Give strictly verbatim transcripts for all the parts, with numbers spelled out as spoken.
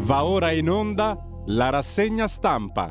Va ora in onda la rassegna stampa.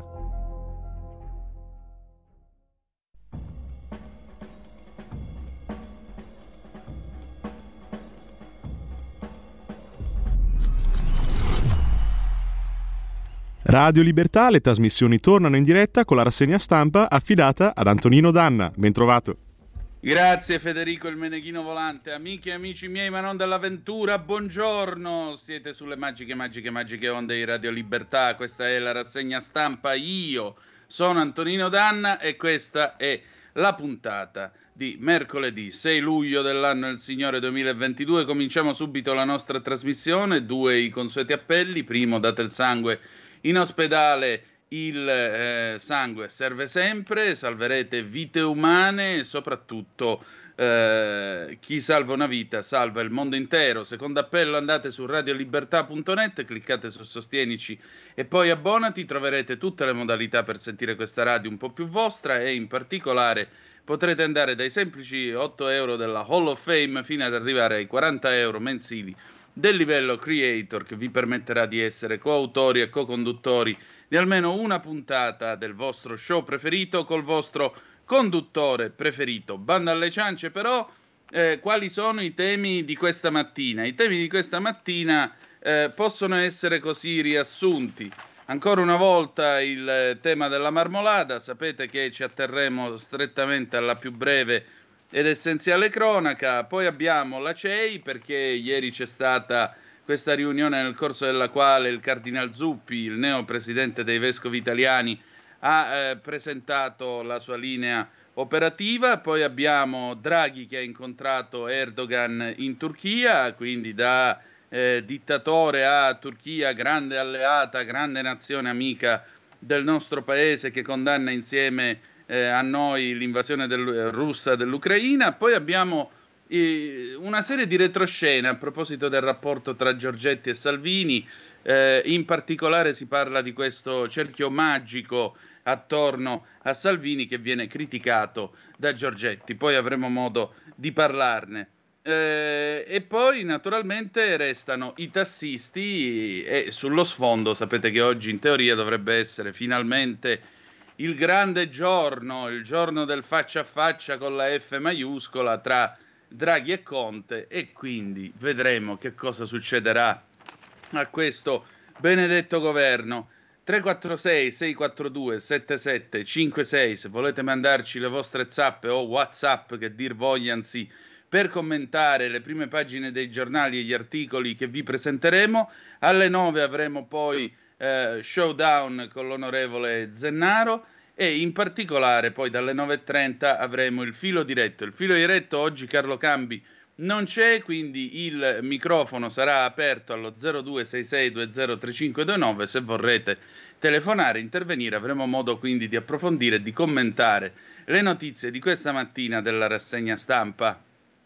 Radio Libertà, le trasmissioni tornano in diretta con la rassegna stampa affidata ad Antonino Danna. Bentrovato. Grazie Federico il Meneghino Volante. Amiche e amici miei, ma non dell'avventura, buongiorno. Siete sulle magiche, magiche, magiche onde di Radio Libertà. Questa è la rassegna stampa. Io sono Antonino Danna e questa è la puntata di mercoledì sei luglio dell'anno del Signore duemilaventidue. Cominciamo subito la nostra trasmissione. Due i consueti appelli. Primo, date il sangue. In ospedale il eh, sangue serve sempre, salverete vite umane e soprattutto eh, chi salva una vita salva il mondo intero. Secondo appello, andate su radiolibertà punto net, cliccate su Sostienici e poi abbonati, troverete tutte le modalità per sentire questa radio un po' più vostra e in particolare potrete andare dai semplici otto euro della Hall of Fame fino ad arrivare ai quaranta euro mensili del livello creator, che vi permetterà di essere coautori e co-conduttori di almeno una puntata del vostro show preferito col vostro conduttore preferito. Banda alle ciance, però, eh, quali sono i temi di questa mattina? I temi di questa mattina eh, possono essere così riassunti. Ancora una volta il tema della marmolada, sapete che ci atterremo strettamente alla più breve ed essenziale cronaca. Poi abbiamo la C E I, perché ieri c'è stata questa riunione nel corso della quale il Cardinal Zuppi, il neo presidente dei vescovi italiani, ha eh, presentato la sua linea operativa. Poi abbiamo Draghi che ha incontrato Erdogan in Turchia, quindi da eh, dittatore a Turchia, grande alleata, grande nazione amica del nostro paese che condanna insieme Eh, a noi l'invasione del, russa dell'Ucraina. Poi abbiamo eh, una serie di retroscene a proposito del rapporto tra Giorgetti e Salvini, eh, in particolare si parla di questo cerchio magico attorno a Salvini che viene criticato da Giorgetti, poi avremo modo di parlarne. Eh, e poi naturalmente restano i tassisti e sullo sfondo sapete che oggi in teoria dovrebbe essere finalmente il grande giorno, il giorno del faccia a faccia con la F maiuscola tra Draghi e Conte, e quindi vedremo che cosa succederà a questo benedetto governo. tre quattro sei sei quattro due sette sette cinque sei se volete mandarci le vostre zappe o WhatsApp che dir vogliansi per commentare le prime pagine dei giornali e gli articoli che vi presenteremo. Alle nove avremo poi Eh, showdown con l'onorevole Zennaro e in particolare poi dalle nove e trenta avremo il filo diretto. Il filo diretto oggi Carlo Cambi non c'è, quindi il microfono sarà aperto allo zero due sei sei due zero tre cinque due nove. Se vorrete telefonare, intervenire, avremo modo quindi di approfondire e di commentare le notizie di questa mattina della rassegna stampa.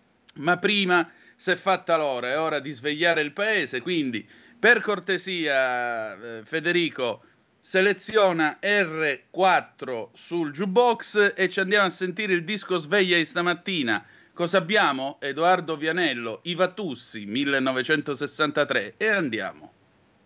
Ma prima, se è fatta l'ora, è ora di svegliare il paese, quindi per cortesia, eh, Federico, seleziona erre quattro sul jukebox e ci andiamo a sentire il disco sveglia di stamattina. Cosa abbiamo? Edoardo Vianello, I Vatussi, millenovecentosessantatré, e andiamo.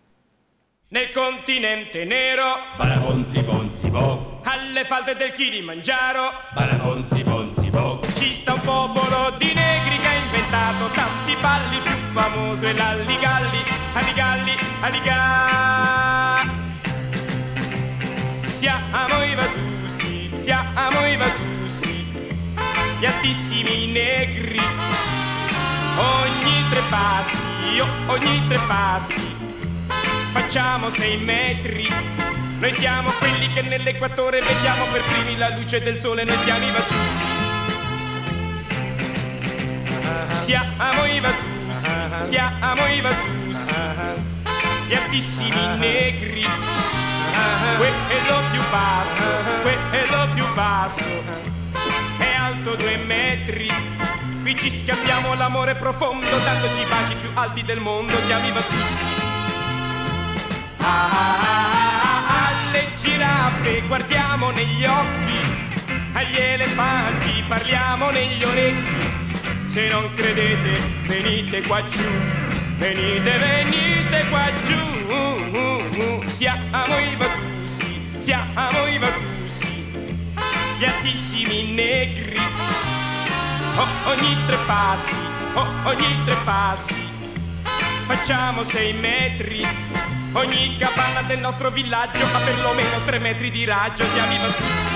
Nel continente nero, Balabonzi bonzi bo, alle falde del Kilimangiaro, Balabonzi bonzi bo, ci sta un popolo di negri che ha inventato tanti balli, più famoso è l'Alligalli, Alligalli, Alliga. Siamo i Vatussi, siamo i Vatussi, gli altissimi negri, ogni tre passi, oh, ogni tre passi facciamo sei metri. Noi siamo quelli che nell'equatore vediamo per primi la luce del sole. Noi siamo i Vatussi. Siamo i Vatussi, siamo i Vatussi, gli altissimi negri. Quello più basso, quello più basso è alto due metri. Qui ci scambiamo l'amore profondo, dandoci i baci più alti del mondo. Siamo i Vatussi. Ah, ah, ah, alle giraffe guardiamo negli occhi, agli elefanti parliamo negli orecchi. Se non credete venite qua giù, venite, venite qua giù, siamo i Vatussi, siamo i Vatussi, gli altissimi negri, oh, ogni tre passi, oh, ogni tre passi, facciamo sei metri, ogni capanna del nostro villaggio ha perlomeno tre metri di raggio, siamo i Vatussi.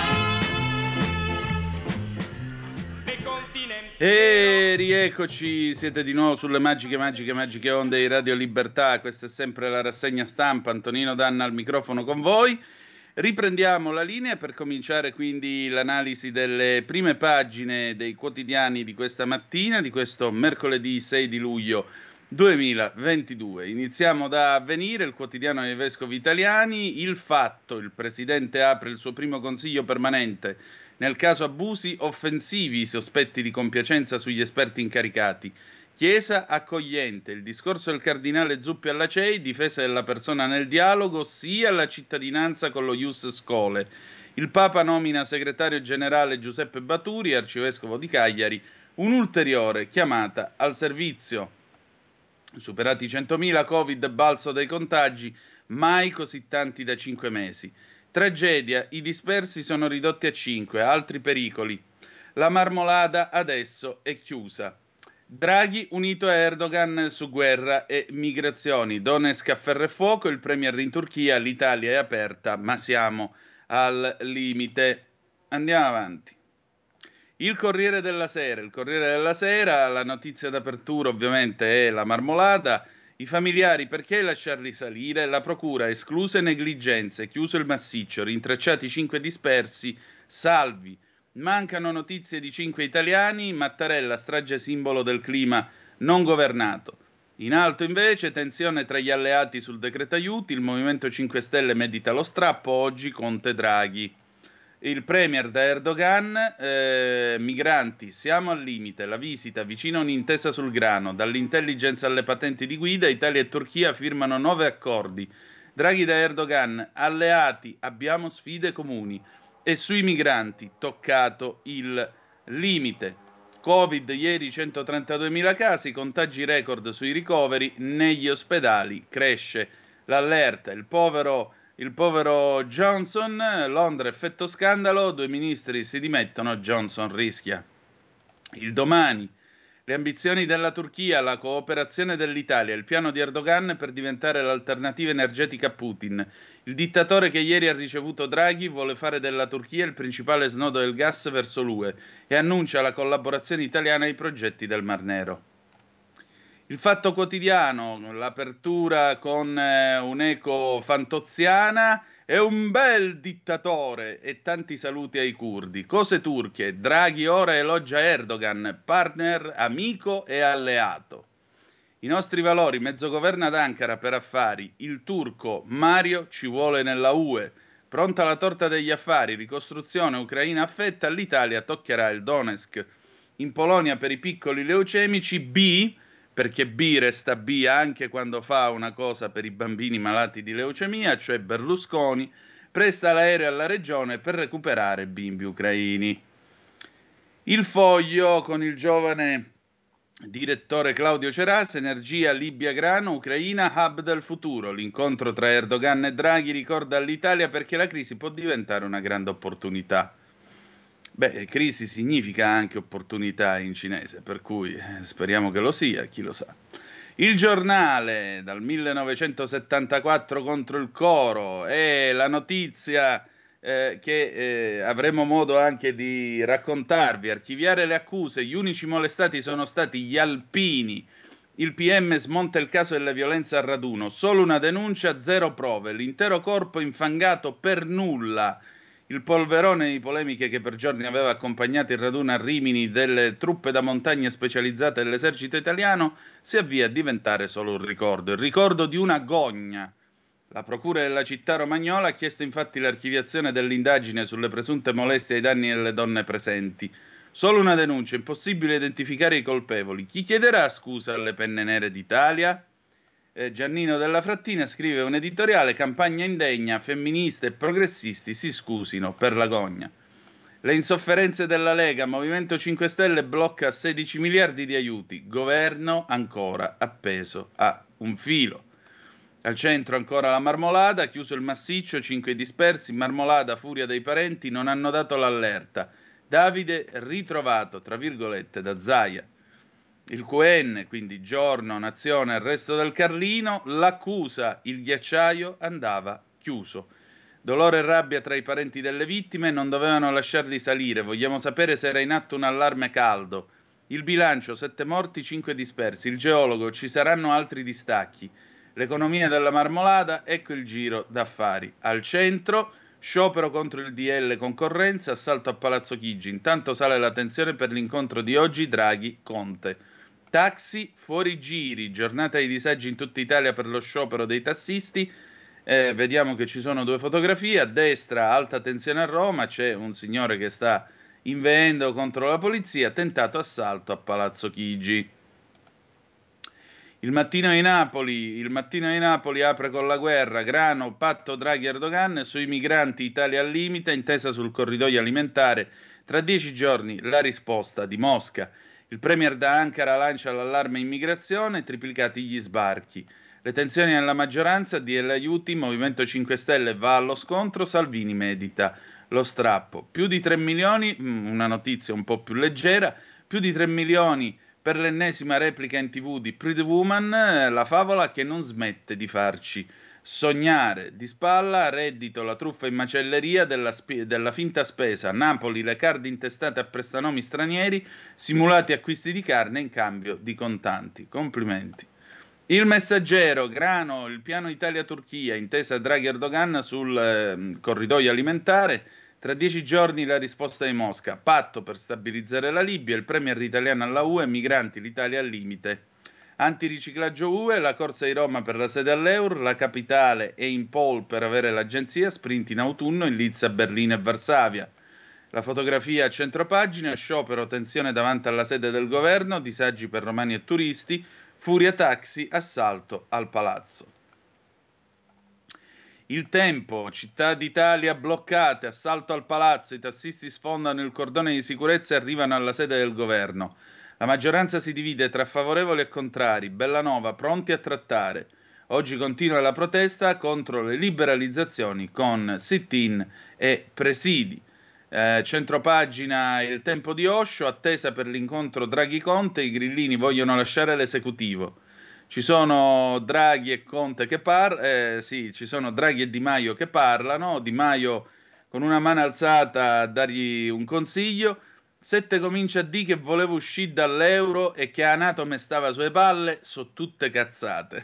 E rieccoci, siete di nuovo sulle magiche, magiche, magiche onde di Radio Libertà. Questa è sempre la rassegna stampa. Antonino Danna al microfono con voi. Riprendiamo la linea per cominciare quindi l'analisi delle prime pagine dei quotidiani di questa mattina, di questo mercoledì sei di luglio duemilaventidue. Iniziamo da Avvenire, il quotidiano dei vescovi italiani. Il Fatto, il presidente apre il suo primo consiglio permanente. Nel caso abusi offensivi, sospetti di compiacenza sugli esperti incaricati. Chiesa accogliente, il discorso del cardinale Zuppi alla C E I, difesa della persona nel dialogo, sia alla cittadinanza con lo Ius Scholae. Il Papa nomina segretario generale Giuseppe Baturi, arcivescovo di Cagliari, un'ulteriore chiamata al servizio. Superati i centomila, Covid, balzo dei contagi, mai così tanti da cinque mesi. Tragedia, i dispersi sono ridotti a cinque, altri pericoli. La Marmolada adesso è chiusa. Draghi unito a Erdogan su guerra e migrazioni. Donetsk a ferro e fuoco, il premier in Turchia, l'Italia è aperta, ma siamo al limite. Andiamo avanti. Il Corriere della Sera, il Corriere della Sera, la notizia d'apertura ovviamente è la Marmolada. I familiari, perché lasciarli salire? La procura, escluse negligenze, chiuso il massiccio, rintracciati cinque dispersi, salvi. Mancano notizie di cinque italiani, Mattarella, strage simbolo del clima non governato. In alto invece, tensione tra gli alleati sul decreto aiuti, il Movimento cinque Stelle medita lo strappo, oggi Conte Draghi. Il premier da Erdogan, eh, migranti, siamo al limite, la visita vicino a un'intesa sul grano, dall'intelligence alle patenti di guida, Italia e Turchia firmano nove accordi. Draghi da Erdogan, alleati, abbiamo sfide comuni. E sui migranti, toccato il limite. Covid, ieri centotrentaduemila casi, contagi record sui ricoveri, negli ospedali cresce l'allerta. Il povero... Il povero Johnson, Londra effetto scandalo, due ministri si dimettono, Johnson rischia. Il Domani, le ambizioni della Turchia, la cooperazione dell'Italia, il piano di Erdogan per diventare l'alternativa energetica a Putin. Il dittatore che ieri ha ricevuto Draghi vuole fare della Turchia il principale snodo del gas verso l'U E e annuncia la collaborazione italiana ai progetti del Mar Nero. Il Fatto Quotidiano, l'apertura con eh, un'eco fantoziana, è un bel dittatore e tanti saluti ai curdi. Cose turche, Draghi ora elogia Erdogan, partner, amico e alleato. I nostri valori, mezzogoverno ad Ankara per affari, il turco Mario ci vuole nella U E. Pronta la torta degli affari, ricostruzione Ucraina affetta, all'Italia toccherà il Donetsk. In Polonia per i piccoli leucemici, B... perché B resta B anche quando fa una cosa per i bambini malati di leucemia, cioè Berlusconi presta l'aereo alla regione per recuperare bimbi ucraini. Il Foglio con il giovane direttore Claudio Ceras, energia, Libia, grano, Ucraina, hub del futuro. L'incontro tra Erdogan e Draghi ricorda all'Italia perché la crisi può diventare una grande opportunità. Beh, crisi significa anche opportunità in cinese, per cui speriamo che lo sia, chi lo sa. Il Giornale, dal millenovecentosettantaquattro contro il coro, è la notizia eh, che eh, avremo modo anche di raccontarvi. Archiviare le accuse, gli unici molestati sono stati gli alpini. Il P M smonta il caso della violenza a raduno, solo una denuncia, zero prove, l'intero corpo infangato per nulla. Il polverone di polemiche che per giorni aveva accompagnato il raduno a Rimini delle truppe da montagna specializzate dell'esercito italiano si avvia a diventare solo un ricordo, il ricordo di una gogna. La procura della città romagnola ha chiesto infatti l'archiviazione dell'indagine sulle presunte molestie ai danni delle donne presenti. Solo una denuncia, impossibile identificare i colpevoli. Chi chiederà scusa alle penne nere d'Italia? Eh, Giannino della Frattina scrive un editoriale, campagna indegna, femministe e progressisti si scusino per la gogna. Le insofferenze della Lega, Movimento cinque Stelle blocca sedici miliardi di aiuti, governo ancora appeso a un filo. Al centro ancora la Marmolada, chiuso il massiccio, cinque dispersi, Marmolada, furia dei parenti, non hanno dato l'allerta. Davide ritrovato, tra virgolette, da Zaia. Il Q N, quindi Giorno, Nazione, il resto del Carlino, l'accusa, il ghiacciaio andava chiuso. Dolore e rabbia tra i parenti delle vittime, non dovevano lasciarli salire, vogliamo sapere se era in atto un allarme caldo. Il bilancio, sette morti, cinque dispersi, il geologo, ci saranno altri distacchi. L'economia della Marmolada, ecco il giro d'affari. Al centro, sciopero contro il D L concorrenza, assalto a Palazzo Chigi. Intanto sale la tensione per l'incontro di oggi Draghi-Conte. Taxi, fuori giri, giornata di disagi in tutta Italia per lo sciopero dei tassisti. Eh, vediamo che ci sono due fotografie. A destra, alta tensione a Roma, c'è un signore che sta inveendo contro la polizia, tentato assalto a Palazzo Chigi. Il mattino di Napoli, il mattino di Napoli apre con la guerra, grano, patto Draghi-Erdogan, sui migranti Italia al limite, intesa sul corridoio alimentare, tra dieci giorni la risposta di Mosca. Il premier da Ankara lancia l'allarme immigrazione, triplicati gli sbarchi. Le tensioni nella maggioranza, D L aiuti, Movimento cinque Stelle va allo scontro, Salvini medita lo strappo. Più di tre milioni, una notizia un po' più leggera, più di tre milioni per l'ennesima replica in tv di Pretty Woman, la favola che non smette di farci sognare. Di spalla, reddito, la truffa in macelleria della, sp- della finta spesa. Napoli, le card intestate a prestanomi stranieri, simulati acquisti di carne in cambio di contanti. Complimenti. Il Messaggero, grano, il piano Italia-Turchia, intesa Draghi-Erdogan sul eh, corridoio alimentare. Tra dieci giorni la risposta di Mosca, patto per stabilizzare la Libia, il premier italiano alla U E, migranti, l'Italia al limite. Antiriciclaggio U E, la corsa di Roma per la sede all'Eur, la capitale è in pole per avere l'agenzia, sprint in autunno in Lizza, Berlino e Varsavia. La fotografia a centropagina, sciopero, tensione davanti alla sede del governo, disagi per romani e turisti, furia taxi, assalto al palazzo. Il Tempo, città d'Italia bloccate, assalto al palazzo, i tassisti sfondano il cordone di sicurezza e arrivano alla sede del governo. La maggioranza si divide tra favorevoli e contrari, Bellanova pronti a trattare. Oggi continua la protesta contro le liberalizzazioni con sit-in e presidi. Eh, centropagina Il Tempo di Osho, attesa per l'incontro Draghi-Conte, i grillini vogliono lasciare l'esecutivo. Ci sono Draghi e Conte che parlano, eh, sì, ci sono Draghi e Di Maio che parlano, Di Maio con una mano alzata a dargli un consiglio, Sette comincia a dire che voleva uscire dall'euro e che Anatome stava sulle palle, so tutte cazzate.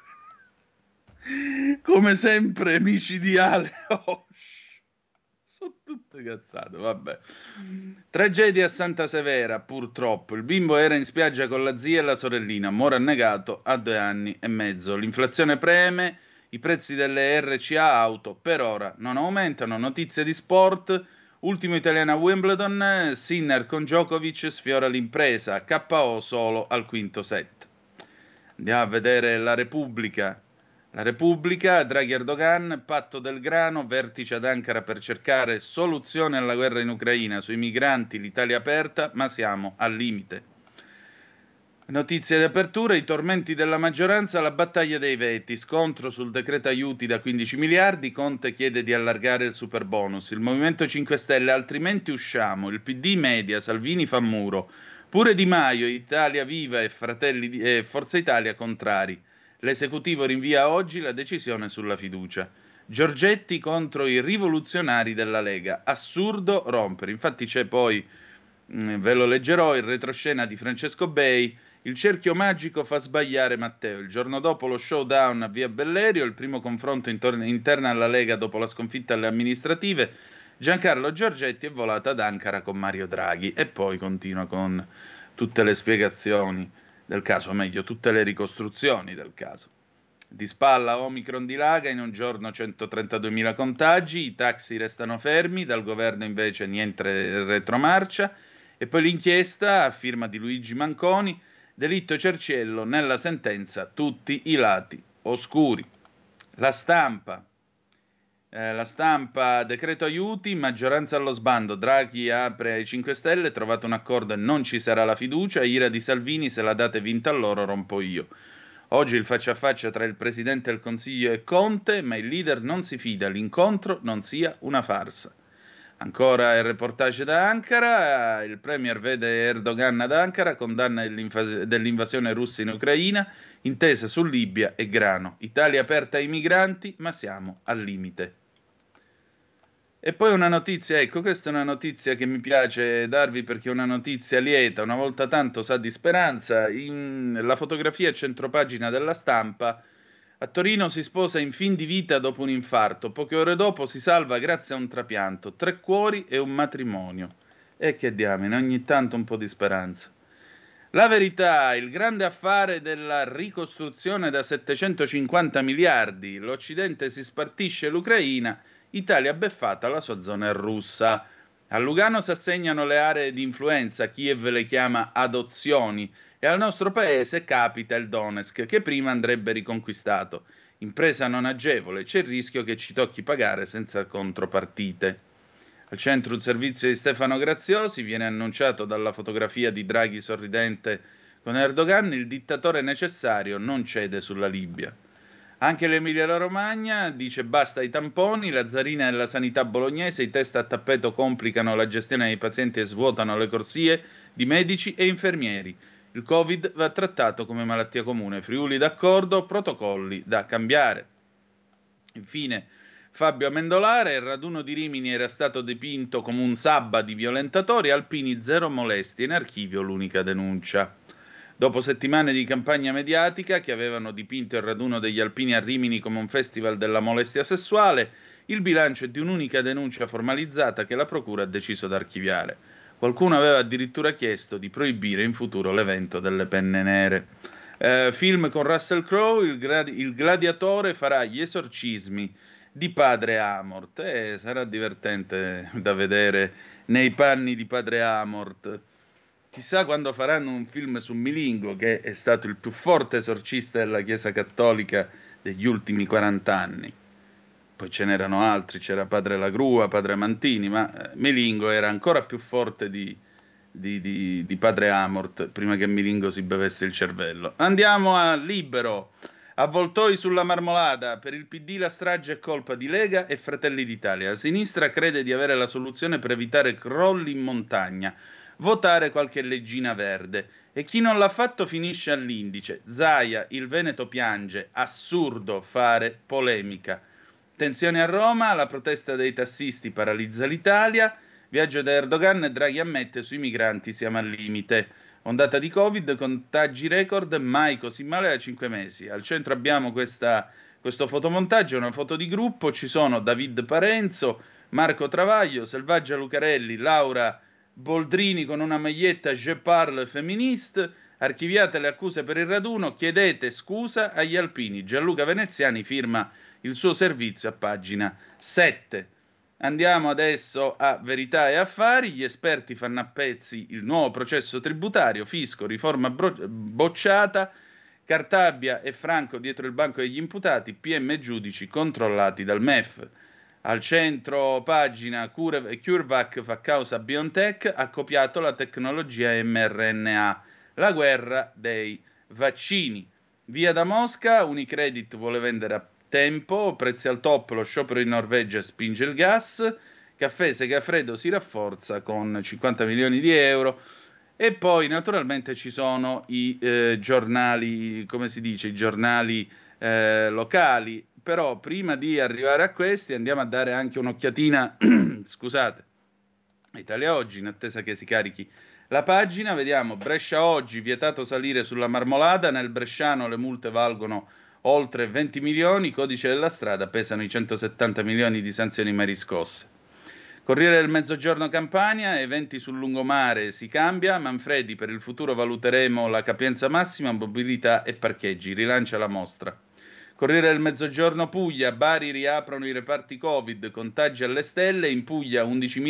Come sempre micidiale, oh, sono tutte cazzate, vabbè. Tragedia a Santa Severa, purtroppo. Il bimbo era in spiaggia con la zia e la sorellina, mora annegato a due anni e mezzo. L'inflazione preme, i prezzi delle R C A auto per ora non aumentano. Notizie di sport, ultimo italiano a Wimbledon, Sinner con Djokovic sfiora l'impresa, K O solo al quinto set. Andiamo a vedere la Repubblica. La Repubblica, Draghi-Erdogan, patto del grano, vertice ad Ankara per cercare soluzione alla guerra in Ucraina, sui migranti l'Italia aperta, ma siamo al limite. Notizie di apertura, i tormenti della maggioranza, la battaglia dei veti, scontro sul decreto aiuti da quindici miliardi, Conte chiede di allargare il superbonus, il Movimento cinque Stelle, altrimenti usciamo, il P D media, Salvini fa muro, pure Di Maio, Italia Viva e Fratelli di, eh, Forza Italia contrari. L'esecutivo rinvia oggi la decisione sulla fiducia. Giorgetti contro i rivoluzionari della Lega. Assurdo rompere. Infatti c'è poi, mh, ve lo leggerò, il retroscena di Francesco Bei. Il cerchio magico fa sbagliare Matteo. Il giorno dopo lo showdown a Via Bellerio, il primo confronto intorno, interno alla Lega dopo la sconfitta alle amministrative. Giancarlo Giorgetti è volato ad Ankara con Mario Draghi. E poi continua con tutte le spiegazioni del caso, o meglio, tutte le ricostruzioni del caso. Di spalla Omicron dilaga, in un giorno centotrentaduemila contagi, i taxi restano fermi, dal governo invece niente retromarcia, e poi l'inchiesta a firma di Luigi Manconi, delitto Cerciello, nella sentenza tutti i lati oscuri. La Stampa, Eh, la Stampa, decreto aiuti, maggioranza allo sbando, Draghi apre ai cinque Stelle, trovato un accordo e non ci sarà la fiducia, ira di Salvini, se la date vinta a loro rompo io. Oggi il faccia a faccia tra il Presidente del Consiglio e Conte, ma il leader non si fida, l'incontro non sia una farsa. Ancora il reportage da Ankara, il premier vede Erdogan ad Ankara, condanna dell'invasione russa in Ucraina, intesa su Libia e grano. Italia aperta ai migranti, ma siamo al limite. E poi una notizia, ecco, questa è una notizia che mi piace darvi perché è una notizia lieta, una volta tanto sa di speranza. In, la fotografia a centropagina della Stampa, a Torino si sposa in fin di vita dopo un infarto, poche ore dopo si salva grazie a un trapianto, tre cuori e un matrimonio. E che diamine, ogni tanto un po' di speranza. La Verità, il grande affare della ricostruzione da settecentocinquanta miliardi, l'Occidente si spartisce l'Ucraina, Italia beffata, la sua zona è russa. A Lugano si assegnano le aree di influenza, Kiev le chiama adozioni, e al nostro paese capita il Donetsk, che prima andrebbe riconquistato. Impresa non agevole, c'è il rischio che ci tocchi pagare senza contropartite. Al centro un servizio di Stefano Graziosi, viene annunciato dalla fotografia di Draghi sorridente con Erdogan, il dittatore necessario non cede sulla Libia. Anche l'Emilia-Romagna dice basta ai tamponi, la zarina della sanità bolognese, i test a tappeto complicano la gestione dei pazienti e svuotano le corsie di medici e infermieri. Il Covid va trattato come malattia comune, Friuli d'accordo, protocolli da cambiare. Infine, Fabio Amendolare, il raduno di Rimini era stato dipinto come un sabba di violentatori, alpini zero molestie, in archivio l'unica denuncia. Dopo settimane di campagna mediatica che avevano dipinto il raduno degli alpini a Rimini come un festival della molestia sessuale, il bilancio è di un'unica denuncia formalizzata che la procura ha deciso di archiviare. Qualcuno aveva addirittura chiesto di proibire in futuro l'evento delle penne nere. Eh, film con Russell Crowe, il, gradi- il gladiatore farà gli esorcismi di padre Amort. Eh, sarà divertente da vedere nei panni di padre Amort. Chissà quando faranno un film su Milingo, che è stato il più forte esorcista della Chiesa Cattolica degli ultimi quaranta anni. Poi ce n'erano altri, c'era padre Lagrua, padre Mantini, ma Milingo era ancora più forte di, di, di, di padre Amort, prima che Milingo si bevesse il cervello. Andiamo a Libero. Avvoltoi sulla Marmolada, per il P D la strage è colpa di Lega e Fratelli d'Italia. La sinistra crede di avere la soluzione per evitare crolli in montagna. Votare qualche leggina verde. E chi non l'ha fatto finisce all'indice. Zaia, il Veneto piange, assurdo fare polemica. Tensione a Roma, la protesta dei tassisti paralizza l'Italia, viaggio da Erdogan, Draghi ammette sui migranti siamo al limite. Ondata di Covid, contagi record, mai così male da cinque mesi. Al centro abbiamo questa, questo fotomontaggio, una foto di gruppo, ci sono David Parenzo, Marco Travaglio, Selvaggia Lucarelli, Laura Boldrini con una maglietta Je parle féministe, archiviate le accuse per il raduno, chiedete scusa agli alpini. Gianluca Veneziani firma il suo servizio a pagina sette. Andiamo adesso a Verità e Affari, gli esperti fanno a pezzi il nuovo processo tributario, fisco, riforma bro- bocciata, Cartabia e Franco dietro il banco degli imputati, P M e giudici controllati dal M E F. Al centro pagina CureVac fa causa BioNTech, ha copiato la tecnologia mRNA, la guerra dei vaccini. Via da Mosca, Unicredit vuole vendere a tempo, prezzi al top, lo sciopero in Norvegia spinge il gas, Caffè Segafredo si rafforza con cinquanta milioni di euro e poi naturalmente ci sono i eh, giornali, come si dice, i giornali eh, locali. Però prima di arrivare a questi andiamo a dare anche un'occhiatina, scusate, a Italia Oggi, in attesa che si carichi la pagina. Vediamo, Brescia Oggi, vietato salire sulla Marmolada, nel bresciano le multe valgono oltre venti milioni, codice della strada, pesano i centosettanta milioni di sanzioni mai riscosse. Corriere del Mezzogiorno Campania, eventi sul lungomare, si cambia, Manfredi, per il futuro valuteremo la capienza massima, mobilità e parcheggi, rilancia la mostra. Corriere del Mezzogiorno Puglia, Bari riaprono i reparti Covid, contagi alle stelle, in Puglia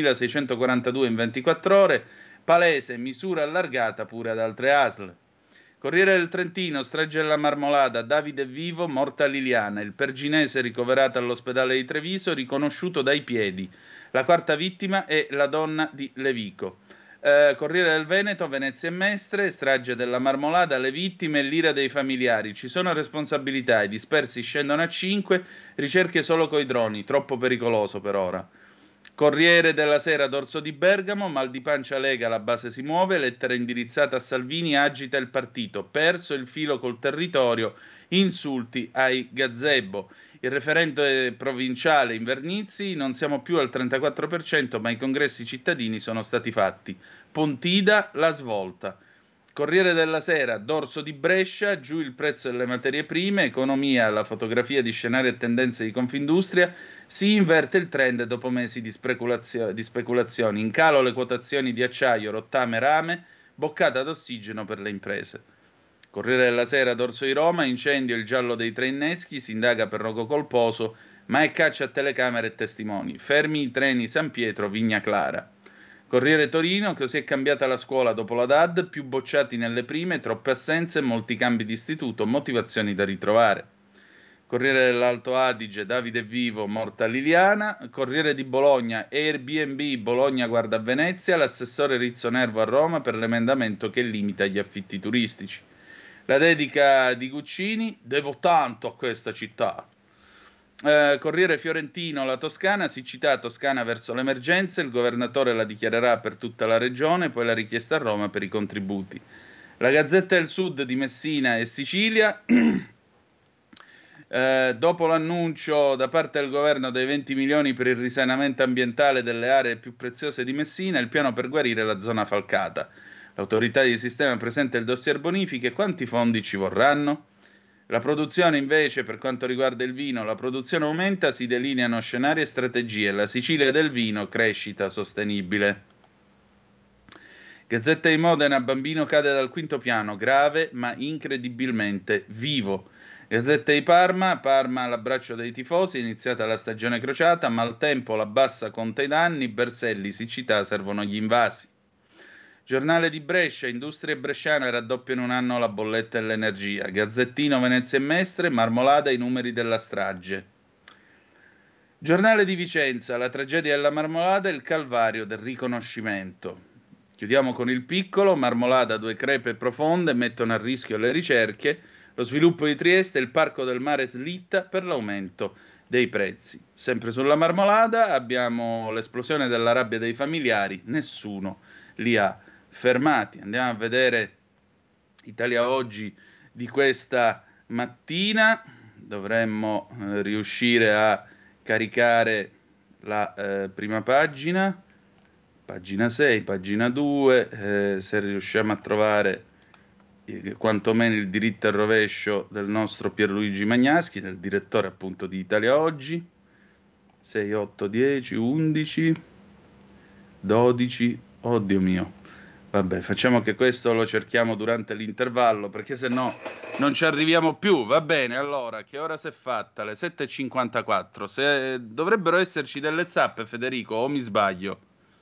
undicimilaseicentoquarantadue in ventiquattro ore, Palese, misura allargata pure ad altre A S L. Corriere del Trentino, strage alla Marmolada, Davide è vivo, morta Liliana, il perginese ricoverato all'ospedale di Treviso, riconosciuto dai piedi. La quarta vittima è la donna di Levico. Eh, Corriere del Veneto, Venezia e Mestre, strage della Marmolada, le vittime e l'ira dei familiari. Ci sono responsabilità, i dispersi scendono a cinque, ricerche solo coi droni, troppo pericoloso per ora. Corriere della Sera, Dorso di Bergamo, mal di pancia Lega, la base si muove, lettera indirizzata a Salvini, agita il partito, perso il filo col territorio, insulti ai gazebo. Il referendum provinciale in Vernizzi, non siamo più al trentaquattro per cento, ma i congressi cittadini sono stati fatti. Pontida, la svolta. Corriere della Sera, Dorso di Brescia, giù il prezzo delle materie prime, economia, la fotografia di scenari e tendenze di Confindustria, si inverte il trend dopo mesi di, speculazio- di speculazioni, in calo le quotazioni di acciaio, rottame, rame, boccata d'ossigeno per le imprese. Corriere della Sera, Dorso di Roma, incendio, il giallo dei tre inneschi, si indaga per rogo colposo, ma è caccia a telecamere e testimoni. Fermi i treni San Pietro, Vigna Clara. Corriere Torino, così è cambiata la scuola dopo la D A D, più bocciati nelle prime, troppe assenze, molti cambi di istituto, motivazioni da ritrovare. Corriere dell'Alto Adige, Davide è vivo, morta Liliana. Corriere di Bologna, Airbnb, Bologna guarda a Venezia, l'assessore Rizzo Nervo a Roma per l'emendamento che limita gli affitti turistici. La dedica di Guccini, devo tanto a questa città. Eh, Corriere Fiorentino, la Toscana, siccità Toscana verso l'emergenza, il governatore la dichiarerà per tutta la regione, poi la richiesta a Roma per i contributi. La Gazzetta del Sud di Messina e Sicilia, eh, dopo l'annuncio da parte del governo dei venti milioni per il risanamento ambientale delle aree più preziose di Messina, il piano per guarire la zona falcata. L'autorità di sistema presenta il dossier bonifiche, quanti fondi ci vorranno? La produzione invece, per quanto riguarda il vino, la produzione aumenta, si delineano scenari e strategie. La Sicilia del vino, crescita sostenibile. Gazzetta di Modena, bambino cade dal quinto piano, grave ma incredibilmente vivo. Gazzetta di Parma, Parma all'abbraccio dei tifosi, è iniziata la stagione crociata, maltempo la bassa conta i danni, Berselli, siccità, servono gli invasi. Giornale di Brescia, industrie bresciane raddoppiano un anno la bolletta e l'energia. Gazzettino Venezia e Mestre, Marmolada, i numeri della strage. Giornale di Vicenza, la tragedia della Marmolada e il calvario del riconoscimento. Chiudiamo con il piccolo, Marmolada, due crepe profonde mettono a rischio le ricerche, lo sviluppo di Trieste, il parco del mare slitta per l'aumento dei prezzi. Sempre sulla Marmolada abbiamo l'esplosione della rabbia dei familiari, nessuno li ha fermati. Andiamo a vedere Italia Oggi di questa mattina. Dovremmo eh, riuscire a caricare la eh, prima pagina, pagina sei, pagina due, eh, se riusciamo a trovare eh, quantomeno il diritto al rovescio del nostro Pierluigi Magnaschi, del direttore appunto di Italia Oggi. sei, otto, dieci, undici, dodici, oddio mio. Vabbè, facciamo che questo lo cerchiamo durante l'intervallo, perché se no non ci arriviamo più. Va bene, allora, che ora si è fatta? Le sette e cinquantaquattro. Se dovrebbero esserci delle zappe, Federico, o mi sbaglio?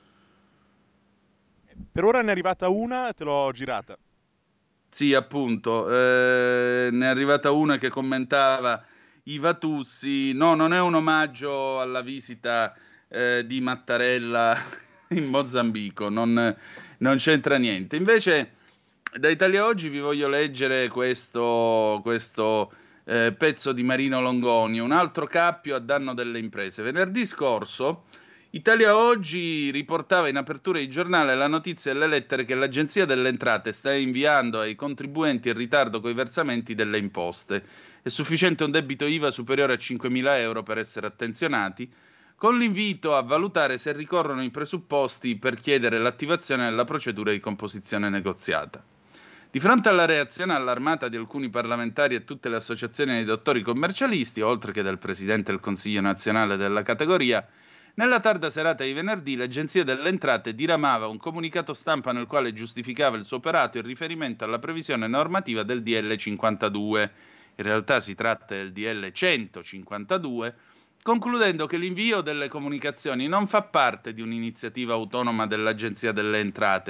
Per ora ne è arrivata una, te l'ho girata. Sì, appunto, eh, ne è arrivata una che commentava i Vatussi. No, non è un omaggio alla visita eh, di Mattarella in Mozambico, non... non c'entra niente. Invece da Italia Oggi vi voglio leggere questo, questo eh, pezzo di Marino Longoni, un altro cappio a danno delle imprese. Venerdì scorso Italia Oggi riportava in apertura di giornale la notizia delle lettere che l'Agenzia delle Entrate sta inviando ai contribuenti in ritardo coi versamenti delle imposte. È sufficiente un debito I V A superiore a cinquemila euro per essere attenzionati, con l'invito a valutare se ricorrono i presupposti per chiedere l'attivazione della procedura di composizione negoziata. Di fronte alla reazione allarmata di alcuni parlamentari e tutte le associazioni dei dottori commercialisti, oltre che del Presidente del Consiglio nazionale della categoria, nella tarda serata di venerdì l'Agenzia delle Entrate diramava un comunicato stampa nel quale giustificava il suo operato in riferimento alla previsione normativa del D L cinquantadue. In realtà si tratta del D L centocinquantadue, concludendo che l'invio delle comunicazioni non fa parte di un'iniziativa autonoma dell'Agenzia delle Entrate,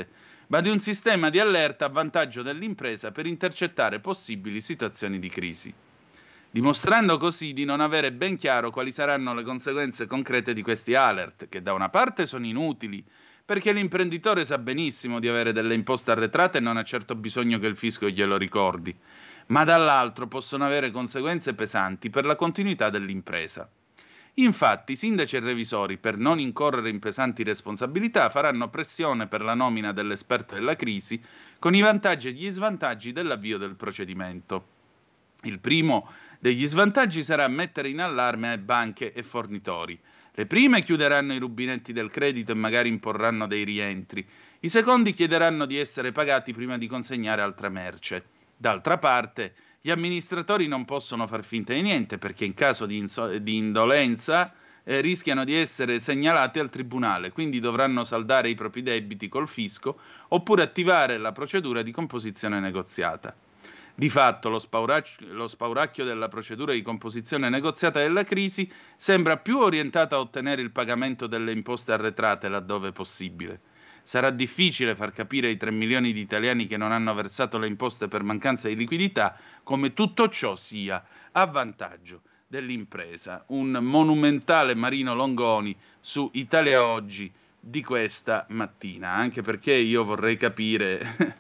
ma di un sistema di allerta a vantaggio dell'impresa per intercettare possibili situazioni di crisi, dimostrando così di non avere ben chiaro quali saranno le conseguenze concrete di questi alert, che da una parte sono inutili, perché l'imprenditore sa benissimo di avere delle imposte arretrate e non ha certo bisogno che il fisco glielo ricordi, ma dall'altro possono avere conseguenze pesanti per la continuità dell'impresa. Infatti, i sindaci e revisori, per non incorrere in pesanti responsabilità, faranno pressione per la nomina dell'esperto della crisi, con i vantaggi e gli svantaggi dell'avvio del procedimento. Il primo degli svantaggi sarà mettere in allarme banche e fornitori. Le prime chiuderanno i rubinetti del credito e magari imporranno dei rientri. I secondi chiederanno di essere pagati prima di consegnare altra merce. D'altra parte, gli amministratori non possono far finta di niente, perché in caso di, inso- di indolenza eh, rischiano di essere segnalati al tribunale, quindi dovranno saldare i propri debiti col fisco oppure attivare la procedura di composizione negoziata. Di fatto lo spauracchio, lo spauracchio della procedura di composizione negoziata della crisi sembra più orientata a ottenere il pagamento delle imposte arretrate laddove possibile. Sarà difficile far capire ai tre milioni di italiani che non hanno versato le imposte per mancanza di liquidità come tutto ciò sia a vantaggio dell'impresa. Un monumentale Marino Longoni su Italia Oggi di questa mattina, anche perché io vorrei capire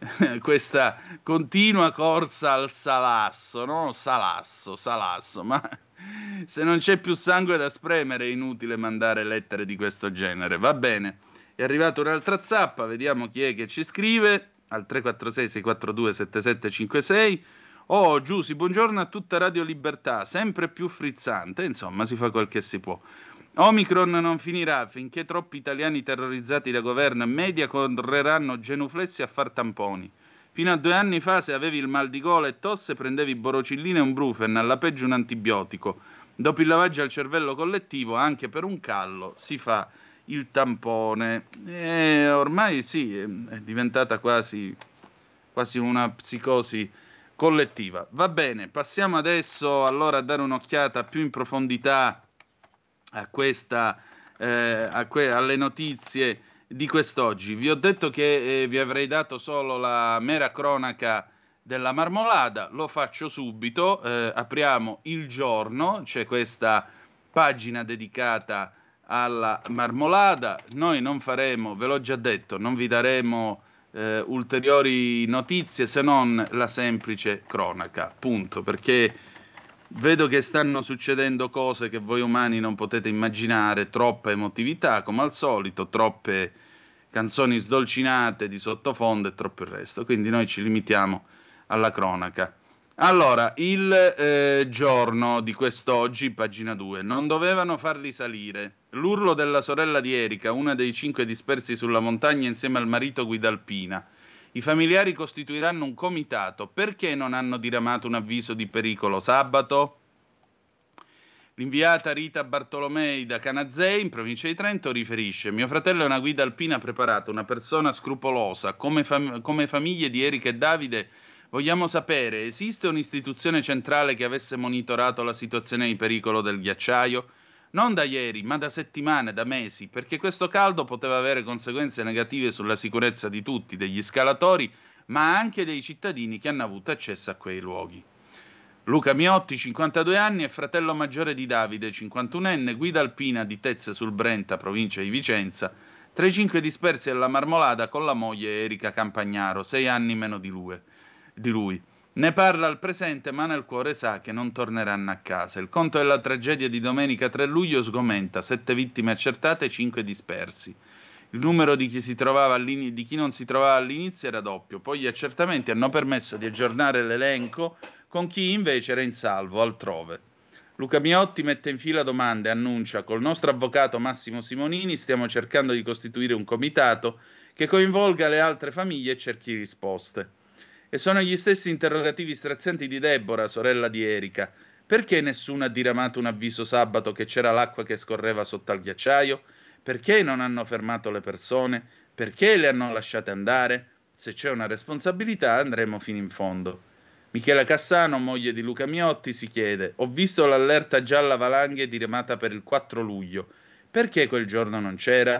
questa continua corsa al salasso, no? Salasso, salasso, ma se non c'è più sangue da spremere è inutile mandare lettere di questo genere. Va bene, è arrivata un'altra zappa, vediamo chi è che ci scrive al tre quattro sei sei quattro due sette sette cinque sei. Oh Giussi, buongiorno a tutta Radio Libertà, sempre più frizzante, insomma si fa quel che si può. Omicron non finirà finché troppi italiani terrorizzati da governo e media correranno genuflessi a far tamponi. Fino a due anni fa, se avevi il mal di gola e tosse, prendevi borocillina e un brufen, alla peggio un antibiotico. Dopo il lavaggio al cervello collettivo, anche per un callo, si fa il tampone. E ormai sì, è diventata quasi, quasi una psicosi collettiva. Va bene, passiamo adesso allora a dare un'occhiata più in profondità a questa, eh, a que- alle notizie di quest'oggi. Vi ho detto che eh, vi avrei dato solo la mera cronaca della Marmolada, lo faccio subito, eh, apriamo Il Giorno, c'è questa pagina dedicata alla Marmolada, noi non faremo, ve l'ho già detto, non vi daremo eh, ulteriori notizie se non la semplice cronaca, punto, perché vedo che stanno succedendo cose che voi umani non potete immaginare, troppa emotività come al solito, troppe canzoni sdolcinate di sottofondo e troppo il resto, quindi noi ci limitiamo alla cronaca. Allora, il eh, giorno di quest'oggi, pagina due, non dovevano farli salire. L'urlo della sorella di Erika, una dei cinque dispersi sulla montagna insieme al marito Guidalpina. I familiari costituiranno un comitato. Perché non hanno diramato un avviso di pericolo sabato? L'inviata Rita Bartolomei da Canazei, in provincia di Trento, riferisce: mio fratello è una guida alpina preparata, una persona scrupolosa. Come, fam- come famiglie di Erika e Davide vogliamo sapere, esiste un'istituzione centrale che avesse monitorato la situazione di pericolo del ghiacciaio? Non da ieri, ma da settimane, da mesi, perché questo caldo poteva avere conseguenze negative sulla sicurezza di tutti, degli scalatori, ma anche dei cittadini che hanno avuto accesso a quei luoghi. Luca Miotti, cinquantadue anni, è fratello maggiore di Davide, cinquantunenne, guida alpina di Tezze sul Brenta, provincia di Vicenza, tra i cinque dispersi alla Marmolada con la moglie Erika Campagnaro, sei anni meno di lui. di lui. Ne parla al presente, ma nel cuore sa che non torneranno a casa. Il conto della tragedia di domenica tre luglio sgomenta, sette vittime accertate, cinque dispersi. Il numero di chi, si trovava di chi non si trovava all'inizio era doppio, poi gli accertamenti hanno permesso di aggiornare l'elenco con chi invece era in salvo altrove. Luca Miotti mette in fila domande e annuncia: col nostro avvocato Massimo Simonini stiamo cercando di costituire un comitato che coinvolga le altre famiglie e cerchi risposte. E sono gli stessi interrogativi strazianti di Deborah, sorella di Erika. Perché nessuno ha diramato un avviso sabato che c'era l'acqua che scorreva sotto al ghiacciaio? Perché non hanno fermato le persone? Perché le hanno lasciate andare? Se c'è una responsabilità andremo fino in fondo. Michela Cassano, moglie di Luca Miotti, si chiede: ho visto l'allerta gialla valanghe diramata per il quattro luglio. Perché quel giorno non c'era?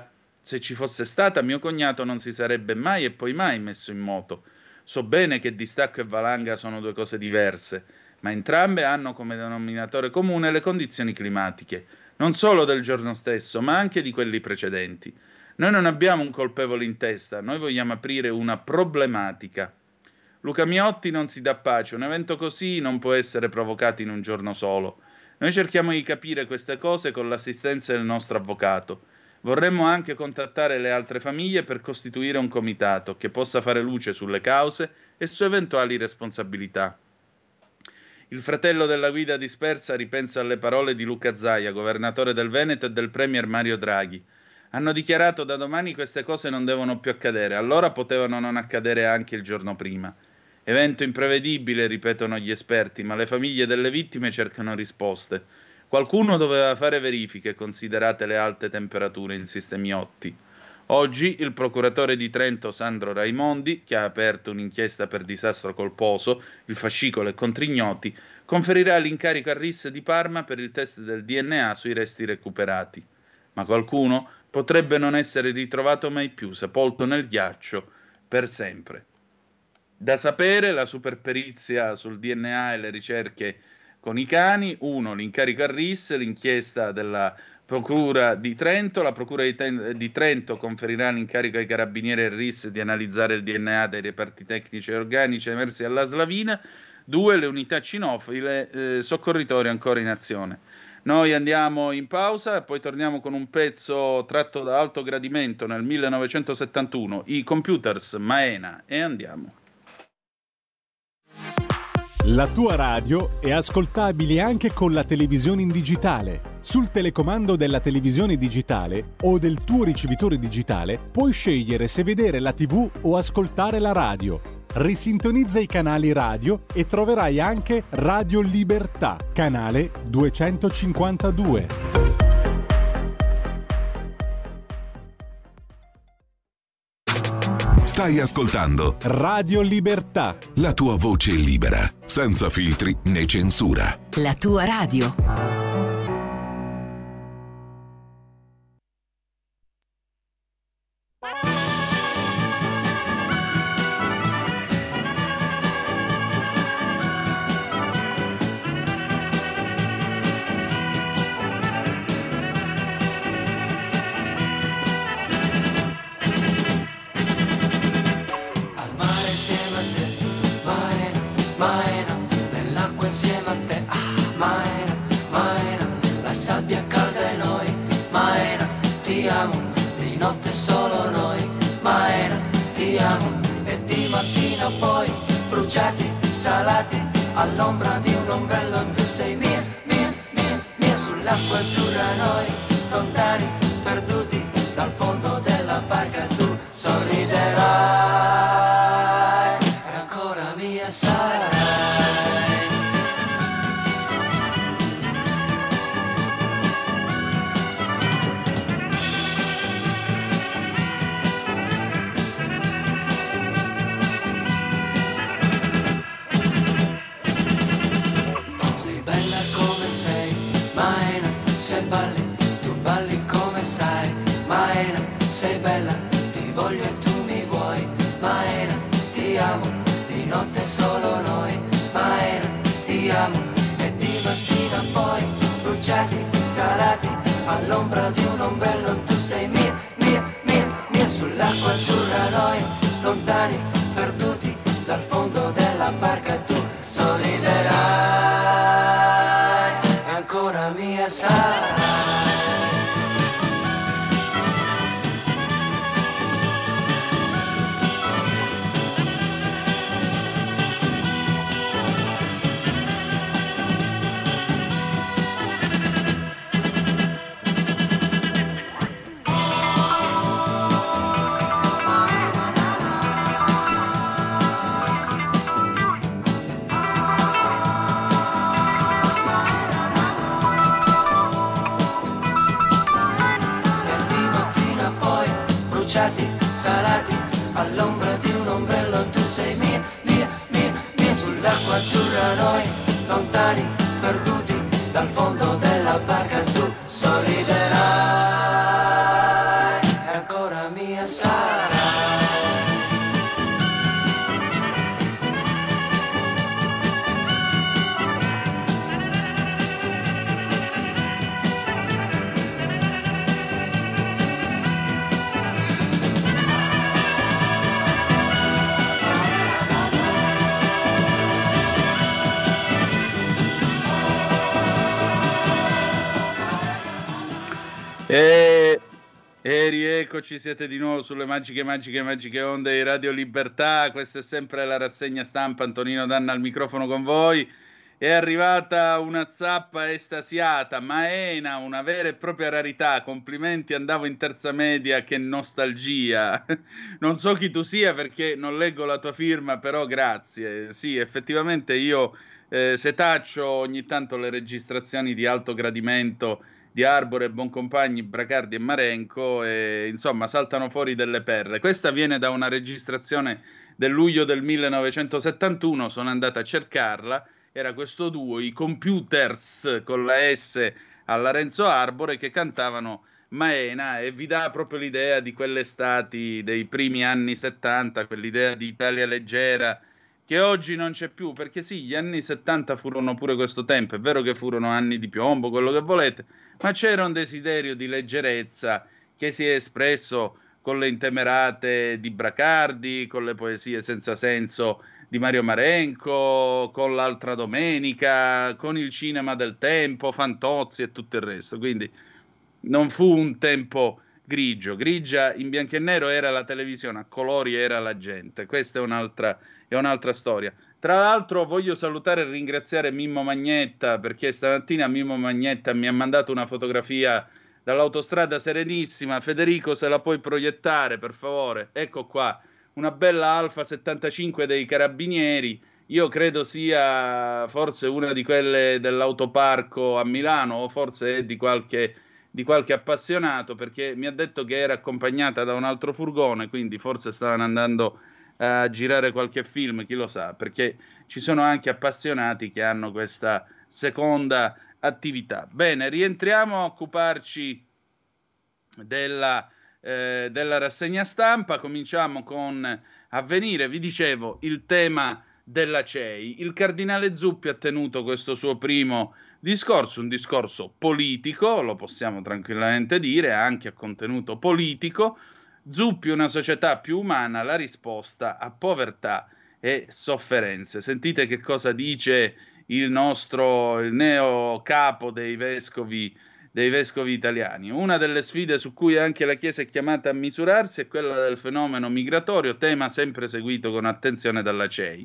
Se ci fosse stata, mio cognato non si sarebbe mai e poi mai messo in moto. So bene che distacco e valanga sono due cose diverse, ma entrambe hanno come denominatore comune le condizioni climatiche, non solo del giorno stesso, ma anche di quelli precedenti. Noi non abbiamo un colpevole in testa, noi vogliamo aprire una problematica. Luca Miotti non si dà pace, un evento così non può essere provocato in un giorno solo. Noi cerchiamo di capire queste cose con l'assistenza del nostro avvocato. Vorremmo anche contattare le altre famiglie per costituire un comitato che possa fare luce sulle cause e su eventuali responsabilità. Il fratello della guida dispersa ripensa alle parole di Luca Zaia, governatore del Veneto, e del premier Mario Draghi. Hanno dichiarato da domani queste cose non devono più accadere, allora potevano non accadere anche il giorno prima. Evento imprevedibile, ripetono gli esperti, ma le famiglie delle vittime cercano risposte. Qualcuno doveva fare verifiche, considerate le alte temperature, insiste Miotti. Oggi il procuratore di Trento Sandro Raimondi, che ha aperto un'inchiesta per disastro colposo, il fascicolo è contro ignoti, conferirà l'incarico a R I S di Parma per il test del D N A sui resti recuperati. Ma qualcuno potrebbe non essere ritrovato mai più, sepolto nel ghiaccio per sempre. Da sapere la superperizia sul D N A e le ricerche con i cani, uno, l'incarico a R I S, l'inchiesta della Procura di Trento, la Procura di, Ten- di Trento conferirà l'incarico ai carabinieri e al R I S di analizzare il D N A dei reparti tecnici e organici emersi alla Slavina, due, le unità cinofile, eh, soccorritori ancora in azione. Noi andiamo in pausa e poi torniamo con un pezzo tratto da Alto Gradimento nel millenovecentosettantuno, i Computers, Maena, e andiamo. La tua radio è ascoltabile anche con la televisione in digitale. Sul telecomando della televisione digitale o del tuo ricevitore digitale puoi scegliere se vedere la tivù o ascoltare la radio. Risintonizza i canali radio e troverai anche Radio Libertà, canale duecentocinquantadue. Stai ascoltando Radio Libertà, la tua voce libera, senza filtri né censura. La tua radio. Sabbia calda e noi, Maena, ti amo, di notte solo noi, Maena, ti amo, e di mattina poi, bruciati, salati, all'ombra di un ombrello tu sei mia, mia, mia, mia, sull'acqua azzurra noi, lontani, perduti, dal fondo della barca tu sorriderai, e ancora mia sarai. Balli, tu balli come sai, Maena, sei bella, ti voglio e tu mi vuoi, Maena, ti amo, di notte solo noi, Maena, ti amo, e di mattina poi, bruciati, salati, all'ombra di un ombrello tu sei mia, mia, mia, mia, sull'acqua azzurra noi, lontani, perduti, dal fondo della barca tu sorriderai, e ancora mia sarai. Salati, all'ombra di un ombrello tu sei mia, mia, mia, mia, sull'acqua azzurra noi, lontani, perduti, dal fondo della barca tu sorriderai, e ancora E, e rieccoci, siete di nuovo sulle magiche, magiche, magiche onde di Radio Libertà. Questa è sempre la rassegna stampa. Antonino Danna al microfono con voi. È arrivata una zappa estasiata, Maena, una vera e propria rarità. Complimenti, andavo in terza media, che nostalgia. Non so chi tu sia perché non leggo la tua firma, però grazie. Sì, effettivamente io eh, setaccio ogni tanto le registrazioni di alto gradimento di Arbore, Boncompagni, Bracardi e Marenco, e insomma saltano fuori delle perle. Questa viene da una registrazione del luglio del millenovecentosettantuno, sono andata a cercarla, era questo duo, i Computers con la S alla Renzo Arbore, che cantavano Maena, e vi dà proprio l'idea di quelle estati dei primi anni settanta, quell'idea di Italia leggera che oggi non c'è più, perché sì, gli anni settanta furono pure questo tempo, è vero che furono anni di piombo, quello che volete, ma c'era un desiderio di leggerezza che si è espresso con le intemerate di Bracardi, con le poesie senza senso di Mario Marenco, con l'Altra Domenica, con il cinema del tempo, Fantozzi e tutto il resto. Quindi non fu un tempo grigio, grigia in bianco e nero era la televisione, a colori era la gente. Questa è un'altra, è un'altra storia. Tra l'altro voglio salutare e ringraziare Mimmo Magnetta, perché stamattina Mimmo Magnetta mi ha mandato una fotografia dall'autostrada Serenissima. Federico, se la puoi proiettare per favore? Ecco qua, una bella Alfa settantacinque dei Carabinieri. Io credo sia forse una di quelle dell'autoparco a Milano, o forse è di qualche, di qualche appassionato, perché mi ha detto che era accompagnata da un altro furgone, quindi forse stavano andando a girare qualche film, chi lo sa, perché ci sono anche appassionati che hanno questa seconda attività. Bene, rientriamo a occuparci della, eh, della rassegna stampa. Cominciamo con Avvenire. Vi dicevo, il tema della C E I. Il cardinale Zuppi ha tenuto questo suo primo discorso, un discorso politico, lo possiamo tranquillamente dire, anche a contenuto politico. Zuppi, una società più umana, la risposta a povertà e sofferenze. Sentite che cosa dice il nostro, il neo capo dei vescovi, dei vescovi italiani. Una delle sfide su cui anche la Chiesa è chiamata a misurarsi è quella del fenomeno migratorio, tema sempre seguito con attenzione dalla C E I.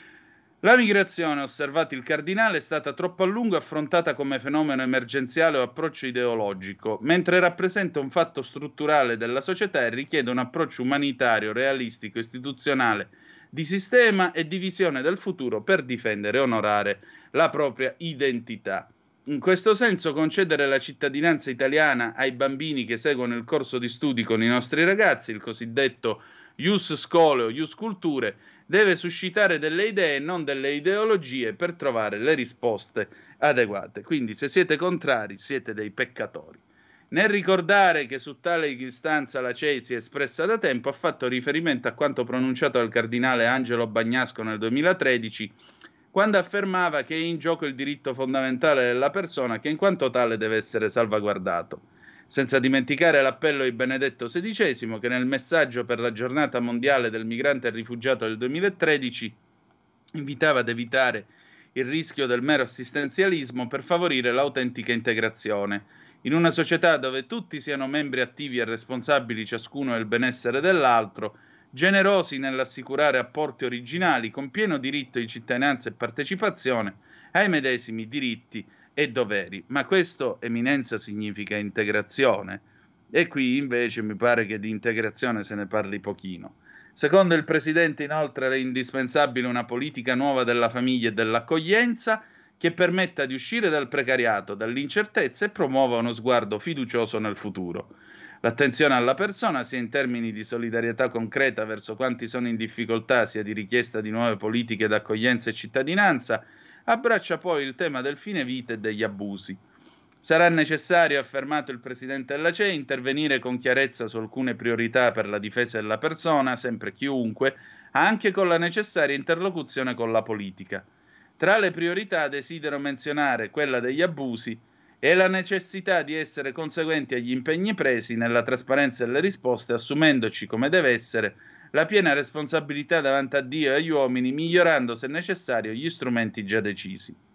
La migrazione, osservato il cardinale, è stata troppo a lungo affrontata come fenomeno emergenziale o approccio ideologico, mentre rappresenta un fatto strutturale della società e richiede un approccio umanitario, realistico, istituzionale, di sistema e di visione del futuro per difendere e onorare la propria identità. In questo senso, concedere la cittadinanza italiana ai bambini che seguono il corso di studi con i nostri ragazzi, il cosiddetto Ius Scholae o Ius Culturae, deve suscitare delle idee e non delle ideologie per trovare le risposte adeguate. Quindi, se siete contrari, siete dei peccatori. Nel ricordare che su tale istanza la C E I si è espressa da tempo, ha fatto riferimento a quanto pronunciato dal cardinale Angelo Bagnasco nel duemilatredici, quando affermava che è in gioco il diritto fondamentale della persona, che in quanto tale deve essere salvaguardato. Senza dimenticare l'appello di Benedetto sedicesimo, che nel messaggio per la giornata mondiale del migrante e rifugiato del duemilatredici invitava ad evitare il rischio del mero assistenzialismo per favorire l'autentica integrazione. In una società dove tutti siano membri attivi e responsabili ciascuno del benessere dell'altro, generosi nell'assicurare apporti originali con pieno diritto di cittadinanza e partecipazione ai medesimi diritti e doveri. Ma questo, eminenza, significa integrazione, e qui invece mi pare che di integrazione se ne parli pochino. Secondo il Presidente, inoltre, è indispensabile una politica nuova della famiglia e dell'accoglienza che permetta di uscire dal precariato, dall'incertezza e promuova uno sguardo fiducioso nel futuro. L'attenzione alla persona, sia in termini di solidarietà concreta verso quanti sono in difficoltà, sia di richiesta di nuove politiche d'accoglienza e cittadinanza, abbraccia poi il tema del fine vita e degli abusi. Sarà necessario, ha affermato il Presidente della C E I, intervenire con chiarezza su alcune priorità per la difesa della persona, sempre chiunque, anche con la necessaria interlocuzione con la politica. Tra le priorità desidero menzionare quella degli abusi e la necessità di essere conseguenti agli impegni presi nella trasparenza delle risposte, assumendoci, come deve essere, la piena responsabilità davanti a Dio e agli uomini, migliorando, se necessario, gli strumenti già decisi.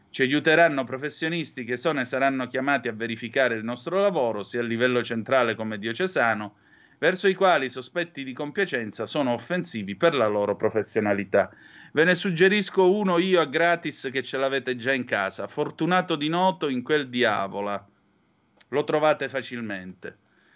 Ci aiuteranno professionisti che sono e saranno chiamati a verificare il nostro lavoro, sia a livello centrale come diocesano, verso i quali i sospetti di compiacenza sono offensivi per la loro professionalità. Ve ne suggerisco uno io a gratis che ce l'avete già in casa. Fortunato di Noto in quel diavola. Lo trovate facilmente.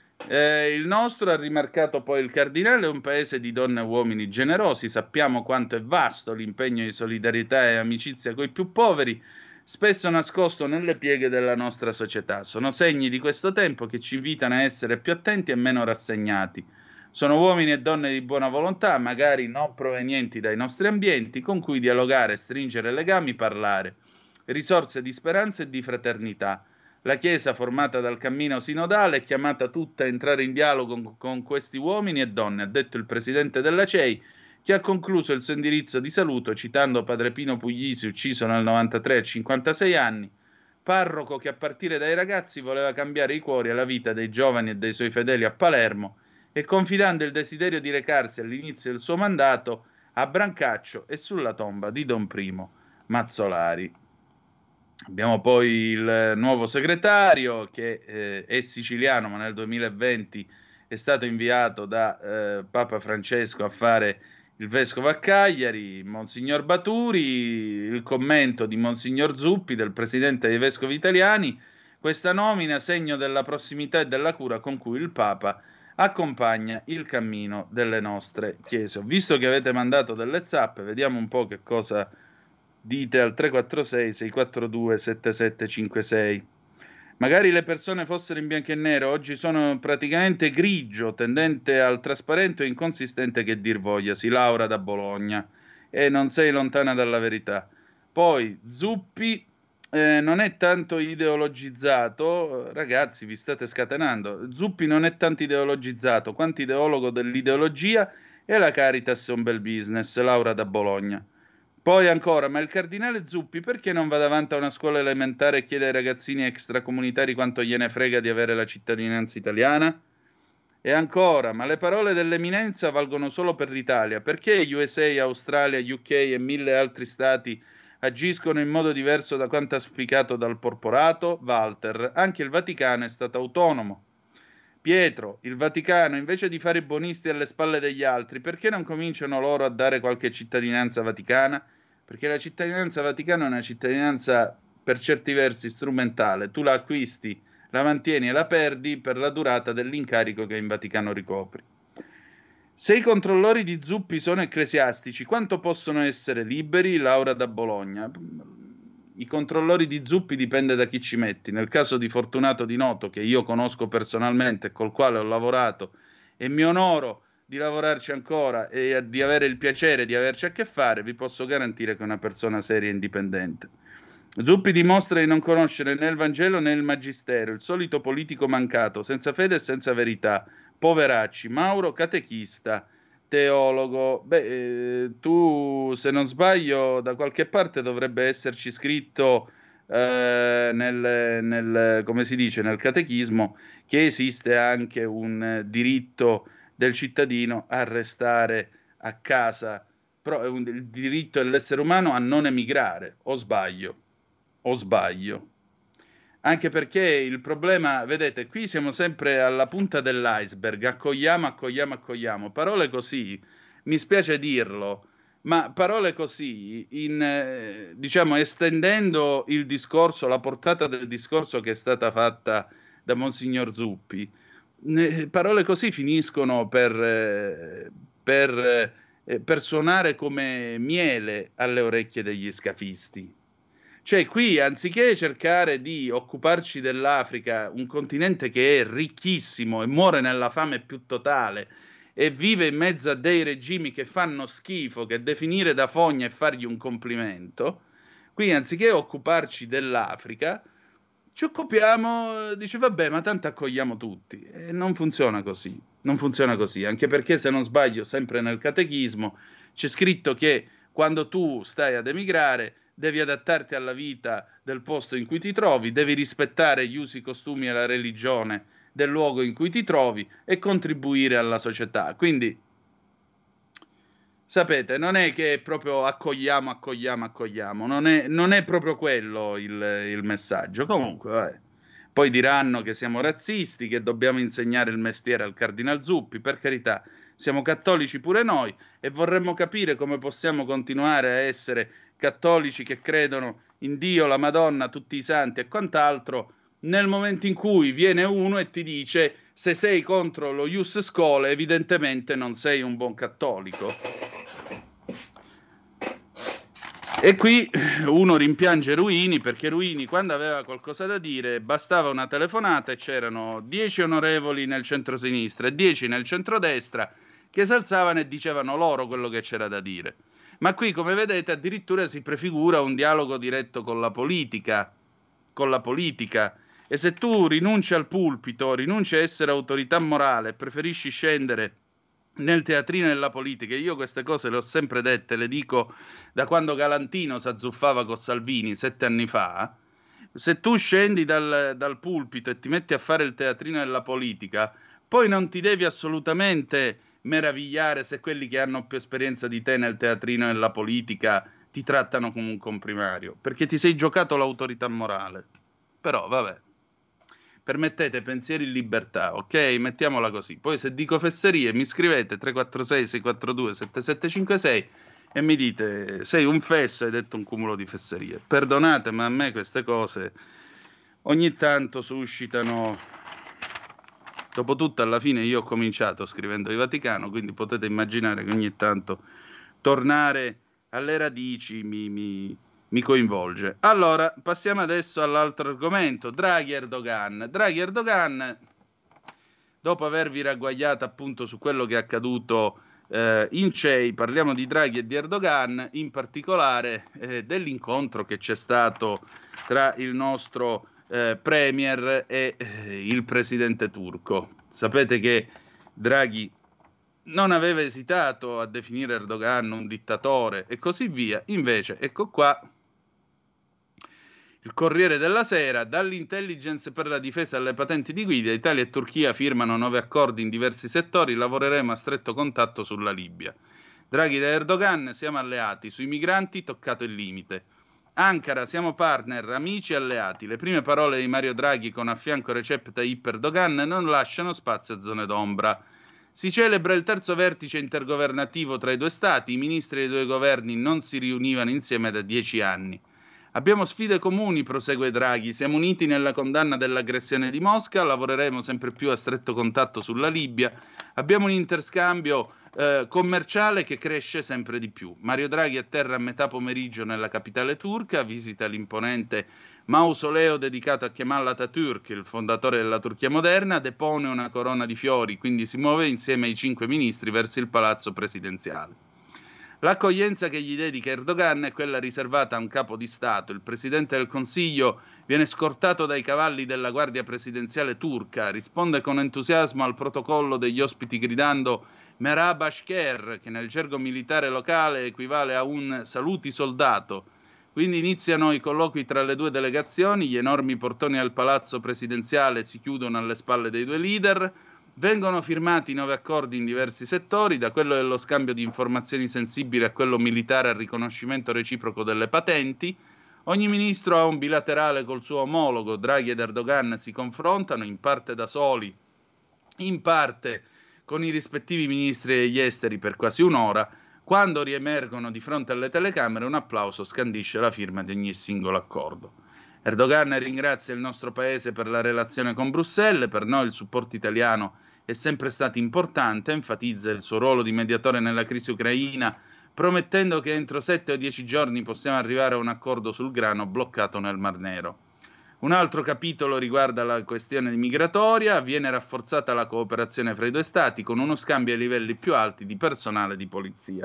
Eh, il nostro, ha rimarcato poi il cardinale, è un paese di donne e uomini generosi. Sappiamo quanto è vasto l'impegno di solidarietà e amicizia coi più poveri, spesso nascosto nelle pieghe della nostra società. Sono segni di questo tempo che ci invitano a essere più attenti e meno rassegnati. Sono uomini e donne di buona volontà, magari non provenienti dai nostri ambienti, con cui dialogare, stringere legami, parlare. Risorse di speranza e di fraternità. La Chiesa, formata dal cammino sinodale, è chiamata tutta a entrare in dialogo con, con questi uomini e donne, ha detto il presidente della C E I, che ha concluso il suo indirizzo di saluto citando Padre Pino Puglisi, ucciso nel novantatré a cinquantasei anni, parroco che a partire dai ragazzi voleva cambiare i cuori e la vita dei giovani e dei suoi fedeli a Palermo, e confidando il desiderio di recarsi all'inizio del suo mandato a Brancaccio e sulla tomba di Don Primo Mazzolari. Abbiamo poi il nuovo segretario che eh, è siciliano, ma nel duemilaventi è stato inviato da eh, Papa Francesco a fare il vescovo a Cagliari, Monsignor Baturi. Il commento di Monsignor Zuppi, del presidente dei vescovi italiani: questa nomina segno della prossimità e della cura con cui il Papa accompagna il cammino delle nostre chiese. Ho visto che avete mandato delle zappe, vediamo un po' che cosa dite al tre quattro sei sei quattro due sette sette cinque sei. Magari le persone fossero in bianco e nero, oggi sono praticamente grigio, tendente al trasparente o inconsistente che dir voglia. Si Laura da Bologna, e non sei lontana dalla verità. Poi Zuppi eh, non è tanto ideologizzato, ragazzi vi state scatenando, Zuppi non è tanto ideologizzato quanto ideologo dell'ideologia, e la Caritas è un bel business. Laura da Bologna. Poi ancora, ma il cardinale Zuppi perché non va davanti a una scuola elementare e chiede ai ragazzini extracomunitari quanto gliene frega di avere la cittadinanza italiana? E ancora, ma le parole dell'eminenza valgono solo per l'Italia, perché U S A, Australia, U K e mille altri stati agiscono in modo diverso da quanto auspicato dal porporato? Walter, anche il Vaticano è stato autonomo. Pietro, il Vaticano, invece di fare i buonisti alle spalle degli altri, perché non cominciano loro a dare qualche cittadinanza vaticana? Perché la cittadinanza vaticana è una cittadinanza per certi versi strumentale. Tu la acquisti, la mantieni e la perdi per la durata dell'incarico che in Vaticano ricopri. Se i controllori di Zuppi sono ecclesiastici, quanto possono essere liberi? Laura da Bologna. I controllori di Zuppi dipende da chi ci metti. Nel caso di Fortunato di Noto, che io conosco personalmente e col quale ho lavorato e mi onoro di lavorarci ancora e di avere il piacere di averci a che fare, vi posso garantire che è una persona seria e indipendente. Zuppi dimostra di non conoscere né il Vangelo né il Magistero, il solito politico mancato, senza fede e senza verità. Poveracci. Mauro, catechista, teologo. Beh, eh, tu, se non sbaglio, da qualche parte dovrebbe esserci scritto eh, nel, nel, come si dice, nel catechismo, che esiste anche un eh, diritto del cittadino a restare a casa, però è un, il diritto dell'essere umano a non emigrare, o sbaglio, o sbaglio. Anche perché il problema, vedete, qui siamo sempre alla punta dell'iceberg, accogliamo, accogliamo, accogliamo, parole così, mi spiace dirlo, ma parole così, in, eh, diciamo, estendendo il discorso, la portata del discorso che è stata fatta da Monsignor Zuppi, eh, parole così finiscono per, eh, per, eh, per suonare come miele alle orecchie degli scafisti. Cioè qui, anziché cercare di occuparci dell'Africa, un continente che è ricchissimo e muore nella fame più totale e vive in mezzo a dei regimi che fanno schifo, che definire da fogna e fargli un complimento, qui anziché occuparci dell'Africa, ci occupiamo, dice vabbè, ma tanto accogliamo tutti. E non funziona così, non funziona così, anche perché, se non sbaglio, sempre nel catechismo c'è scritto che quando tu stai ad emigrare devi adattarti alla vita del posto in cui ti trovi, devi rispettare gli usi, i costumi e la religione del luogo in cui ti trovi e contribuire alla società. Quindi sapete, non è che proprio accogliamo, accogliamo, accogliamo, non è, non è proprio quello il, il messaggio. Comunque, vabbè. Poi diranno che siamo razzisti, che dobbiamo insegnare il mestiere al Cardinal Zuppi, per carità, siamo cattolici pure noi e vorremmo capire come possiamo continuare a essere cattolici che credono in Dio, la Madonna, tutti i santi e quant'altro, nel momento in cui viene uno e ti dice se sei contro lo ius scholae evidentemente non sei un buon cattolico. E qui uno rimpiange Ruini, perché Ruini quando aveva qualcosa da dire bastava una telefonata e c'erano dieci onorevoli nel centro-sinistra e dieci nel centrodestra che si alzavano e dicevano loro quello che c'era da dire. Ma qui, come vedete, addirittura si prefigura un dialogo diretto con la politica, con la politica. E se tu rinunci al pulpito, rinunci a essere autorità morale, preferisci scendere nel teatrino della politica, io queste cose le ho sempre dette, le dico da quando Galantino si azzuffava con Salvini sette anni fa, se tu scendi dal, dal pulpito e ti metti a fare il teatrino della politica, poi non ti devi assolutamente meravigliare se quelli che hanno più esperienza di te nel teatrino della politica ti trattano come un comprimario, perché ti sei giocato l'autorità morale. Però vabbè, permettete, pensieri in libertà, ok? Mettiamola così. Poi se dico fesserie mi scrivete tre quattro sei sei quattro due sette sette cinque sei e mi dite sei un fesso, hai detto un cumulo di fesserie. Perdonate, ma a me queste cose ogni tanto suscitano. Dopotutto alla fine io ho cominciato scrivendo il Vaticano, quindi potete immaginare che ogni tanto tornare alle radici mi, mi, mi coinvolge. Allora, passiamo adesso all'altro argomento, Draghi Erdogan. Draghi Erdogan, dopo avervi ragguagliato appunto su quello che è accaduto eh, in C E I, parliamo di Draghi e di Erdogan, in particolare eh, dell'incontro che c'è stato tra il nostro eh, premier e eh, il presidente turco. Sapete che Draghi non aveva esitato a definire Erdogan un dittatore e così via. Invece, ecco qua il Corriere della Sera: dall'intelligence per la difesa alle patenti di guida, Italia e Turchia firmano nuovi accordi in diversi settori, lavoreremo a stretto contatto sulla Libia. Draghi da Erdogan, siamo alleati, sui migranti toccato il limite. Ankara, siamo partner, amici e alleati. Le prime parole di Mario Draghi con a fianco Recep Tayyip Erdogan non lasciano spazio a zone d'ombra. Si celebra il terzo vertice intergovernativo tra i due stati, i ministri dei due governi non si riunivano insieme da dieci anni. Abbiamo sfide comuni, prosegue Draghi, siamo uniti nella condanna dell'aggressione di Mosca, lavoreremo sempre più a stretto contatto sulla Libia, abbiamo un interscambio eh, commerciale che cresce sempre di più. Mario Draghi atterra a metà pomeriggio nella capitale turca, visita l'imponente mausoleo dedicato a Kemal Atatürk, il fondatore della Turchia moderna, depone una corona di fiori, quindi si muove insieme ai cinque ministri verso il palazzo presidenziale. L'accoglienza che gli dedica Erdogan è quella riservata a un capo di Stato. Il Presidente del Consiglio viene scortato dai cavalli della Guardia Presidenziale turca, risponde con entusiasmo al protocollo degli ospiti gridando Merhaba Asker, che nel gergo militare locale equivale a un saluti soldato. Quindi iniziano i colloqui tra le due delegazioni, gli enormi portoni al palazzo presidenziale si chiudono alle spalle dei due leader. Vengono firmati nove accordi in diversi settori, da quello dello scambio di informazioni sensibili a quello militare al riconoscimento reciproco delle patenti. Ogni ministro ha un bilaterale col suo omologo. Draghi ed Erdogan si confrontano, in parte da soli, in parte con i rispettivi ministri degli esteri per quasi un'ora. Quando riemergono di fronte alle telecamere, un applauso scandisce la firma di ogni singolo accordo. Erdogan ringrazia il nostro paese per la relazione con Bruxelles, per noi il supporto italiano è sempre stato importante, enfatizza il suo ruolo di mediatore nella crisi ucraina, promettendo che entro sette o dieci giorni possiamo arrivare a un accordo sul grano bloccato nel Mar Nero. Un altro capitolo riguarda la questione migratoria, viene rafforzata la cooperazione fra i due stati con uno scambio ai livelli più alti di personale di polizia.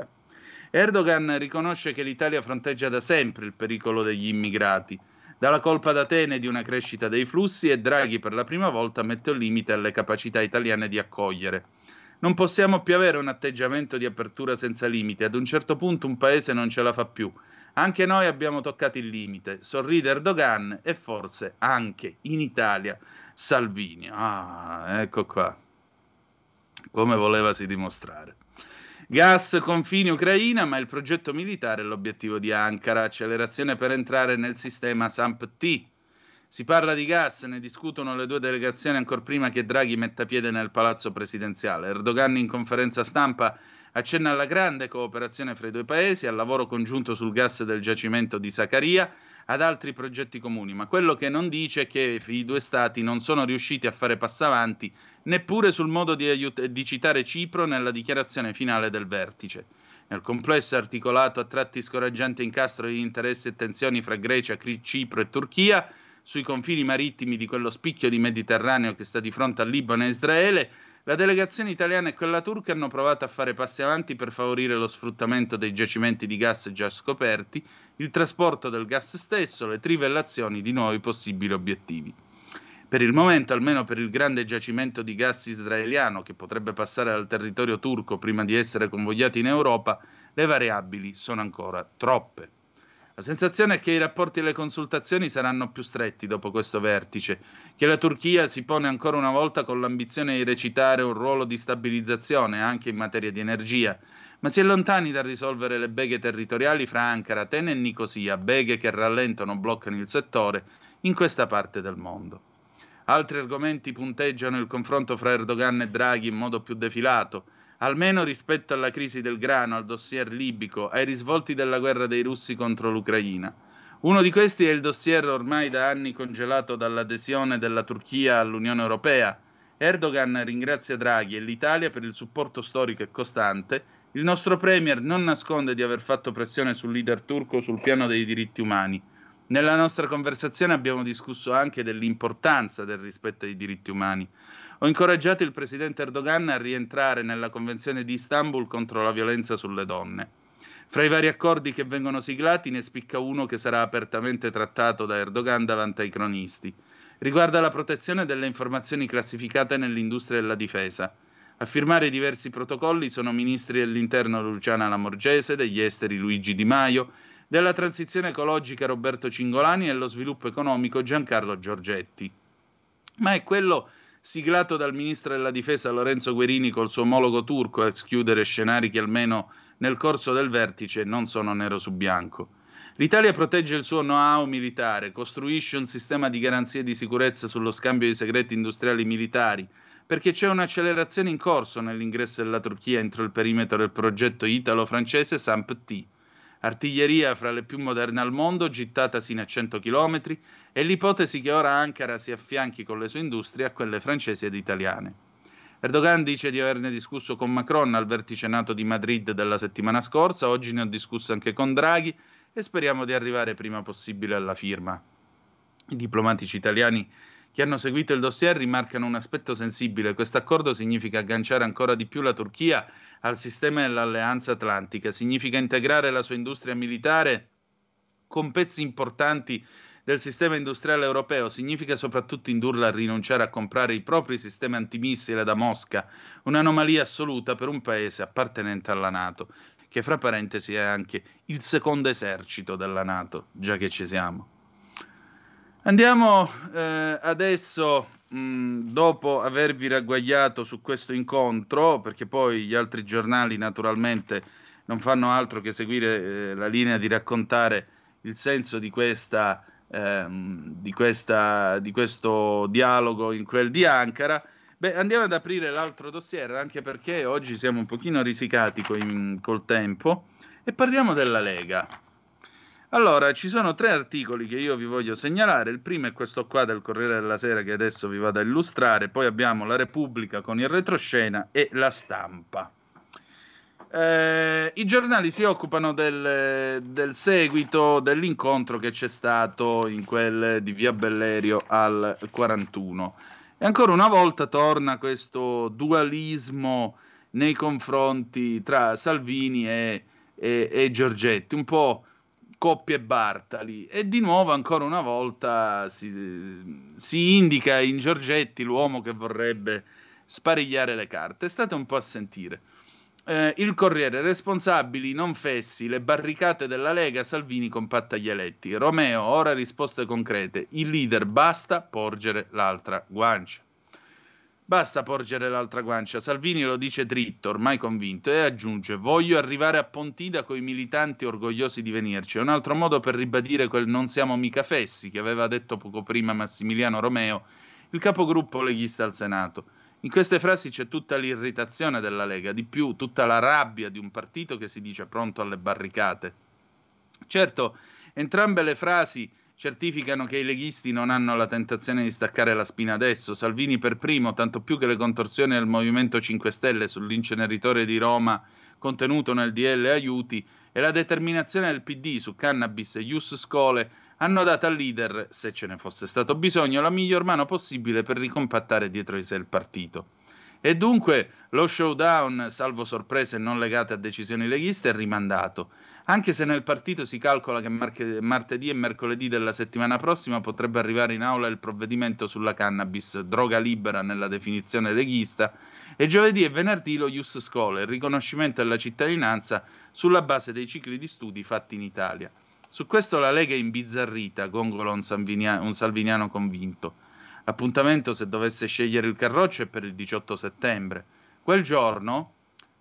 Erdogan riconosce che l'Italia fronteggia da sempre il pericolo degli immigrati. Dalla colpa d'Atene di una crescita dei flussi e Draghi per la prima volta mette un limite alle capacità italiane di accogliere. Non possiamo più avere un atteggiamento di apertura senza limiti, ad un certo punto un paese non ce la fa più. Anche noi abbiamo toccato il limite, sorride Erdogan e forse anche in Italia Salvini. Ah, ecco qua, come volevasi dimostrare. Gas, confini, Ucraina, ma il progetto militare è l'obiettivo di Ankara, accelerazione per entrare nel sistema S A M P T. Si parla di gas, ne discutono le due delegazioni ancor prima che Draghi metta piede nel palazzo presidenziale. Erdogan in conferenza stampa accenna alla grande cooperazione fra i due paesi, al lavoro congiunto sul gas del giacimento di Sakarya, ad altri progetti comuni, ma quello che non dice è che i due stati non sono riusciti a fare passo avanti neppure sul modo di, aiut- di citare Cipro nella dichiarazione finale del vertice. Nel complesso articolato a tratti scoraggiante incastro di interessi e tensioni fra Grecia, Cipro e Turchia, sui confini marittimi di quello spicchio di Mediterraneo che sta di fronte al Libano e Israele, la delegazione italiana e quella turca hanno provato a fare passi avanti per favorire lo sfruttamento dei giacimenti di gas già scoperti, il trasporto del gas stesso, le trivellazioni di nuovi possibili obiettivi. Per il momento, almeno per il grande giacimento di gas israeliano che potrebbe passare dal territorio turco prima di essere convogliato in Europa, le variabili sono ancora troppe. La sensazione è che i rapporti e le consultazioni saranno più stretti dopo questo vertice, che la Turchia si pone ancora una volta con l'ambizione di recitare un ruolo di stabilizzazione anche in materia di energia, ma si è lontani dal risolvere le beghe territoriali fra Ankara, Atene e Nicosia, beghe che rallentano o bloccano il settore in questa parte del mondo. Altri argomenti punteggiano il confronto fra Erdogan e Draghi in modo più defilato, almeno rispetto alla crisi del grano, al dossier libico, ai risvolti della guerra dei russi contro l'Ucraina. Uno di questi è il dossier ormai da anni congelato dall'adesione della Turchia all'Unione Europea. Erdogan ringrazia Draghi e l'Italia per il supporto storico e costante. Il nostro premier non nasconde di aver fatto pressione sul leader turco sul piano dei diritti umani. Nella nostra conversazione abbiamo discusso anche dell'importanza del rispetto dei diritti umani. Ho incoraggiato il presidente Erdogan a rientrare nella Convenzione di Istanbul contro la violenza sulle donne. Fra i vari accordi che vengono siglati ne spicca uno che sarà apertamente trattato da Erdogan davanti ai cronisti. Riguarda la protezione delle informazioni classificate nell'industria della difesa. A firmare i diversi protocolli sono ministri dell'interno Luciana Lamorgese, degli esteri Luigi Di Maio, della transizione ecologica Roberto Cingolani e dello sviluppo economico Giancarlo Giorgetti. Ma è quello siglato dal ministro della difesa Lorenzo Guerini col suo omologo turco a escludere scenari che almeno nel corso del vertice non sono nero su bianco. L'Italia protegge il suo know-how militare, costruisce un sistema di garanzie di sicurezza sullo scambio di segreti industriali militari, perché c'è un'accelerazione in corso nell'ingresso della Turchia entro il perimetro del progetto italo-francese S A M P T. Artiglieria fra le più moderne al mondo, gittata sino a cento chilometri, e l'ipotesi che ora Ankara si affianchi con le sue industrie a quelle francesi ed italiane. Erdogan dice di averne discusso con Macron al vertice NATO di Madrid della settimana scorsa, oggi ne ho discusso anche con Draghi e speriamo di arrivare prima possibile alla firma. I diplomatici italiani che hanno seguito il dossier rimarcano un aspetto sensibile. Questo accordo significa agganciare ancora di più la Turchia al sistema dell'Alleanza Atlantica, significa integrare la sua industria militare con pezzi importanti del sistema industriale europeo, significa soprattutto indurla a rinunciare a comprare i propri sistemi antimissile da Mosca, un'anomalia assoluta per un paese appartenente alla NATO, che fra parentesi è anche il secondo esercito della NATO, già che ci siamo. Andiamo eh, adesso, mh, dopo avervi ragguagliato su questo incontro, perché poi gli altri giornali naturalmente non fanno altro che seguire eh, la linea di raccontare il senso di questa, eh, di questa, di questo dialogo in quel di Ankara. Beh, andiamo ad aprire l'altro dossier, anche perché oggi siamo un pochino risicati coi, col tempo, e parliamo della Lega. Allora, ci sono tre articoli che io vi voglio segnalare. Il primo è questo qua del Corriere della Sera che adesso vi vado a illustrare, poi abbiamo la Repubblica con il retroscena e la Stampa. Eh, I giornali si occupano del, del seguito dell'incontro che c'è stato in quel di Via Bellerio al quarantuno. E ancora una volta torna questo dualismo nei confronti tra Salvini e, e, e Giorgetti, un po' coppie Bartali, e di nuovo ancora una volta si, si indica in Giorgetti l'uomo che vorrebbe sparigliare le carte. State un po' a sentire. Eh, il Corriere, responsabili non fessi, le barricate della Lega, Salvini compatta gli eletti. Romeo, ora risposte concrete, il leader basta porgere l'altra guancia. Basta porgere l'altra guancia. Salvini lo dice dritto, ormai convinto, e aggiunge: voglio arrivare a Pontida coi militanti orgogliosi di venirci. È un altro modo per ribadire quel non siamo mica fessi che aveva detto poco prima Massimiliano Romeo, il capogruppo leghista al Senato. In queste frasi c'è tutta l'irritazione della Lega, di più tutta la rabbia di un partito che si dice pronto alle barricate. Certo, entrambe le frasi certificano che i leghisti non hanno la tentazione di staccare la spina adesso. Salvini per primo, tanto più che le contorsioni del Movimento cinque Stelle sull'inceneritore di Roma contenuto nel D L aiuti e la determinazione del P D su cannabis e ius scholae hanno dato al leader, se ce ne fosse stato bisogno, la miglior mano possibile per ricompattare dietro di sé il partito. E dunque lo showdown, salvo sorprese non legate a decisioni leghiste, è rimandato, anche se nel partito si calcola che marche- martedì e mercoledì della settimana prossima potrebbe arrivare in aula il provvedimento sulla cannabis, droga libera nella definizione leghista, e giovedì e venerdì lo ius scholae, il riconoscimento della cittadinanza sulla base dei cicli di studi fatti in Italia. Su questo la Lega è imbizzarrita, gongola un, Salvinia- un salviniano convinto. L'appuntamento, se dovesse scegliere il Carroccio, è per il diciotto settembre. Quel giorno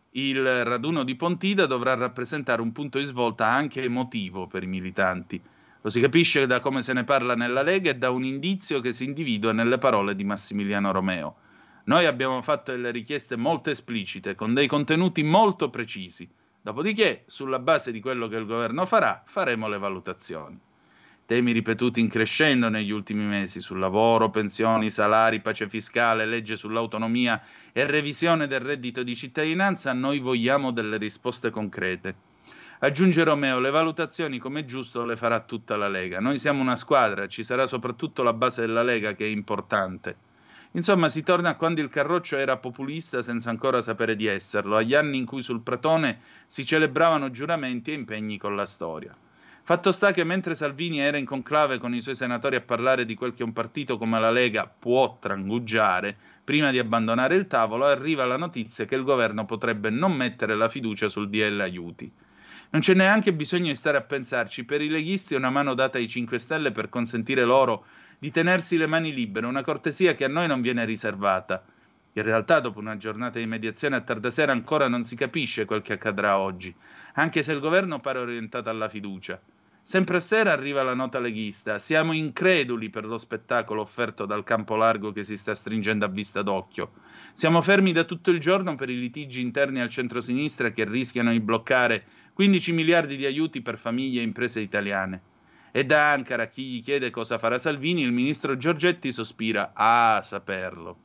il raduno di Pontida dovrà rappresentare un punto di svolta anche emotivo per i militanti. Lo si capisce da come se ne parla nella Lega e da un indizio che si individua nelle parole di Massimiliano Romeo. Noi abbiamo fatto delle richieste molto esplicite, con dei contenuti molto precisi. Dopodiché, sulla base di quello che il governo farà, faremo le valutazioni. Temi ripetuti in crescendo negli ultimi mesi sul lavoro, pensioni, salari, pace fiscale, legge sull'autonomia e revisione del reddito di cittadinanza, noi vogliamo delle risposte concrete. Aggiunge Romeo, le valutazioni come giusto le farà tutta la Lega. Noi siamo una squadra, ci sarà soprattutto la base della Lega che è importante. Insomma, si torna a quando il Carroccio era populista senza ancora sapere di esserlo, agli anni in cui sul Pratone si celebravano giuramenti e impegni con la storia. Fatto sta che mentre Salvini era in conclave con i suoi senatori a parlare di quel che un partito come la Lega può trangugiare, prima di abbandonare il tavolo arriva la notizia che il governo potrebbe non mettere la fiducia sul D L aiuti. Non c'è neanche bisogno di stare a pensarci, per i leghisti è una mano data ai cinque Stelle per consentire loro di tenersi le mani libere, una cortesia che a noi non viene riservata. In realtà, dopo una giornata di mediazione a tarda sera, ancora non si capisce quel che accadrà oggi, anche se il governo pare orientato alla fiducia. Sempre a sera arriva la nota leghista. Siamo increduli per lo spettacolo offerto dal campo largo che si sta stringendo a vista d'occhio. Siamo fermi da tutto il giorno per i litigi interni al centro-sinistra che rischiano di bloccare quindici miliardi di aiuti per famiglie e imprese italiane. E da Ankara, a chi gli chiede cosa farà Salvini, il ministro Giorgetti sospira: ah, saperlo.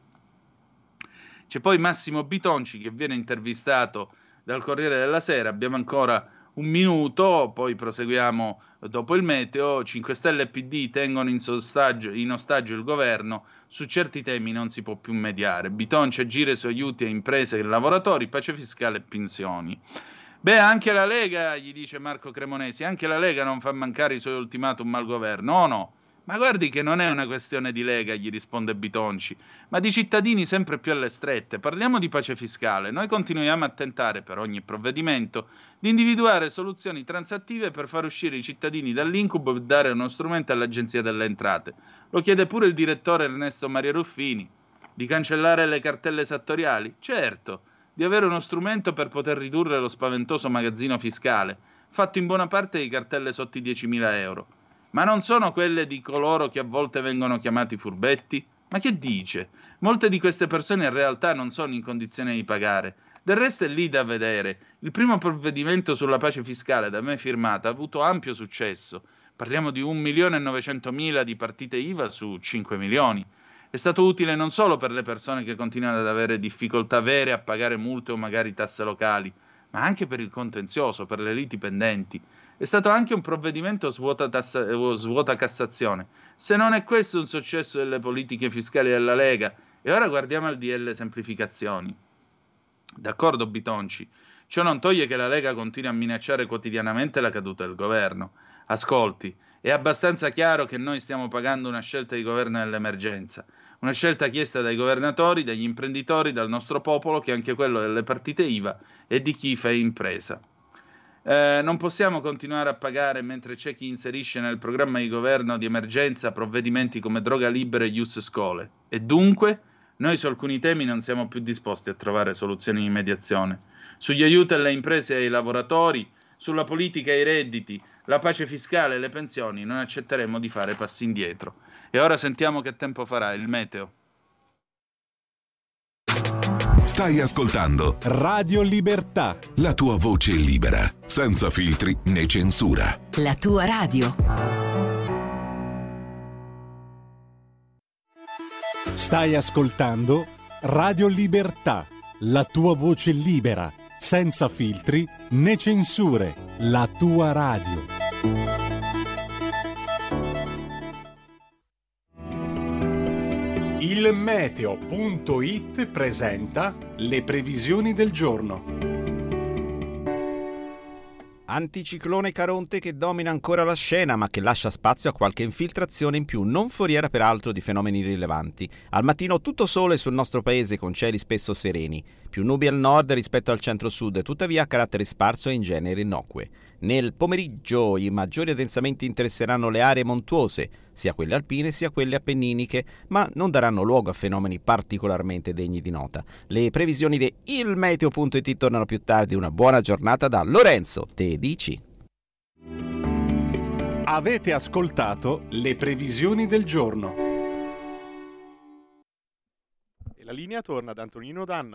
C'è poi Massimo Bitonci che viene intervistato dal Corriere della Sera. Abbiamo ancora un minuto, poi proseguiamo dopo il meteo. cinque Stelle e P D tengono in, sostaggio, in ostaggio il governo, su certi temi non si può più mediare. Bitonci agire su aiuti a imprese e lavoratori, pace fiscale e pensioni. Beh, anche la Lega, gli dice Marco Cremonesi, anche la Lega non fa mancare i suoi ultimatum al governo, o no? Ma guardi che non è una questione di Lega, gli risponde Bitonci, ma di cittadini sempre più alle strette. Parliamo di pace fiscale. Noi continuiamo a tentare per ogni provvedimento di individuare soluzioni transattive per far uscire i cittadini dall'incubo e dare uno strumento all'Agenzia delle Entrate. Lo chiede pure il direttore Ernesto Maria Ruffini. Di cancellare le cartelle esattoriali? Certo. Di avere uno strumento per poter ridurre lo spaventoso magazzino fiscale, fatto in buona parte di cartelle sotto i diecimila euro. Ma non sono quelle di coloro che a volte vengono chiamati furbetti? Ma che dice? Molte di queste persone in realtà non sono in condizione di pagare. Del resto è lì da vedere. Il primo provvedimento sulla pace fiscale da me firmato ha avuto ampio successo. Parliamo di un milione e novecentomila di partite I V A su cinque milioni. È stato utile non solo per le persone che continuano ad avere difficoltà vere a pagare multe o magari tasse locali, ma anche per il contenzioso, per le liti pendenti. È stato anche un provvedimento svuota, tassa, svuota Cassazione. Se non è questo un successo delle politiche fiscali della Lega, e ora guardiamo al D L semplificazioni. D'accordo Bitonci, ciò non toglie che la Lega continui a minacciare quotidianamente la caduta del governo. Ascolti, è abbastanza chiaro che noi stiamo pagando una scelta di governo nell'emergenza, una scelta chiesta dai governatori, dagli imprenditori, dal nostro popolo, che è anche quello delle partite I V A e di chi fa impresa. Eh, non possiamo continuare a pagare mentre c'è chi inserisce nel programma di governo di emergenza provvedimenti come droga libera e ius scholae. E dunque Noi su alcuni temi non siamo più disposti a trovare soluzioni di mediazione. Sugli aiuti alle imprese e ai lavoratori, sulla politica e i redditi, la pace fiscale e le pensioni non accetteremo di fare passi indietro. E ora sentiamo che tempo farà il meteo. Stai ascoltando Radio Libertà, la tua voce libera, senza filtri né censura. La tua radio. Stai ascoltando Radio Libertà, la tua voce libera, senza filtri né censure. La tua radio. Il meteo punto it presenta le previsioni del giorno. Anticiclone Caronte che domina ancora la scena, ma che lascia spazio a qualche infiltrazione in più, non foriera peraltro di fenomeni rilevanti. Al mattino tutto sole sul nostro paese con cieli spesso sereni, più nubi al nord rispetto al centro-sud, tuttavia a carattere sparso e in genere innocue. Nel pomeriggio i maggiori addensamenti interesseranno le aree montuose, sia quelle alpine sia quelle appenniniche, ma non daranno luogo a fenomeni particolarmente degni di nota. Le previsioni di il meteo punto it tornano più tardi. Una buona giornata da Lorenzo, te dici? Avete ascoltato le previsioni del giorno. E la linea torna ad Antonino Danna.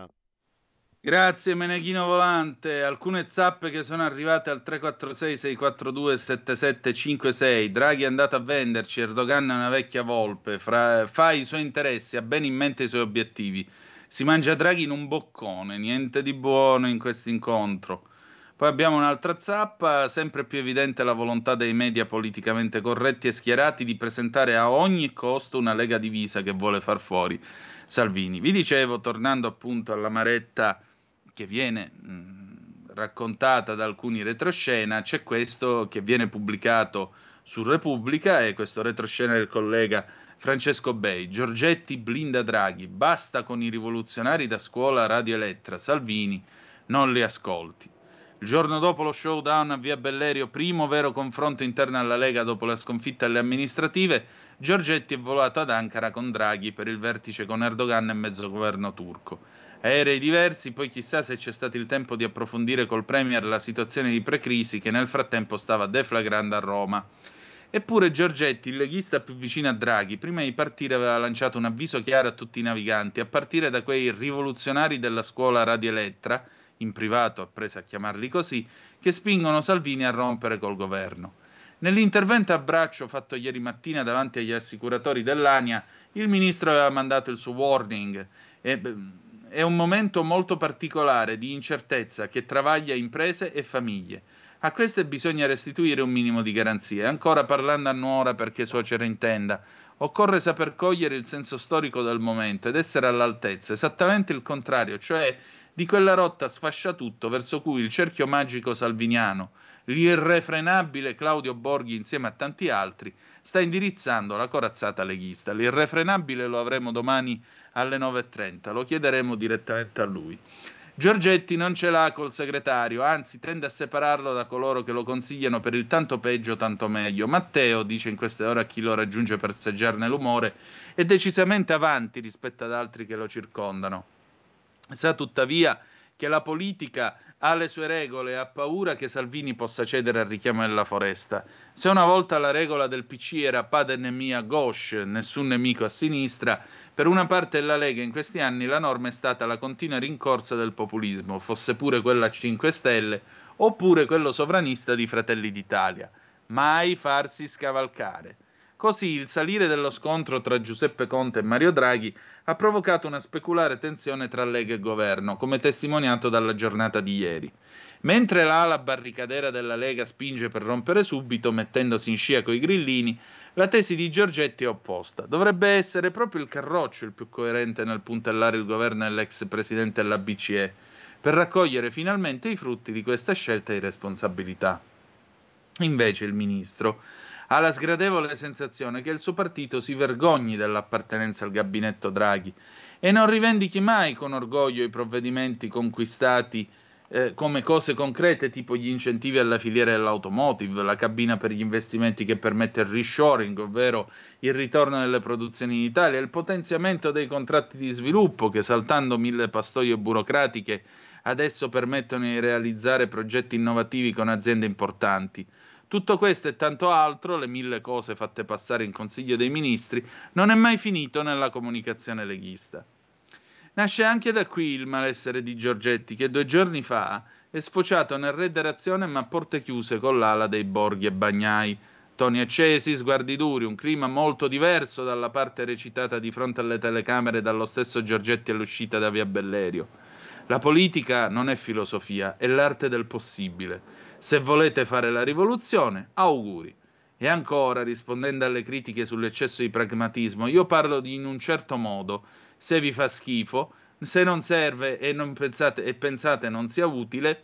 Grazie Meneghino Volante. Alcune zappe che sono arrivate al tre quattro sei sei quattro due sette sette cinque sei. Draghi è andato a venderci, Erdogan è una vecchia volpe, Fra... fa i suoi interessi, ha bene in mente i suoi obiettivi. Si mangia Draghi in un boccone, niente di buono in questo incontro. Poi abbiamo un'altra zappa, sempre più evidente la volontà dei media politicamente corretti e schierati di presentare a ogni costo una Lega divisa che vuole far fuori Salvini. Vi dicevo, tornando appunto alla maretta che viene mh, raccontata da alcuni retroscena, c'è questo che viene pubblicato su Repubblica, e questo retroscena del collega Francesco Bei. Giorgetti blinda Draghi, basta con i rivoluzionari da scuola Radio Elettra, Salvini non li ascolti. Il giorno dopo lo showdown a Via Bellerio, primo vero confronto interno alla Lega dopo la sconfitta alle amministrative, Giorgetti è volato ad Ankara con Draghi per il vertice con Erdogan e mezzo governo turco. Aerei diversi, poi chissà se c'è stato il tempo di approfondire col Premier la situazione di pre-crisi che nel frattempo stava deflagrando a Roma. Eppure Giorgetti, il leghista più vicino a Draghi, prima di partire aveva lanciato un avviso chiaro a tutti i naviganti, a partire da quei rivoluzionari della scuola Radio Elettra, in privato ha preso a chiamarli così, che spingono Salvini a rompere col governo. Nell'intervento a braccio fatto ieri mattina davanti agli assicuratori dell'Ania, il ministro aveva mandato il suo warning. E, è un momento molto particolare di incertezza che travaglia imprese e famiglie. A queste bisogna restituire un minimo di garanzie. Ancora parlando a nuora perché suocera intenda. Occorre saper cogliere il senso storico del momento ed essere all'altezza, esattamente il contrario, cioè di quella rotta sfasciatutto verso cui il cerchio magico salviniano, l'irrefrenabile Claudio Borghi insieme a tanti altri, sta indirizzando la corazzata leghista. L'irrefrenabile lo avremo domani alle nove e trenta, lo chiederemo direttamente a lui. Giorgetti non ce l'ha col segretario, anzi tende a separarlo da coloro che lo consigliano per il tanto peggio tanto meglio. Matteo, dice in queste ore a chi lo raggiunge per seggiarne l'umore, è decisamente avanti rispetto ad altri che lo circondano. Sa tuttavia che la politica ha le sue regole e ha paura che Salvini possa cedere al richiamo della foresta. Se una volta la regola del P C era pas d'ennemi à gauche, nessun nemico a sinistra, per una parte della Lega in questi anni la norma è stata la continua rincorsa del populismo, fosse pure quella cinque Stelle oppure quello sovranista di Fratelli d'Italia. Mai farsi scavalcare. Così il salire dello scontro tra Giuseppe Conte e Mario Draghi ha provocato una speculare tensione tra Lega e Governo, come testimoniato dalla giornata di ieri. Mentre l'ala barricadera della Lega spinge per rompere subito, mettendosi in scia coi grillini, la tesi di Giorgetti è opposta. Dovrebbe essere proprio il Carroccio il più coerente nel puntellare il governo e l'ex presidente della B C E, per raccogliere finalmente i frutti di questa scelta di responsabilità. Invece il ministro ha la sgradevole sensazione che il suo partito si vergogni dell'appartenenza al gabinetto Draghi e non rivendichi mai con orgoglio i provvedimenti conquistati eh, come cose concrete tipo gli incentivi alla filiera dell'automotive, la cabina per gli investimenti che permette il reshoring, ovvero il ritorno delle produzioni in Italia, il potenziamento dei contratti di sviluppo che, saltando mille pastoie burocratiche, adesso permettono di realizzare progetti innovativi con aziende importanti. Tutto questo e tanto altro, le mille cose fatte passare in Consiglio dei Ministri, non è mai finito nella comunicazione leghista. Nasce anche da qui il malessere di Giorgetti, che due giorni fa è sfociato nel reiterazione ma a porte chiuse con l'ala dei Borghi e Bagnai. Toni accesi, sguardi duri, un clima molto diverso dalla parte recitata di fronte alle telecamere dallo stesso Giorgetti all'uscita da Via Bellerio. La politica non è filosofia, è l'arte del possibile. Se volete fare la rivoluzione, auguri. E ancora, rispondendo alle critiche sull'eccesso di pragmatismo, io parlo di in un certo modo. Se vi fa schifo, se non serve e, non pensate, e pensate non sia utile,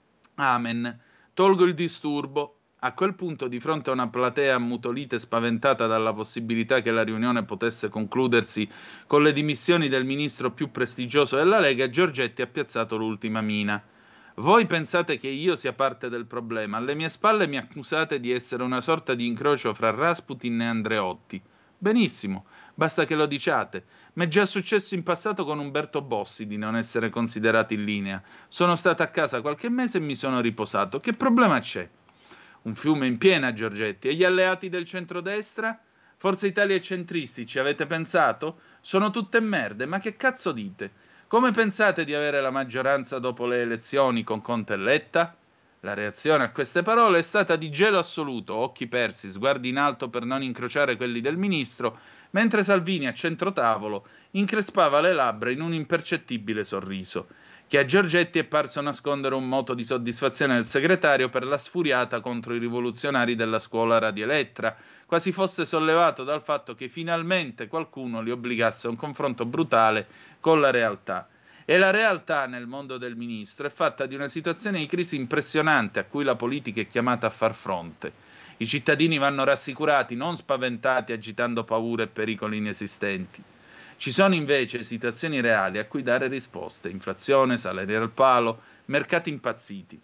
amen. Tolgo il disturbo. A quel punto, di fronte a una platea ammutolita e spaventata dalla possibilità che la riunione potesse concludersi con le dimissioni del ministro più prestigioso della Lega, Giorgetti ha piazzato l'ultima mina. Voi pensate che io sia parte del problema. Alle mie spalle mi accusate di essere una sorta di incrocio fra Rasputin e Andreotti. Benissimo, basta che lo diciate. Ma è già successo in passato con Umberto Bossi di non essere considerato in linea. Sono stato a casa qualche mese e mi sono riposato. Che problema c'è? Un fiume in piena, Giorgetti. E gli alleati del centrodestra? Forza Italia e centristi, ci avete pensato? Sono tutte merde, ma che cazzo dite? Come pensate di avere la maggioranza dopo le elezioni con Conte e Letta? La reazione a queste parole è stata di gelo assoluto, occhi persi, sguardi in alto per non incrociare quelli del ministro, mentre Salvini a centro tavolo increspava le labbra in un impercettibile sorriso, che a Giorgetti è parso nascondere un moto di soddisfazione del segretario per la sfuriata contro i rivoluzionari della scuola radioelettra, quasi fosse sollevato dal fatto che finalmente qualcuno li obbligasse a un confronto brutale con la realtà. E la realtà nel mondo del ministro è fatta di una situazione di crisi impressionante a cui la politica è chiamata a far fronte. I cittadini vanno rassicurati, non spaventati agitando paure e pericoli inesistenti. Ci sono invece situazioni reali a cui dare risposte: inflazione, salari al palo, mercati impazziti.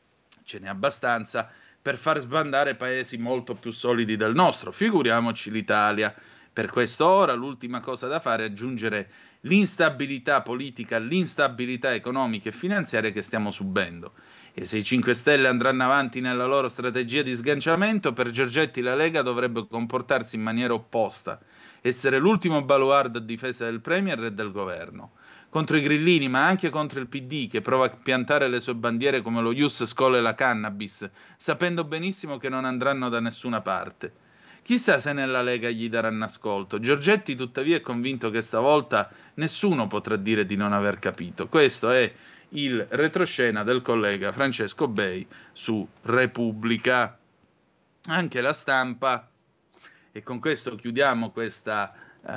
Ce n'è abbastanza per far sbandare paesi molto più solidi del nostro, figuriamoci l'Italia. Per questo ora l'ultima cosa da fare è aggiungere l'instabilità politica, l'instabilità economica e finanziaria che stiamo subendo. E se i cinque Stelle andranno avanti nella loro strategia di sganciamento, per Giorgetti la Lega dovrebbe comportarsi in maniera opposta, essere l'ultimo baluardo a difesa del Premier e del governo, contro i grillini ma anche contro il P D che prova a piantare le sue bandiere come lo Ius Scholae e la cannabis, sapendo benissimo che non andranno da nessuna parte. Chissà se nella Lega gli daranno ascolto. Giorgetti tuttavia è convinto che stavolta nessuno potrà dire di non aver capito. Questo è il retroscena del collega Francesco Bei su Repubblica. Anche La Stampa, e con questo chiudiamo questa,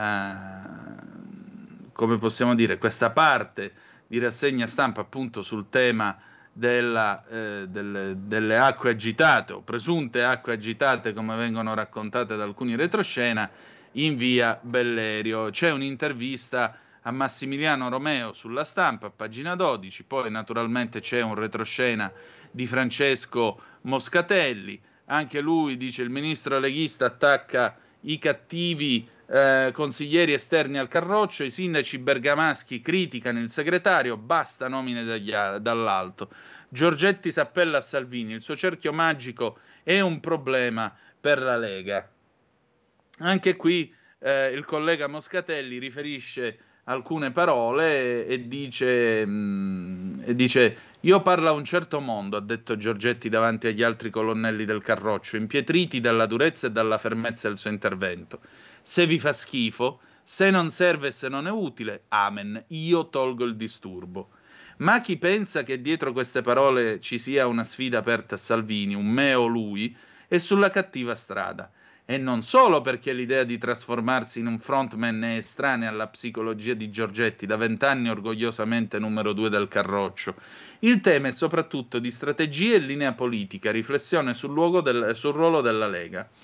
uh, come possiamo dire, questa parte di rassegna stampa appunto sul tema della, eh, delle, delle acque agitate o presunte acque agitate come vengono raccontate da alcuni retroscena in via Bellerio. C'è un'intervista a Massimiliano Romeo sulla Stampa, pagina dodici, poi naturalmente c'è un retroscena di Francesco Moscatelli, anche lui dice il ministro leghista attacca i cattivi eh, consiglieri esterni al Carroccio, i sindaci bergamaschi criticano il segretario, basta nomine dagli, dall'alto. Giorgetti s'appella a Salvini, il suo cerchio magico è un problema per la Lega. Anche qui eh, il collega Moscatelli riferisce alcune parole e dice, mh, e dice io parlo a un certo mondo, ha detto Giorgetti davanti agli altri colonnelli del Carroccio, impietriti dalla durezza e dalla fermezza del suo intervento. Se vi fa schifo, se non serve e se non è utile, amen, io tolgo il disturbo. Ma chi pensa che dietro queste parole ci sia una sfida aperta a Salvini, un me o lui, è sulla cattiva strada. E non solo perché l'idea di trasformarsi in un frontman è estranea alla psicologia di Giorgetti, da vent'anni orgogliosamente numero due del Carroccio. Il tema è soprattutto di strategia e linea politica, riflessione sul, luogo del, sul ruolo della Lega.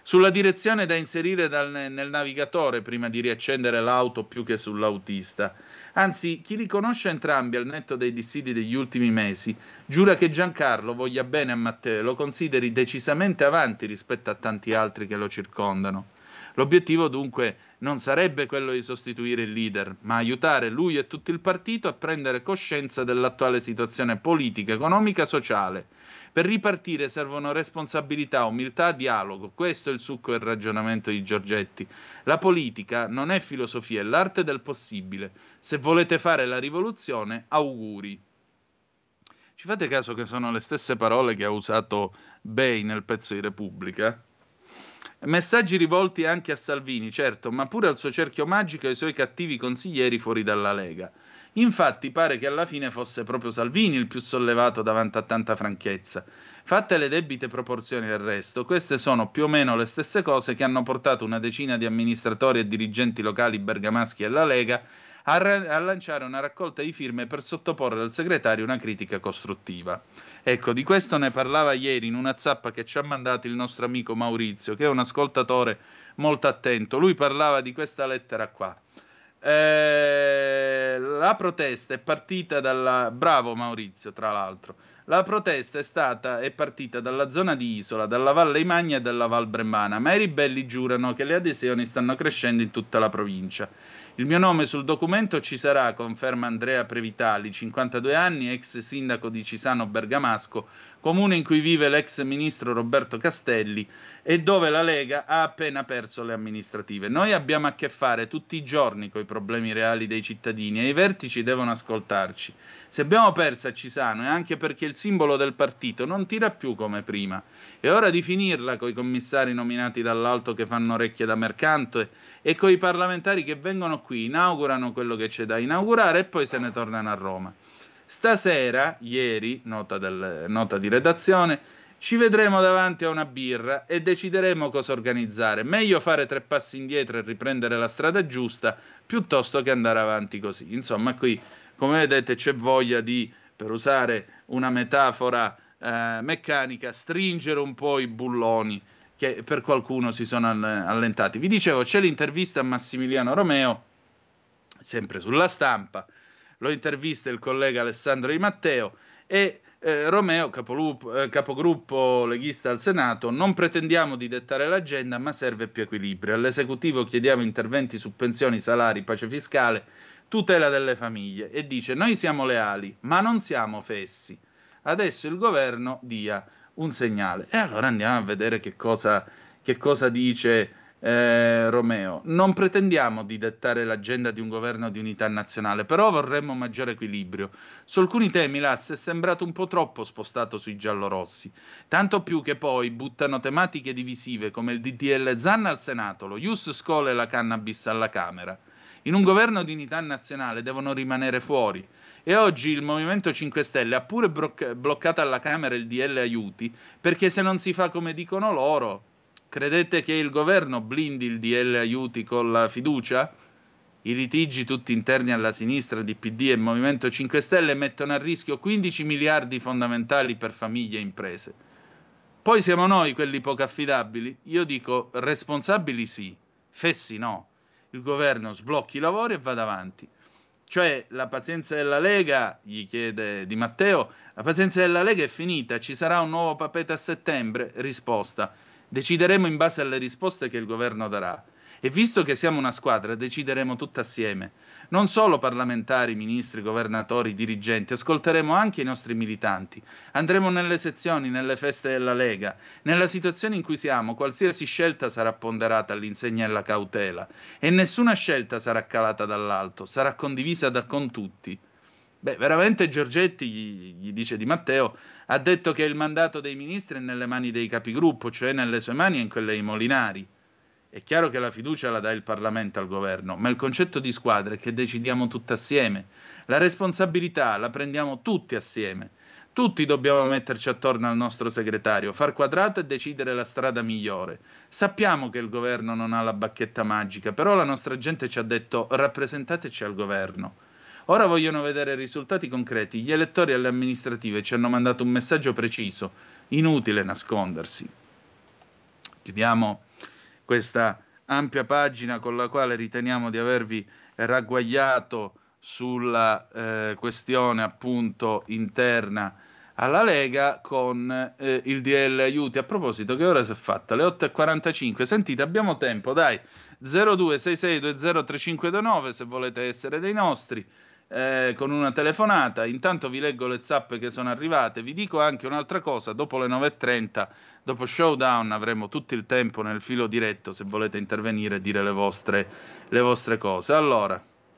sulla direzione da inserire dal, nel navigatore prima di riaccendere l'auto più che sull'autista. Anzi, chi li conosce entrambi al netto dei dissidi degli ultimi mesi, giura che Giancarlo voglia bene a Matteo e lo consideri decisamente avanti rispetto a tanti altri che lo circondano. L'obiettivo dunque non sarebbe quello di sostituire il leader, ma aiutare lui e tutto il partito a prendere coscienza dell'attuale situazione politica, economica, sociale. Per ripartire servono responsabilità, umiltà, dialogo. Questo è il succo del ragionamento di Giorgetti. La politica non è filosofia, è l'arte del possibile. Se volete fare la rivoluzione, auguri. Ci fate caso che sono le stesse parole che ha usato Bei nel pezzo di Repubblica? Messaggi rivolti anche a Salvini, certo, ma pure al suo cerchio magico e ai suoi cattivi consiglieri fuori dalla Lega. Infatti pare che alla fine fosse proprio Salvini il più sollevato davanti a tanta franchezza. Fatte le debite proporzioni del resto, queste sono più o meno le stesse cose che hanno portato una decina di amministratori e dirigenti locali bergamaschi alla Lega a, ra- a lanciare una raccolta di firme per sottoporre al segretario una critica costruttiva. Ecco, di questo ne parlava ieri in una zappa che ci ha mandato il nostro amico Maurizio, che è un ascoltatore molto attento. Lui parlava di questa lettera qua. Eh, la protesta è partita dalla... Bravo Maurizio, tra l'altro. La protesta è stata è partita dalla zona di Isola, dalla Valle Imagna e dalla Val Brembana, ma i ribelli giurano che le adesioni stanno crescendo in tutta la provincia. Il mio nome sul documento ci sarà, conferma Andrea Previtali, cinquantadue anni, ex sindaco di Cisano Bergamasco, comune in cui vive l'ex ministro Roberto Castelli e dove la Lega ha appena perso le amministrative. Noi abbiamo a che fare tutti i giorni con i problemi reali dei cittadini e i vertici devono ascoltarci. Se abbiamo perso a Cisano è anche perché il simbolo del partito non tira più come prima. È ora di finirla coi commissari nominati dall'alto che fanno orecchie da mercante e coi parlamentari che vengono qui, inaugurano quello che c'è da inaugurare e poi se ne tornano a Roma. Stasera, ieri, nota, del, nota di redazione, ci vedremo davanti a una birra e decideremo cosa organizzare. Meglio fare tre passi indietro e riprendere la strada giusta piuttosto che andare avanti così. Insomma, qui, come vedete, c'è voglia di, per usare una metafora eh, meccanica, stringere un po' i bulloni che per qualcuno si sono allentati. Vi dicevo, c'è l'intervista a Massimiliano Romeo, sempre sulla Stampa. Lo intervista il collega Alessandro Di Matteo e eh, Romeo, capolupo, eh, capogruppo leghista al Senato: non pretendiamo di dettare l'agenda, ma serve più equilibrio. All'esecutivo chiediamo interventi su pensioni, salari, pace fiscale, tutela delle famiglie. E dice: noi siamo leali, ma non siamo fessi. Adesso il governo dia un segnale. E allora andiamo a vedere che cosa, che cosa dice Eh, Romeo. Non pretendiamo di dettare l'agenda di un governo di unità nazionale, però vorremmo maggiore equilibrio. Su alcuni temi l'Asse è sembrato un po' troppo spostato sui giallorossi, tanto più che poi buttano tematiche divisive come il D D L Zan al Senato, lo Ius Schol e la cannabis alla Camera. In un governo di unità nazionale devono rimanere fuori. E oggi il Movimento cinque Stelle ha pure bloc- bloccato alla Camera il D L Aiuti, perché se non si fa come dicono loro, credete che il governo blindi il D L Aiuti con la fiducia? I litigi tutti interni alla sinistra di P D e Movimento cinque Stelle mettono a rischio quindici miliardi fondamentali per famiglie e imprese. Poi siamo noi quelli poco affidabili? Io dico responsabili sì, fessi no. Il governo sblocchi i lavori e vada avanti. Cioè la pazienza della Lega, gli chiede Di Matteo, la pazienza della Lega è finita, ci sarà un nuovo Papeete a settembre? Risposta: decideremo in base alle risposte che il governo darà. E visto che siamo una squadra, decideremo tutti assieme. Non solo parlamentari, ministri, governatori, dirigenti, ascolteremo anche i nostri militanti. Andremo nelle sezioni, nelle feste della Lega. Nella situazione in cui siamo, qualsiasi scelta sarà ponderata all'insegna della cautela. E nessuna scelta sarà calata dall'alto, sarà condivisa da, con tutti. Beh, veramente Giorgetti, gli, gli dice Di Matteo, ha detto che il mandato dei ministri è nelle mani dei capigruppo, cioè nelle sue mani e in quelle dei Molinari. È chiaro che la fiducia la dà il Parlamento al governo, ma il concetto di squadra è che decidiamo tutti assieme. La responsabilità la prendiamo tutti assieme. Tutti dobbiamo metterci attorno al nostro segretario, far quadrato e decidere la strada migliore. Sappiamo che il governo non ha la bacchetta magica, però la nostra gente ci ha detto: rappresentateci al governo. Ora vogliono vedere risultati concreti. Gli elettori alle amministrative ci hanno mandato un messaggio preciso. Inutile nascondersi. Chiudiamo questa ampia pagina con la quale riteniamo di avervi ragguagliato sulla eh, questione appunto interna alla Lega con eh, il D L aiuti. A proposito, che ora si è fatta? Le otto e quarantacinque. Sentite, abbiamo tempo, dai. zero due sei sei due zero tre cinque due nove se volete essere dei nostri, eh, con una telefonata. Intanto vi leggo le zappe che sono arrivate. Vi dico anche un'altra cosa: dopo le nove e trenta, dopo Showdown, avremo tutto il tempo nel filo diretto se volete intervenire e dire le vostre, le vostre cose. Allora,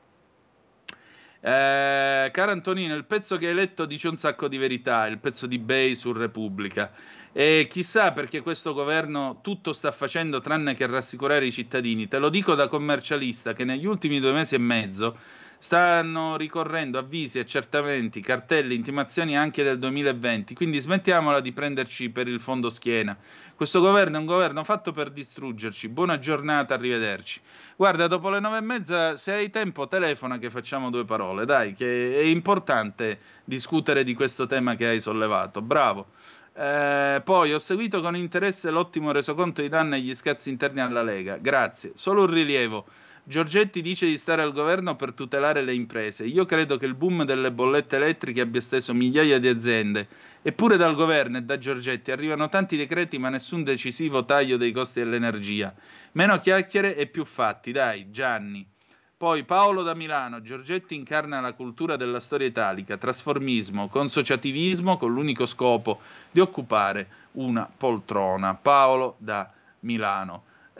Eh, caro Antonino, il pezzo che hai letto dice un sacco di verità, il pezzo di Bay su Repubblica. E chissà perché questo governo tutto sta facendo tranne che rassicurare i cittadini. Te lo dico da commercialista che negli ultimi due mesi e mezzo stanno ricorrendo avvisi, accertamenti, cartelli, intimazioni anche del duemilaventi. Quindi smettiamola di prenderci per il fondo schiena. Questo governo è un governo fatto per distruggerci. Buona giornata, arrivederci. Guarda, dopo le nove e mezza, se hai tempo, telefona che facciamo due parole, dai, che è importante discutere di questo tema che hai sollevato. Bravo. Eh, poi ho seguito con interesse l'ottimo resoconto di danni e gli scazzi interni alla Lega. Grazie. Solo un rilievo. Giorgetti dice di stare al governo per tutelare le imprese. Io credo che il boom delle bollette elettriche abbia steso migliaia di aziende. Eppure dal governo e da Giorgetti arrivano tanti decreti ma nessun decisivo taglio dei costi dell'energia. Meno chiacchiere e più fatti, dai, Gianni. Poi Paolo da Milano: Giorgetti incarna la cultura della storia italica, trasformismo, consociativismo con l'unico scopo di occupare una poltrona. Paolo da Milano.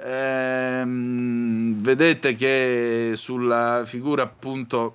Ehm, vedete che sulla figura appunto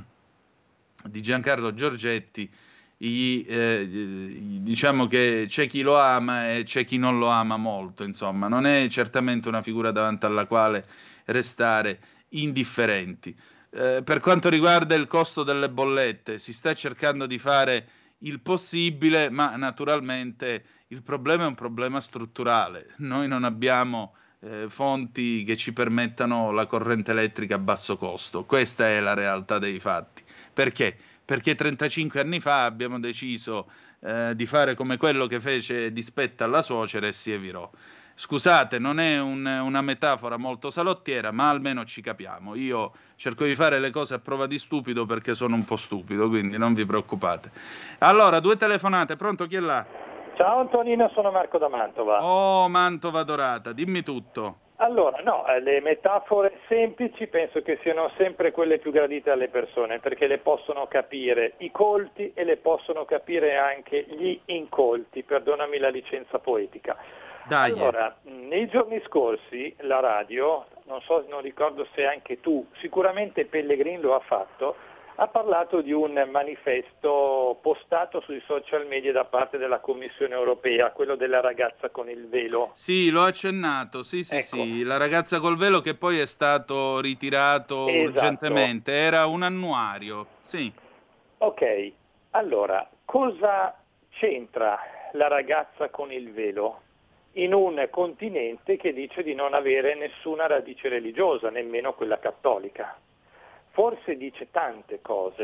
di Giancarlo Giorgetti I, eh, diciamo che c'è chi lo ama e c'è chi non lo ama molto, insomma, non è certamente una figura davanti alla quale restare indifferenti. Eh, per quanto riguarda il costo delle bollette, si sta cercando di fare il possibile, ma naturalmente il problema è un problema strutturale. Noi non abbiamo eh, fonti che ci permettano la corrente elettrica a basso costo. Questa è la realtà dei fatti. Perché? Perché trentacinque anni fa abbiamo deciso eh, di fare come quello che fece dispetta alla suocera e si evirò. Scusate, non è un, una metafora molto salottiera, ma almeno ci capiamo. Io cerco di fare le cose a prova di stupido perché sono un po' stupido, quindi non vi preoccupate. Allora, due telefonate, pronto, chi è là? Ciao Antonino, sono Marco da Mantova. Oh, Mantova dorata, dimmi tutto. Allora, no, le metafore semplici penso che siano sempre quelle più gradite alle persone, perché le possono capire i colti e le possono capire anche gli incolti, perdonami la licenza poetica. Dai. Allora, nei giorni scorsi la radio, non so, non ricordo se anche tu, sicuramente Pellegrin lo ha fatto, ha parlato di un manifesto postato sui social media da parte della Commissione Europea, quello della ragazza con il velo. Sì, l'ho accennato, sì sì Ecco. sì, la ragazza col velo che poi è stato ritirato Esatto. urgentemente, era un annuario, sì. Ok, allora, cosa c'entra la ragazza con il velo in un continente che dice di non avere nessuna radice religiosa, nemmeno quella cattolica? Forse dice tante cose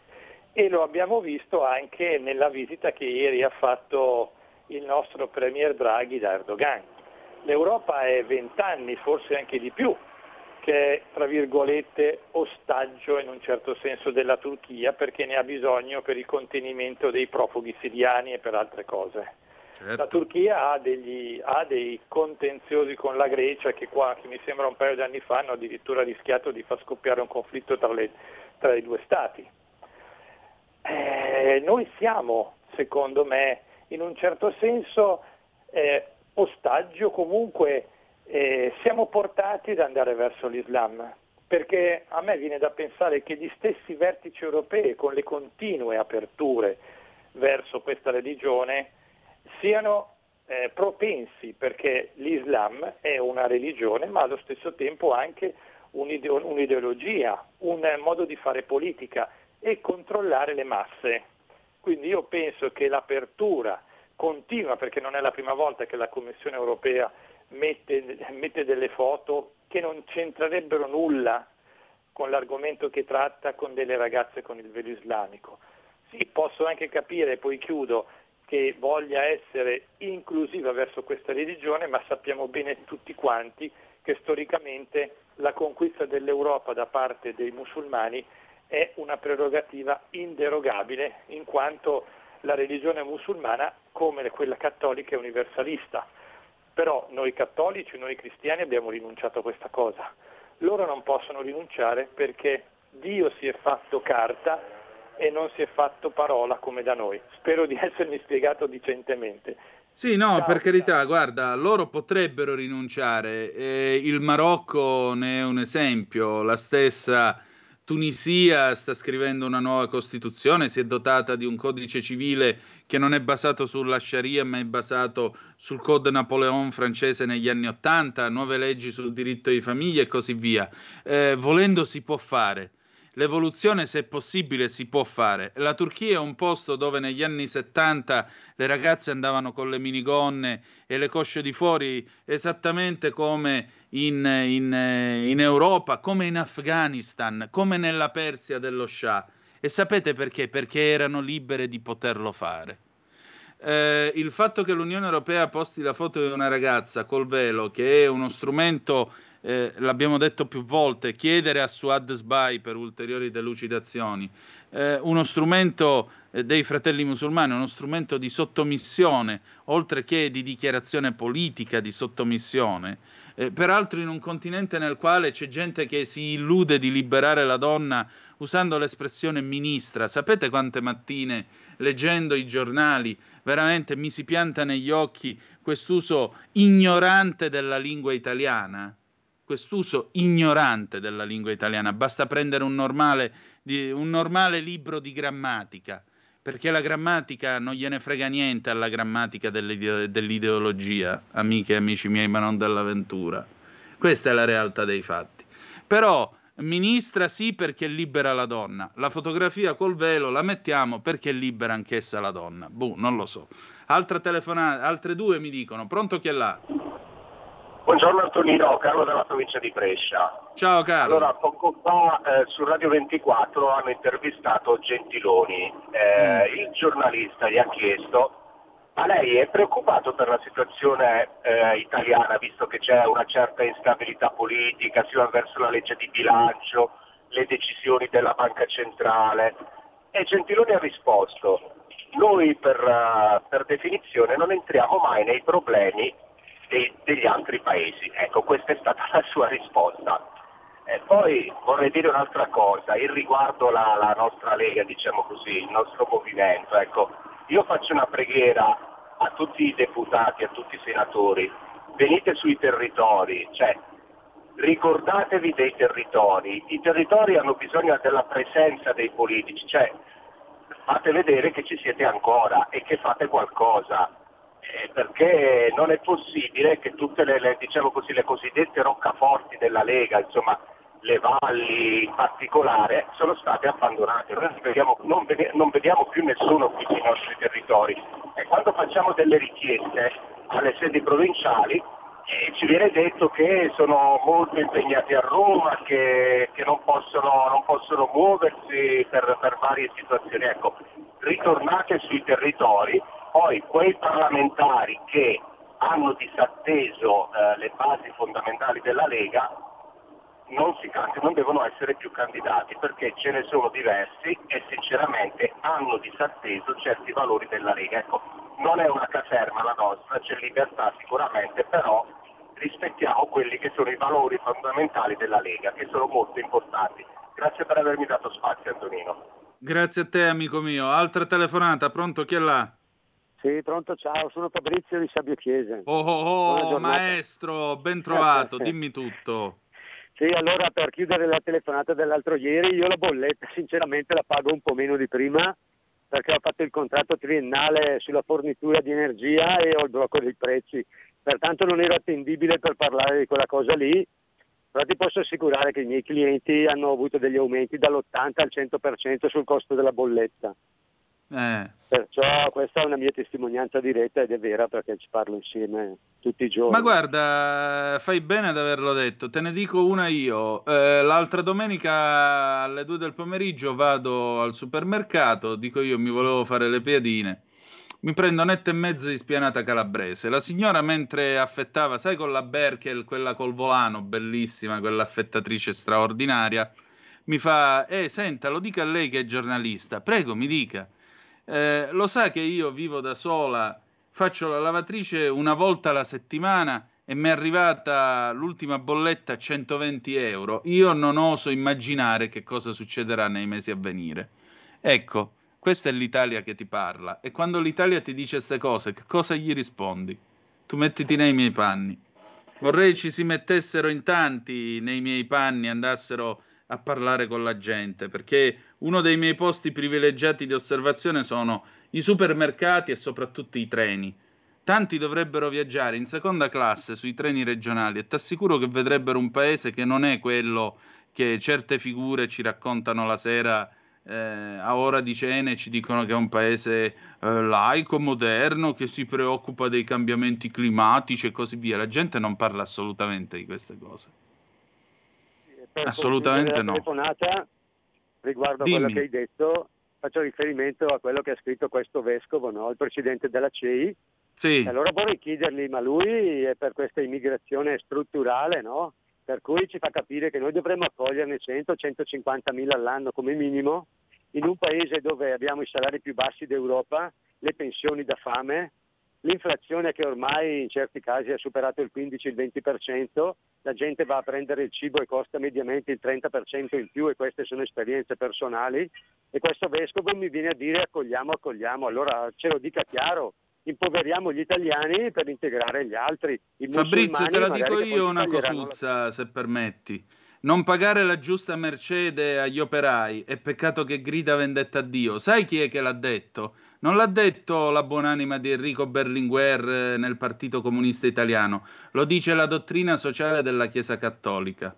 e lo abbiamo visto anche nella visita che ieri ha fatto il nostro premier Draghi da Erdogan. L'Europa è vent'anni, forse anche di più, che è, tra virgolette, ostaggio in un certo senso della Turchia perché ne ha bisogno per il contenimento dei profughi siriani e per altre cose. Certo. La Turchia ha, degli, ha dei contenziosi con la Grecia che qua, che mi sembra un paio di anni fa, hanno addirittura rischiato di far scoppiare un conflitto tra, le, tra i due stati. Eh, noi siamo, secondo me, in un certo senso eh, ostaggio, comunque eh, siamo portati ad andare verso l'Islam, perché a me viene da pensare che gli stessi vertici europei, con le continue aperture verso questa religione, siano eh, propensi, perché l'Islam è una religione ma allo stesso tempo anche un'ideo- un'ideologia, un modo di fare politica e controllare le masse. Quindi io penso che l'apertura continua, perché non è la prima volta che la Commissione Europea mette, mette delle foto che non c'entrerebbero nulla con l'argomento che tratta, con delle ragazze con il velo islamico. Sì, posso anche capire, poi chiudo, che voglia essere inclusiva verso questa religione, ma sappiamo bene tutti quanti che storicamente la conquista dell'Europa da parte dei musulmani è una prerogativa inderogabile, in quanto la religione musulmana, come quella cattolica, è universalista. Però noi cattolici, noi cristiani abbiamo rinunciato a questa cosa. Loro non possono rinunciare perché Dio si è fatto carta e non si è fatto parola come da noi. Spero di essermi spiegato decentemente. Sì, no, Ciao, per carità, guarda, loro potrebbero rinunciare. Eh, il Marocco ne è un esempio, la stessa Tunisia sta scrivendo una nuova Costituzione, si è dotata di un codice civile che non è basato sulla Sharia, ma è basato sul Code Napoleon francese negli anni Ottanta, nuove leggi sul diritto di famiglia e così via. Eh, volendo si può fare. L'evoluzione, se è possibile, si può fare. La Turchia è un posto dove negli anni settanta le ragazze andavano con le minigonne e le cosce di fuori, esattamente come in, in, in Europa, come in Afghanistan, come nella Persia dello Shah. E sapete perché? Perché erano libere di poterlo fare. Eh, il fatto che l'Unione Europea posti la foto di una ragazza col velo, che è uno strumento... Eh, l'abbiamo detto più volte, chiedere a Suad Sbai per ulteriori delucidazioni, eh, uno strumento eh, dei fratelli musulmani, uno strumento di sottomissione, oltre che di dichiarazione politica di sottomissione, eh, peraltro in un continente nel quale c'è gente che si illude di liberare la donna usando l'espressione ministra. Sapete quante mattine, leggendo i giornali, veramente mi si pianta negli occhi quest'uso ignorante della lingua italiana? Quest'uso ignorante della lingua italiana. Basta prendere un normale, di, un normale libro di grammatica, perché la grammatica non gliene frega niente alla grammatica dell'ide- dell'ideologia, amiche e amici miei, ma non dell'avventura. Questa è la realtà dei fatti. Però, ministra sì perché libera la donna, la fotografia col velo la mettiamo perché libera anch'essa la donna. Boh, non lo so. Altra telefonata, altre due mi dicono, pronto chi è là? Buongiorno Antonino, Carlo dalla provincia di Brescia. Ciao Carlo. Allora, poco fa eh, su Radio ventiquattro hanno intervistato Gentiloni. Eh, mm. Il giornalista gli ha chiesto: ma lei è preoccupato per la situazione eh, italiana, visto che c'è una certa instabilità politica, si va verso la legge di bilancio, le decisioni della Banca Centrale? E Gentiloni ha risposto: noi per, uh, per definizione non entriamo mai nei problemi degli altri paesi. Ecco, questa è stata la sua risposta. E poi vorrei dire un'altra cosa, il riguardo la, la nostra Lega, diciamo così, il nostro movimento. Ecco, io faccio una preghiera a tutti i deputati, a tutti i senatori: venite sui territori, cioè ricordatevi dei territori. I territori hanno bisogno della presenza dei politici, cioè fate vedere che ci siete ancora e che fate qualcosa. Perché non è possibile che tutte le, le, diciamo così, le cosiddette roccaforti della Lega, insomma le valli in particolare, sono state abbandonate. Noi non vediamo, non vede, non vediamo più nessuno qui sui nostri territori, e quando facciamo delle richieste alle sedi provinciali eh, ci viene detto che sono molto impegnati a Roma, che, che non, possono, non possono muoversi per, per varie situazioni. Ecco, ritornate sui territori. Poi quei parlamentari che hanno disatteso eh, le basi fondamentali della Lega non, si, non devono essere più candidati, perché ce ne sono diversi e sinceramente hanno disatteso certi valori della Lega. Ecco, non è una caserma la nostra, c'è libertà sicuramente, però rispettiamo quelli che sono i valori fondamentali della Lega, che sono molto importanti. Grazie per avermi dato spazio, Antonino. Grazie a te, amico mio. Altra telefonata, pronto, chi è là? Sì, pronto, ciao, sono Fabrizio di Sabbio Chiese. Oh, oh, oh maestro, ben trovato, dimmi tutto. Sì, allora per chiudere la telefonata dell'altro ieri, io la bolletta sinceramente la pago un po' meno di prima, perché ho fatto il contratto triennale sulla fornitura di energia e ho il blocco dei prezzi, pertanto non ero attendibile per parlare di quella cosa lì, però ti posso assicurare che i miei clienti hanno avuto degli aumenti dall'ottanta al cento per cento sul costo della bolletta. Eh. Perciò questa è una mia testimonianza diretta ed è vera, perché ci parlo insieme tutti i giorni. Ma guarda, fai bene ad averlo detto, te ne dico una io. Eh, l'altra domenica alle due del pomeriggio vado al supermercato, dico io mi volevo fare le piadine, mi prendo un etto e mezzo di Spianata Calabrese. La signora mentre affettava, sai, con la Berkel, quella col volano, bellissima, quella affettatrice straordinaria, mi fa, eh, senta, lo dica a lei che è giornalista, prego, mi dica. Eh, lo sa che io vivo da sola, faccio la lavatrice una volta alla settimana e mi è arrivata l'ultima bolletta a centoventi euro. Io non oso immaginare che cosa succederà nei mesi a venire. Ecco, questa è l'Italia che ti parla. E quando l'Italia ti dice queste cose, che cosa gli rispondi? Tu mettiti nei miei panni. Vorrei ci si mettessero in tanti nei miei panni, andassero a parlare con la gente, perché uno dei miei posti privilegiati di osservazione sono i supermercati e soprattutto i treni. Tanti dovrebbero viaggiare in seconda classe sui treni regionali e ti assicuro che vedrebbero un paese che non è quello che certe figure ci raccontano la sera eh, a ora di cena e ci dicono che è un paese eh, laico, moderno, che si preoccupa dei cambiamenti climatici e così via. La gente non parla assolutamente di queste cose. Per assolutamente no. Telefonata riguardo a Dimmi. quello che hai detto, faccio riferimento a quello che ha scritto questo vescovo, no? Il presidente della C E I. Sì. Allora vorrei chiedergli, ma lui è per questa immigrazione strutturale, no? Per cui ci fa capire che noi dovremmo accoglierne cento centocinquanta mila all'anno come minimo, in un paese dove abbiamo i salari più bassi d'Europa, le pensioni da fame, l'inflazione che ormai in certi casi ha superato il quindici il venti per cento, la gente va a prendere il cibo e costa mediamente il trenta per cento in più, e queste sono esperienze personali, e questo vescovo mi viene a dire accogliamo, accogliamo. Allora ce lo dica chiaro, impoveriamo gli italiani per integrare gli altri. I Fabrizio, te la musulmani dico magari che io poi una ti taglieranno cosuzza, se permetti. Non pagare la giusta mercede agli operai è peccato che grida vendetta a Dio. Sai chi è che l'ha detto? Non l'ha detto la buonanima di Enrico Berlinguer nel Partito Comunista Italiano, lo dice la dottrina sociale della Chiesa Cattolica.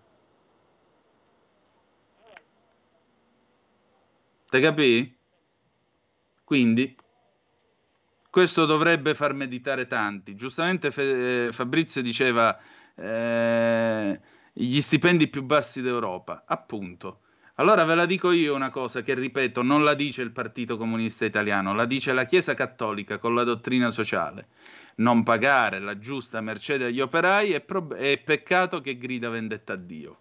Te capì? Quindi questo dovrebbe far meditare tanti. Giustamente Fe- Fabrizio diceva eh, gli stipendi più bassi d'Europa, appunto. Allora ve la dico io una cosa che, ripeto, non la dice il Partito Comunista Italiano, la dice la Chiesa Cattolica con la dottrina sociale. Non pagare la giusta mercede agli operai è, pro- è peccato che grida vendetta a Dio.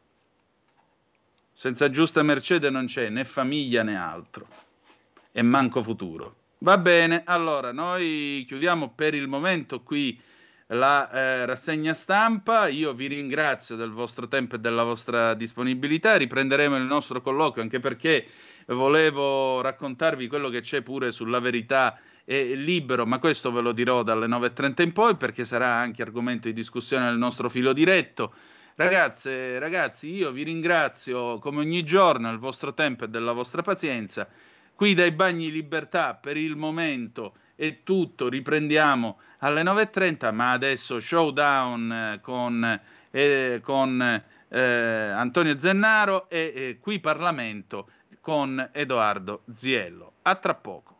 Senza giusta mercede non c'è né famiglia né altro, e manco futuro. Va bene, allora noi chiudiamo per il momento qui la eh, rassegna stampa. Io vi ringrazio del vostro tempo e della vostra disponibilità. Riprenderemo il nostro colloquio, anche perché volevo raccontarvi quello che c'è pure sulla Verità e Libero, ma questo ve lo dirò dalle nove e trenta in poi, perché sarà anche argomento di discussione nel nostro filo diretto. Ragazze, ragazzi, io vi ringrazio come ogni giorno del vostro tempo e della vostra pazienza. Qui dai Bagni Libertà per il momento è tutto, riprendiamo alle nove e trenta, ma adesso showdown con, eh, con eh, Antonio Zennaro e eh, qui Parlamento con Edoardo Ziello. A tra poco.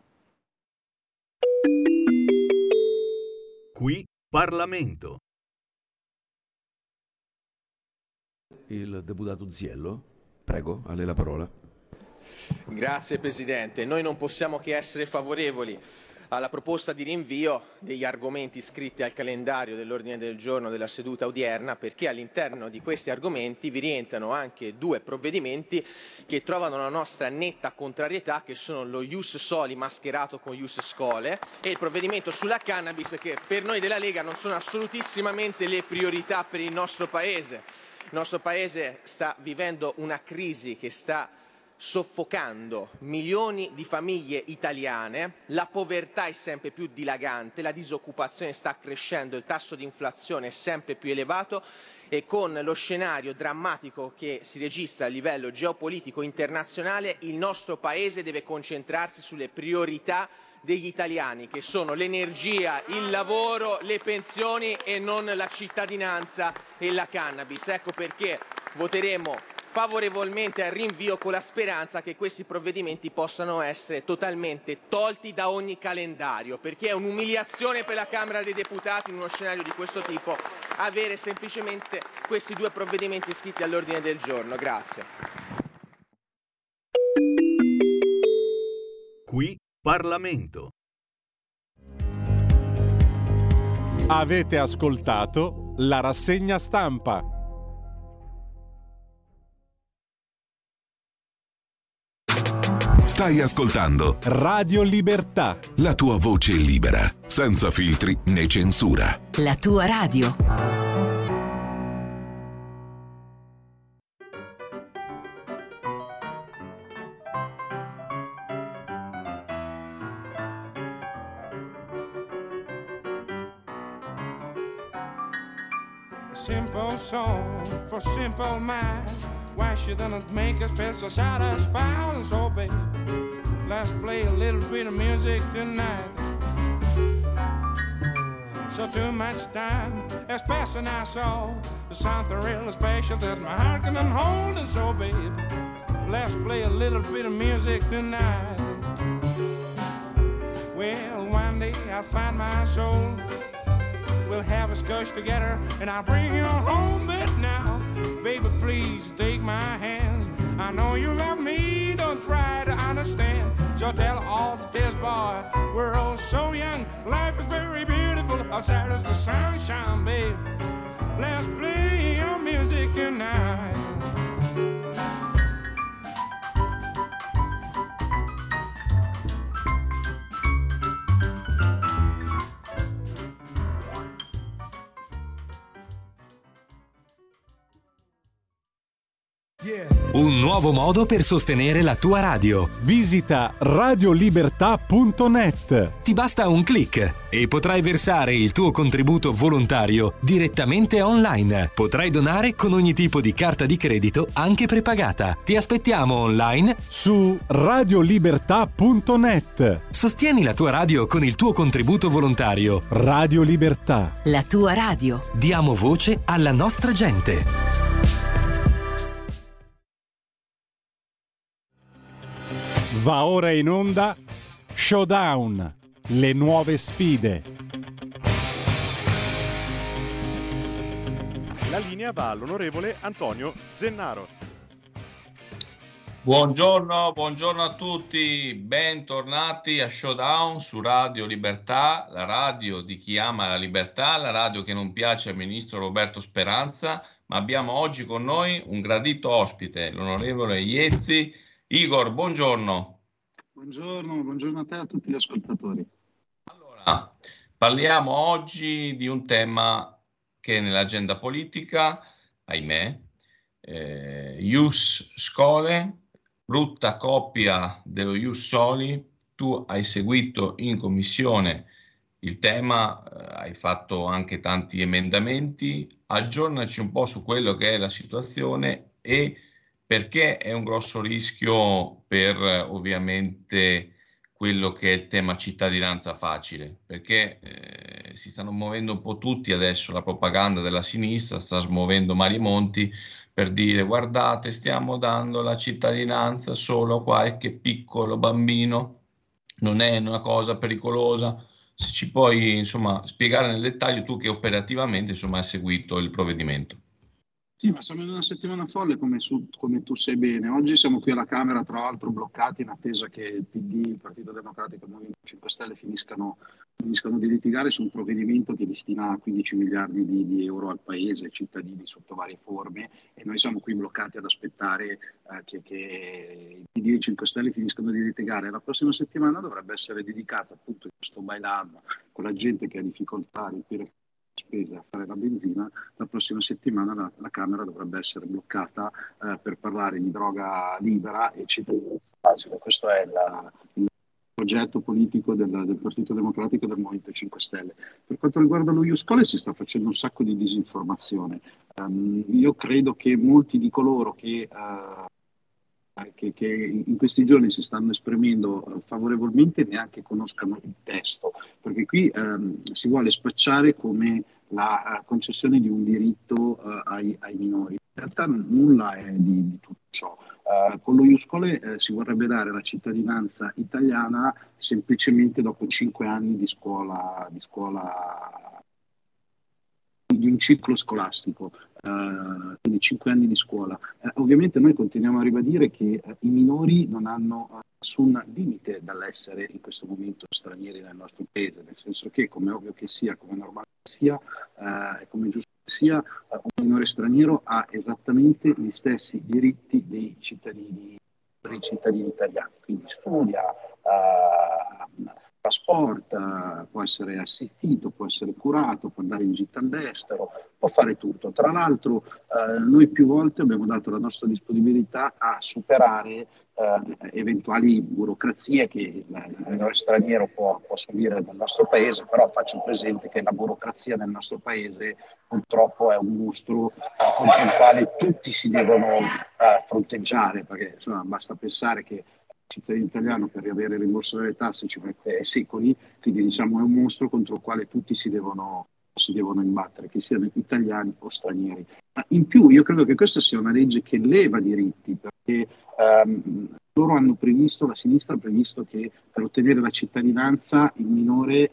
Qui Parlamento. Il deputato Ziello, prego, a lei la parola. Grazie Presidente, noi non possiamo che essere favorevoli alla proposta di rinvio degli argomenti iscritti al calendario dell'ordine del giorno della seduta odierna, perché all'interno di questi argomenti vi rientrano anche due provvedimenti che trovano la nostra netta contrarietà, che sono lo Ius Soli mascherato con Ius Scholae e il provvedimento sulla cannabis, che per noi della Lega non sono assolutissimamente le priorità per il nostro Paese. Il nostro Paese sta vivendo una crisi che sta soffocando milioni di famiglie italiane, la povertà è sempre più dilagante, la disoccupazione sta crescendo, il tasso di inflazione è sempre più elevato e con lo scenario drammatico che si registra a livello geopolitico internazionale il nostro Paese deve concentrarsi sulle priorità degli italiani, che sono l'energia, il lavoro, le pensioni e non la cittadinanza e la cannabis. Ecco perché voteremo favorevolmente al rinvio, con la speranza che questi provvedimenti possano essere totalmente tolti da ogni calendario, perché è un'umiliazione per la Camera dei Deputati, in uno scenario di questo tipo, avere semplicemente questi due provvedimenti iscritti all'ordine del giorno. Grazie. Qui Parlamento. Avete ascoltato la rassegna stampa. Stai ascoltando Radio Libertà. La tua voce libera, senza filtri né censura. La tua radio. Simple song for simple mind. Why shouldn't it make us feel so satisfied? And so, baby, let's play a little bit of music tonight. So too much time is passing I saw something real special that my heart can hold. And so, baby, let's play a little bit of music tonight. Well, one day I'll find my soul. We'll have a scotch together and I'll bring you home. But now, baby, please take my hands. I know you love me, don't try to understand. So tell all the tears, boy, we're all so young. Life is very beautiful, outside is the sunshine, babe. Let's play your music tonight. Un nuovo modo per sostenere la tua radio. Visita radiolibertà punto net. Ti basta un click e potrai versare il tuo contributo volontario direttamente online. Potrai donare con ogni tipo di carta di credito, anche prepagata. Ti aspettiamo online su radiolibertà punto net. Sostieni la tua radio con il tuo contributo volontario. Radio Libertà. La tua radio. Diamo voce alla nostra gente. Va ora in onda Showdown, le nuove sfide. La linea va all'onorevole Antonio Zennaro. Buongiorno, buongiorno a tutti, bentornati a Showdown su Radio Libertà, la radio di chi ama la libertà, la radio che non piace al ministro Roberto Speranza, ma abbiamo oggi con noi un gradito ospite, l'onorevole Iezzi. Igor, buongiorno. Buongiorno, buongiorno a te e a tutti gli ascoltatori. Allora, parliamo oggi di un tema che nell'agenda politica, ahimè, eh, Ius Scholae, brutta coppia dello Ius Soli. Tu hai seguito in commissione il tema, eh, hai fatto anche tanti emendamenti. Aggiornaci un po' su quello che è la situazione e perché è un grosso rischio per ovviamente quello che è il tema cittadinanza facile, perché eh, si stanno muovendo un po' tutti adesso, la propaganda della sinistra sta smuovendo Mario Monti per dire guardate stiamo dando la cittadinanza solo a qualche piccolo bambino, non è una cosa pericolosa. Se ci puoi insomma spiegare nel dettaglio, tu che operativamente insomma hai seguito il provvedimento. Sì, ma siamo in una settimana folle come, su, come tu sai bene. Oggi siamo qui alla Camera, tra l'altro bloccati in attesa che il P D, il Partito Democratico e il Movimento cinque Stelle finiscano, finiscano di litigare su un provvedimento che destina quindici miliardi di, di euro al Paese, ai cittadini sotto varie forme, e noi siamo qui bloccati ad aspettare eh, che, che il P D e i cinque Stelle finiscano di litigare. La prossima settimana dovrebbe essere dedicata appunto a questo bailam con la gente che ha difficoltà a riempire spese a fare la benzina. La prossima settimana la, la Camera dovrebbe essere bloccata eh, per parlare di droga libera e cittadinanza facile. Questo è la, il progetto politico del, del Partito Democratico e del Movimento cinque Stelle. Per quanto riguarda lo Ius Scholae si sta facendo un sacco di disinformazione. Um, io credo che molti di coloro che uh, Che, che in questi giorni si stanno esprimendo favorevolmente neanche conoscano il testo, perché qui ehm, si vuole spacciare come la uh, concessione di un diritto uh, ai, ai minori. In realtà nulla è di, di tutto ciò. Uh, con lo Ius Scholae eh, si vorrebbe dare la cittadinanza italiana semplicemente dopo cinque anni di scuola, di scuola di un ciclo scolastico, uh, quindi cinque anni di scuola. Uh, ovviamente noi continuiamo a ribadire che uh, i minori non hanno uh, nessun limite dall'essere in questo momento stranieri nel nostro paese, nel senso che, come ovvio che sia, come normale che sia, eh, e come giusto che sia, un minore straniero ha esattamente gli stessi diritti dei cittadini, dei cittadini italiani, quindi studia, eh, trasporta, può essere assistito, può essere curato, può andare in gita all'estero, può fare tutto. Tra l'altro eh, noi più volte abbiamo dato la nostra disponibilità a superare eh, eventuali burocrazie che il minore straniero può, può subire nel nostro paese, però faccio presente che la burocrazia nel nostro paese purtroppo è un mostro eh, contro il quale tutti si devono eh, fronteggiare, perché insomma, basta pensare che il cittadino italiano per riavere il rimborso delle tasse ci mette secoli, quindi diciamo è un mostro contro il quale tutti si devono, si devono imbattere, che siano italiani o stranieri. Ma in più io credo che questa sia una legge che leva diritti, perché ehm, loro hanno previsto, la sinistra ha previsto che per ottenere la cittadinanza il minore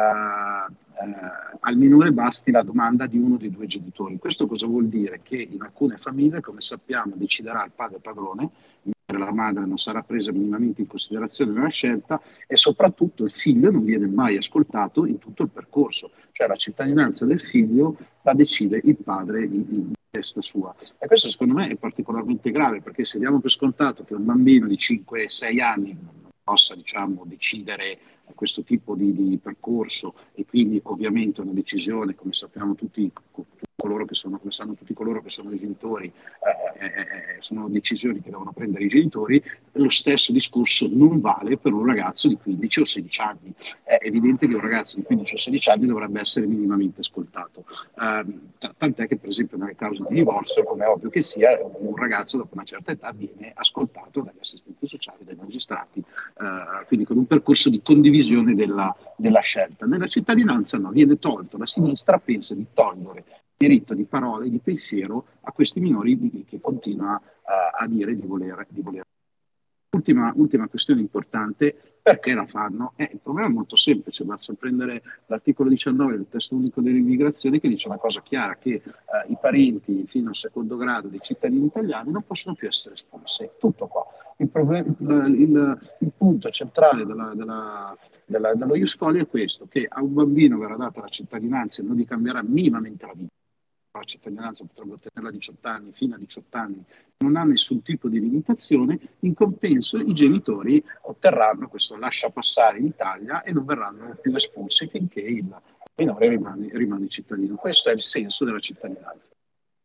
Uh, uh, al minore basti la domanda di uno dei due genitori. Questo cosa vuol dire? Che in alcune famiglie, come sappiamo, deciderà il padre padrone, mentre la madre non sarà presa minimamente in considerazione nella scelta, e soprattutto il figlio non viene mai ascoltato in tutto il percorso, cioè la cittadinanza del figlio la decide il padre in, in testa sua. E questo secondo me è particolarmente grave, perché se diamo per scontato che un bambino di cinque sei anni non possa, diciamo, decidere questo tipo di, di percorso, e quindi ovviamente una decisione, come sappiamo tutti, coloro che sono, come sanno tutti coloro che sono i genitori, eh, eh, sono decisioni che devono prendere i genitori, lo stesso discorso non vale per un ragazzo di quindici o sedici anni. È evidente che un ragazzo di quindici o sedici anni dovrebbe essere minimamente ascoltato, eh, tant'è che per esempio nelle cause di divorzio, come è ovvio che sia, un ragazzo dopo una certa età viene ascoltato dagli assistenti sociali, dai magistrati, eh, quindi con un percorso di condivisione della, della scelta. Nella cittadinanza no, viene tolto, la sinistra pensa di togliere diritto di parola e di pensiero a questi minori che continua uh, a dire di voler, di voler. Ultima, ultima questione importante, perché la fanno? Eh, il problema è molto semplice, basta prendere l'articolo diciannove del testo unico dell'immigrazione che dice una cosa chiara, che uh, i parenti fino al secondo grado dei cittadini italiani non possono più essere espulsi. Tutto qua. Il, problem- il, il, il punto centrale della, della, della, dello Ius Scholae è questo, che a un bambino verrà data la cittadinanza e non gli cambierà minimamente la vita. La cittadinanza potrebbe ottenerla a diciotto anni, fino a diciotto anni, non ha nessun tipo di limitazione. In compenso i genitori otterranno questo lascia passare in Italia e non verranno più espulsi finché il minore rimane, rimane cittadino. Questo è il senso della cittadinanza.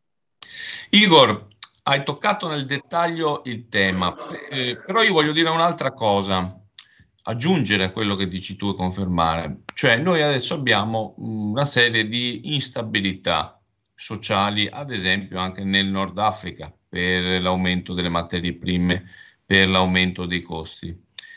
Igor, hai toccato nel dettaglio il tema, eh, però io voglio dire un'altra cosa, aggiungere a quello che dici tu e confermare. Cioè noi adesso abbiamo una serie di instabilità sociali, ad esempio anche nel Nord Africa, per l'aumento delle materie prime, per l'aumento dei costi.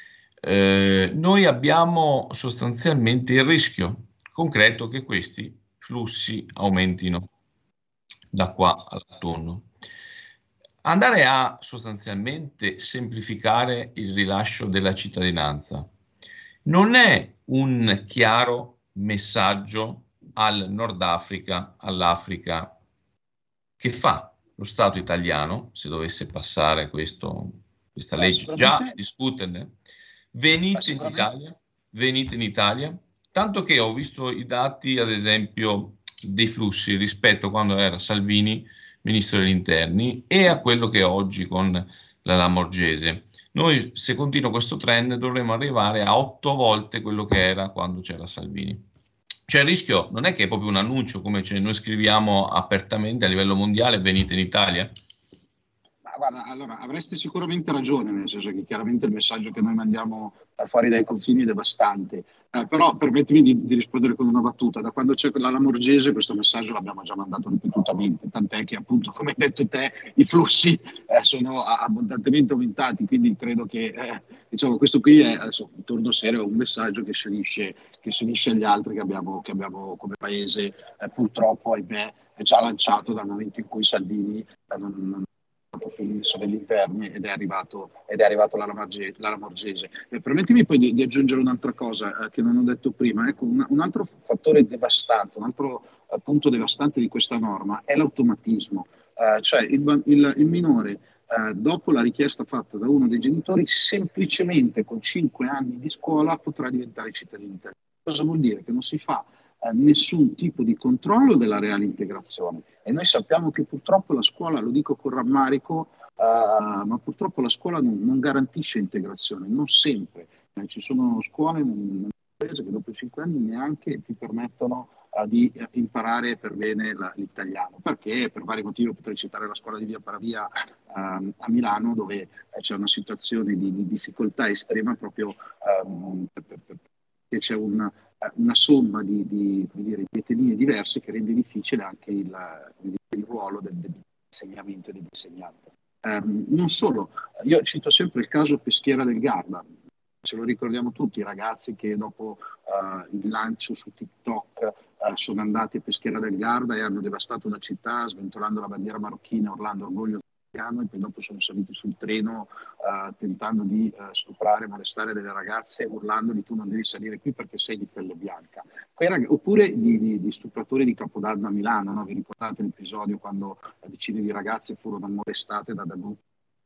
Eh, noi abbiamo sostanzialmente il rischio concreto che questi flussi aumentino da qua all'autunno. Andare a sostanzialmente semplificare il rilascio della cittadinanza non è un chiaro messaggio al Nord Africa, all'Africa, che fa lo Stato italiano, se dovesse passare questo, questa legge, già discuterne, venite in Italia, venite in Italia, tanto che ho visto i dati, ad esempio, dei flussi rispetto a quando era Salvini Ministro degli Interni e a quello che è oggi con la Lamorgese. Noi, se continua questo trend, dovremo arrivare a otto volte quello che era quando c'era Salvini. Cioè il rischio non è che è proprio un annuncio, come cioè, noi scriviamo apertamente a livello mondiale, venite in Italia? Ma guarda, allora avreste sicuramente ragione, nel senso che chiaramente il messaggio che noi mandiamo fuori dai confini è devastante, eh, però permettimi di, di rispondere con una battuta. Da quando c'è la Lamorgese questo messaggio l'abbiamo già mandato ripetutamente, tant'è che appunto, come hai detto te, i flussi eh, sono abbondantemente aumentati, quindi credo che eh, diciamo, questo qui è, adesso torno serio, un messaggio che si unisce, che si unisce agli altri che abbiamo, che abbiamo come paese, eh, purtroppo ahimè è già lanciato dal momento in cui Salvini eh, non, non ministro degli interni ed è arrivato, ed è arrivato la, Lamorgese, la Lamorgese. E permettimi poi di, di aggiungere un'altra cosa eh, che non ho detto prima. Ecco, un, un altro fattore devastante, un altro eh, punto devastante di questa norma è l'automatismo, eh, cioè il, il, il minore eh, dopo la richiesta fatta da uno dei genitori, semplicemente con cinque anni di scuola potrà diventare cittadino italiano. Cosa vuol dire? Che non si fa eh, nessun tipo di controllo della reale integrazione. E noi sappiamo che purtroppo la scuola, lo dico con rammarico, Uh, ma purtroppo la scuola non, non garantisce integrazione, non sempre. Eh, ci sono scuole nel paese che dopo cinque anni neanche ti permettono uh, di uh, imparare per bene la, l'italiano. Perché? Per vari motivi. Potrei citare la scuola di Via Paravia uh, a Milano, dove eh, c'è una situazione di, di difficoltà estrema proprio um, perché c'è una, una somma di, di, come dire, di etnie diverse che rende difficile anche il, il ruolo del, dell'insegnamento e dell'insegnante. Um, non solo, io cito sempre il caso Peschiera del Garda, ce lo ricordiamo tutti, i ragazzi che dopo uh, il lancio su TikTok uh, sono andati a Peschiera del Garda e hanno devastato una città sventolando la bandiera marocchina, urlando orgoglio italiano, e poi dopo sono saliti sul treno uh, tentando di uh, stuprare, molestare delle ragazze, urlandogli tu non devi salire qui perché sei di pelle bianca. Rag- oppure di, di, di stupratori di Capodanno a Milano, no? Vi ricordate l'episodio quando decine di ragazze furono molestate da, da gruppi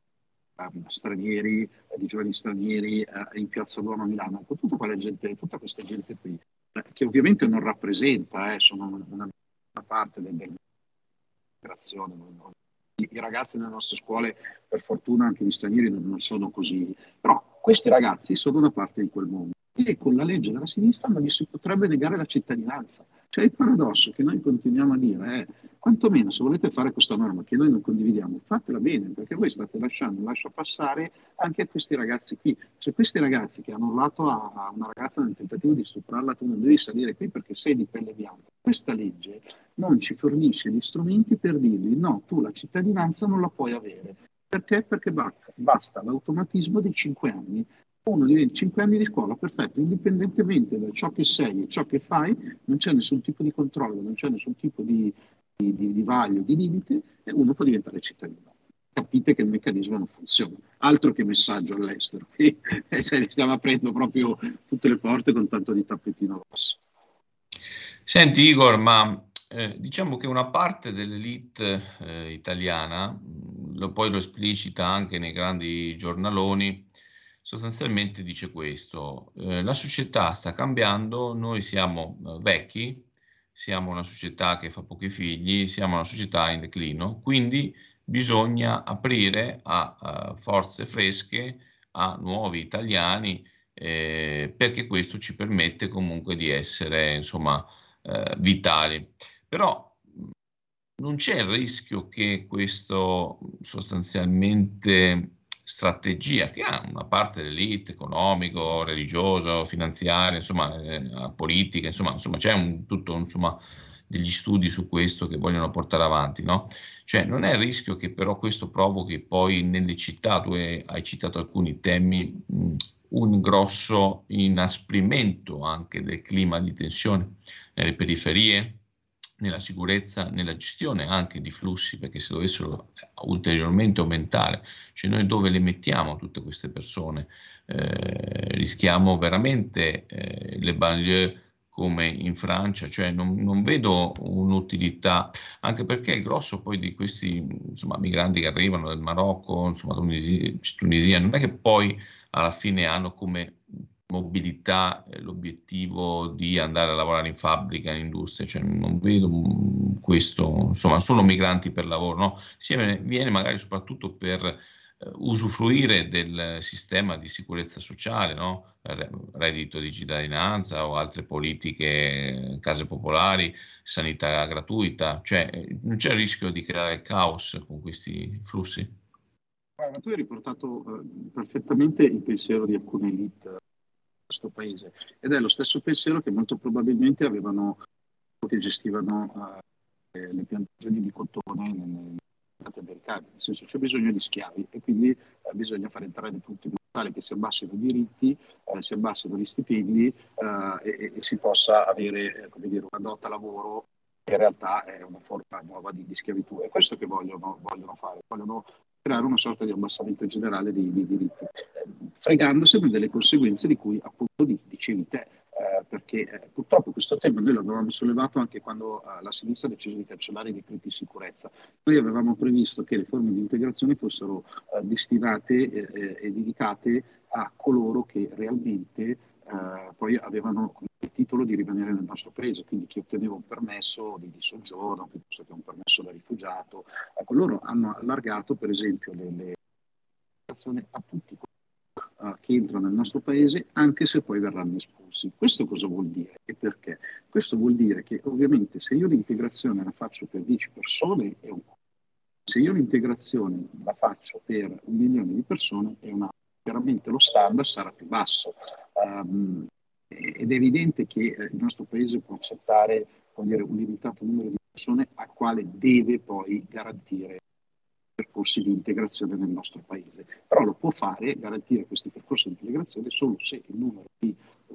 um, stranieri, eh, di giovani stranieri eh, in Piazza Duomo a Milano? Ecco, tutta quella gente, tutta questa gente qui, eh, che ovviamente non rappresenta, eh, sono una, una parte del, dell'immigrazione. I, I ragazzi nelle nostre scuole, per fortuna anche gli stranieri, non, non sono così, però questi ragazzi sono una parte di quel mondo. E con la legge della sinistra non gli si potrebbe negare la cittadinanza. Cioè il paradosso che noi continuiamo a dire è, quantomeno se volete fare questa norma che noi non condividiamo, fatela bene, perché voi state lasciando lascia passare anche a questi ragazzi qui. Se questi ragazzi che hanno urlato a, a una ragazza nel tentativo di stuprarla, tu non devi salire qui perché sei di pelle bianca, questa legge non ci fornisce gli strumenti per dirgli no, tu la cittadinanza non la puoi avere. Perché? Perché basta l'automatismo dei cinque anni. Uno diventa cinque anni di scuola, perfetto, indipendentemente da ciò che sei e ciò che fai, non c'è nessun tipo di controllo, non c'è nessun tipo di, di, di, di vaglio, di limite, e uno può diventare cittadino. Capite che il meccanismo non funziona. Altro che messaggio all'estero. E, e se stiamo aprendo proprio tutte le porte con tanto di tappetino rosso. Senti Igor, ma eh, diciamo che una parte dell'elite eh, italiana, lo, poi lo esplicita anche nei grandi giornaloni, sostanzialmente dice questo: eh, la società sta cambiando, noi siamo eh, vecchi, siamo una società che fa pochi figli, siamo una società in declino, quindi bisogna aprire a, a forze fresche, a nuovi italiani, eh, perché questo ci permette comunque di essere, insomma, eh, vitali. Però non c'è il rischio che questo sostanzialmente strategia che ha una parte dell'elite economico, religioso, finanziario, insomma, eh, politica, insomma, insomma c'è un, tutto insomma degli studi su questo che vogliono portare avanti, no? Cioè non è il rischio che però questo provochi poi nelle città, tu hai citato alcuni temi, mh, un grosso inasprimento anche del clima di tensione nelle periferie, nella sicurezza, nella gestione anche di flussi, perché se dovessero ulteriormente aumentare, cioè noi dove le mettiamo tutte queste persone? Eh, rischiamo veramente eh, le banlieue come in Francia, cioè non, non vedo un'utilità, anche perché il grosso poi di questi insomma migranti che arrivano dal Marocco, insomma Tunisia, Tunisia, non è che poi alla fine hanno come mobilità eh, l'obiettivo di andare a lavorare in fabbrica, in industria, cioè non vedo mh, questo, insomma sono migranti per lavoro, no? Si viene, viene magari soprattutto per eh, usufruire del sistema di sicurezza sociale, no? Reddito di cittadinanza o altre politiche, case popolari, sanità gratuita, cioè non c'è il rischio di creare il caos con questi flussi? Guarda, tu hai riportato eh, perfettamente il pensiero di alcune elite questo paese, ed è lo stesso pensiero che molto probabilmente avevano che gestivano uh, le piantagioni di cotone nei stati americani, nel senso c'è bisogno di schiavi e quindi uh, bisogna far entrare tutti in modo tale che si abbassino i diritti, uh, si abbassino gli stipendi uh, e, e si possa avere eh, come dire, una dotta lavoro che in realtà è una forma nuova di, di schiavitù. È questo che vogliono, vogliono fare, vogliono creare una sorta di abbassamento generale dei, dei diritti, eh, fregandosene delle conseguenze di cui appunto dicevi te, eh, perché eh, purtroppo questo tema noi l'avevamo sollevato anche quando eh, la sinistra ha deciso di cancellare i decreti di sicurezza. Noi avevamo previsto che le forme di integrazione fossero eh, destinate eh, e dedicate a coloro che realmente eh, poi avevano il titolo di rimanere nel nostro paese, quindi chi otteneva un permesso di, di soggiorno piuttosto che un permesso da rifugiato. Ecco, loro hanno allargato per esempio le, le a tutti uh, che entrano nel nostro paese, anche se poi verranno espulsi. Questo cosa vuol dire e perché? Questo vuol dire che ovviamente se io l'integrazione la faccio per dieci persone è un conto, se io l'integrazione la faccio per un milione di persone è una, chiaramente lo standard sarà più basso. Um, ed è evidente che eh, il nostro paese può accettare, vuol dire, un limitato numero di persone al quale deve poi garantire percorsi di integrazione nel nostro paese, però lo può fare, garantire questi percorsi di integrazione solo se il numero di,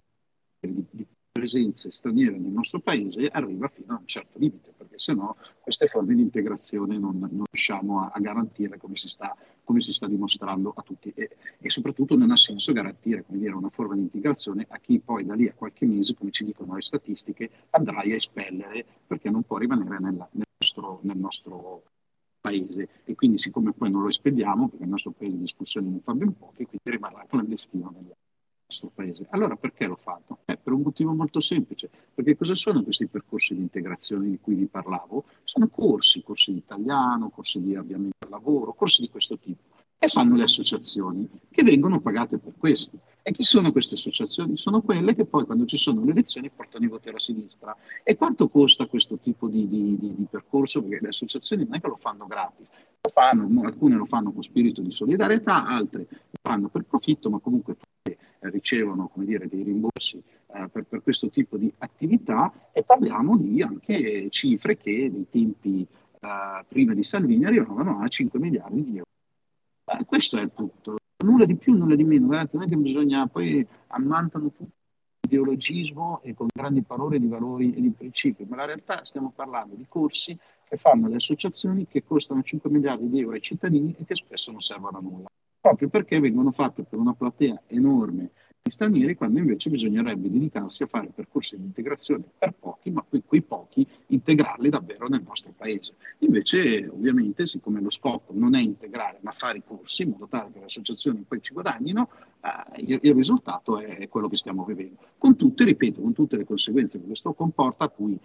di, di presenze straniere nel nostro paese arriva fino a un certo limite, perché sennò queste forme di integrazione non, non riusciamo a, a garantire come si sta, come si sta dimostrando a tutti e, e soprattutto non ha senso garantire, come dire, una forma di integrazione a chi poi da lì a qualche mese, come ci dicono le statistiche, andrai a espellere perché non può rimanere nella, nel, nostro, nel nostro paese, e quindi siccome poi non lo espelliamo perché il nostro paese di espulsioni non fa ben poche, quindi rimarrà clandestino nel nostro paese. Allora perché lo fanno? Eh, per un motivo molto semplice, perché cosa sono questi percorsi di integrazione di cui vi parlavo? Sono corsi, corsi di italiano, corsi di avviamento al lavoro, corsi di questo tipo, e fanno le associazioni che vengono pagate per questo. E chi sono queste associazioni? Sono quelle che poi quando ci sono le elezioni portano i voti alla sinistra. E quanto costa questo tipo di, di, di, di percorso? Perché le associazioni non è che lo fanno gratis, lo fanno, alcune lo fanno con spirito di solidarietà, altre lo fanno per profitto, ma comunque tutte eh, ricevono, come dire, dei rimborsi eh, per, per questo tipo di attività, e parliamo di anche cifre che nei tempi eh, prima di Salvini arrivavano a cinque miliardi di euro. Eh, questo è il punto, nulla di più, nulla di meno. Guardate, non è che bisogna, poi ammantano tutto ideologismo e con grandi parole di valori e di principi, ma la realtà stiamo parlando di corsi che fanno le associazioni che costano cinque miliardi di euro ai cittadini e che spesso non servono a nulla, proprio perché vengono fatte per una platea enorme di stranieri, quando invece bisognerebbe dedicarsi a fare percorsi di integrazione per pochi, ma poi quei pochi integrarli davvero nel nostro paese. Invece ovviamente, siccome lo scopo non è integrare ma fare i corsi in modo tale che le associazioni poi ci guadagnino, eh, il, il risultato è, è quello che stiamo vivendo, con tutte, ripeto, con tutte le conseguenze che questo comporta, a cui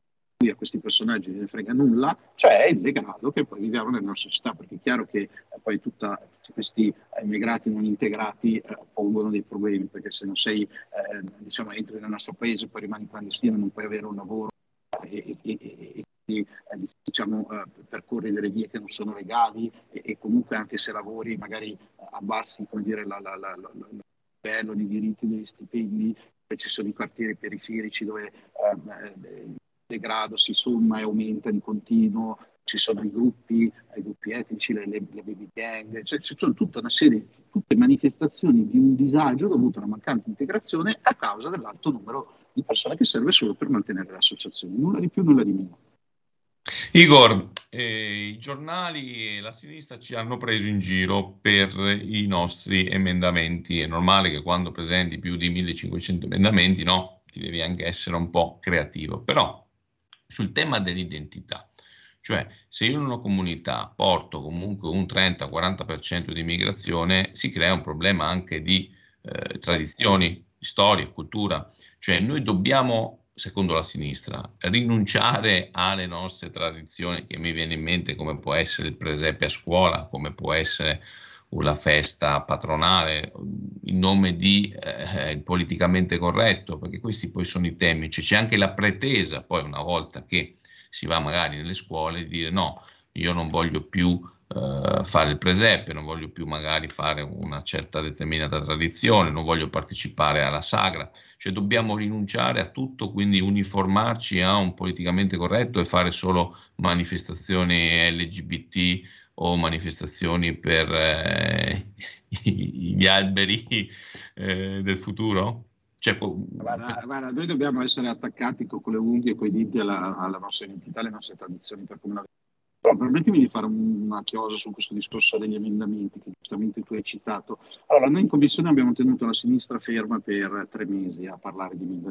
a questi personaggi non ne frega nulla, cioè il degrado che poi viviamo nella nostra città, perché è chiaro che eh, poi tutta, tutti questi immigrati non integrati eh, pongono dei problemi, perché se non sei, eh, diciamo, entri nel nostro paese, poi rimani clandestino, non puoi avere un lavoro e, e, e, e eh, diciamo, eh, percorri delle vie che non sono legali e, e comunque anche se lavori magari abbassi, come dire, la, la, la, la, la, il livello di diritti degli stipendi, ci sono i quartieri periferici dove eh, degrado si somma e aumenta di continuo, ci sono i gruppi, i gruppi etnici, le, le, le baby gang, cioè ci sono tutta una serie, tutte manifestazioni di un disagio dovuto a una mancante integrazione a causa dell'alto numero di persone che serve solo per mantenere l'associazione, nulla di più, nulla di meno. Igor, eh, i giornali e la sinistra ci hanno preso in giro per i nostri emendamenti. È normale che quando presenti più di millecinquecento emendamenti, no, ti devi anche essere un po' creativo, però sul tema dell'identità, cioè se io in una comunità porto comunque un trenta quaranta per cento di immigrazione, si crea un problema anche di eh, tradizioni, storia, cultura, cioè noi dobbiamo, secondo la sinistra, rinunciare alle nostre tradizioni, che mi viene in mente come può essere il presepe a scuola, come può essere una festa patronale, in nome di eh, politicamente corretto, perché questi poi sono i temi. Cioè, c'è anche la pretesa, poi una volta che si va magari nelle scuole, di dire no, io non voglio più eh, fare il presepe, non voglio più magari fare una certa determinata tradizione, non voglio partecipare alla sagra, cioè dobbiamo rinunciare a tutto, quindi uniformarci a un politicamente corretto e fare solo manifestazioni L G B T o manifestazioni per eh, gli alberi eh, del futuro? Cioè, guarda, guarda, noi dobbiamo essere attaccati con le unghie e con i denti alla, alla nostra identità, alle nostre tradizioni, per come la però permettimi di fare una chiosa su questo discorso degli emendamenti che giustamente tu hai citato. Allora, noi in commissione abbiamo tenuto la sinistra ferma per tre mesi a parlare di emendamenti.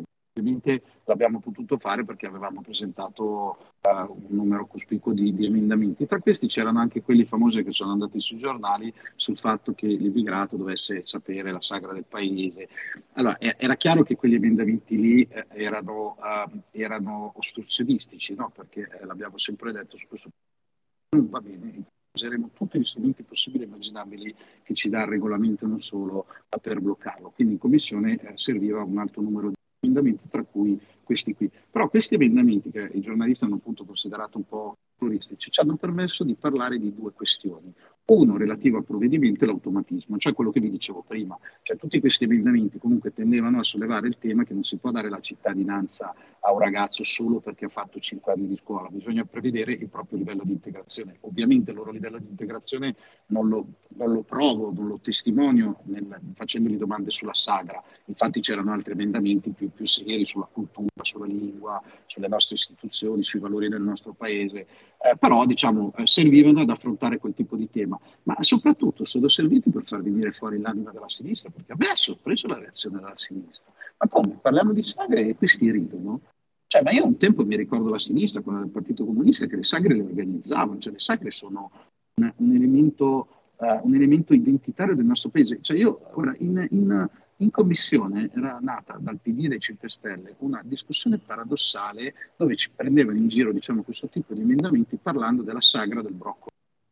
ovviamente l'abbiamo potuto fare perché avevamo presentato uh, un numero cospicuo di, di emendamenti. Tra questi c'erano anche quelli famosi che sono andati sui giornali sul fatto che l'immigrato dovesse sapere la sagra del paese. Allora, era chiaro che quegli emendamenti lì eh, erano, uh, erano ostruzionistici, no? Perché eh, l'abbiamo sempre detto su questo punto, non va bene, useremo tutti gli strumenti possibili e immaginabili che ci dà il regolamento, non solo per bloccarlo. Quindi in commissione eh, serviva un alto numero di emendamenti, tra cui questi qui. Però questi emendamenti, che i giornalisti hanno appunto considerato un po' floristici, ci hanno permesso di parlare di due questioni. Uno relativo al provvedimento e l'automatismo, cioè quello che vi dicevo prima. Cioè tutti questi emendamenti comunque tendevano a sollevare il tema che non si può dare la cittadinanza a un ragazzo solo perché ha fatto cinque anni di scuola, bisogna prevedere il proprio livello di integrazione. Ovviamente il loro livello di integrazione non lo, non lo provo, non lo testimonio nel, facendogli domande sulla sagra. Infatti c'erano altri emendamenti più, più seri sulla cultura, sulla lingua, sulle nostre istituzioni, sui valori del nostro paese, eh, però diciamo eh, servivano ad affrontare quel tipo di tema. Ma soprattutto sono serviti per far venire fuori l'anima della sinistra, perché a me ha sorpreso la reazione della sinistra. Ma come? Parliamo di sagre e questi ridono? Cioè, ma io un tempo mi ricordo la sinistra, quella del Partito Comunista, che le sagre le organizzavano, cioè le sagre sono un, un, elemento, uh, un elemento identitario del nostro paese. Cioè io, ora, in, in, in commissione era nata dal P D e dai cinque Stelle una discussione paradossale dove ci prendevano in giro, diciamo, questo tipo di emendamenti parlando della sagra del broccolo.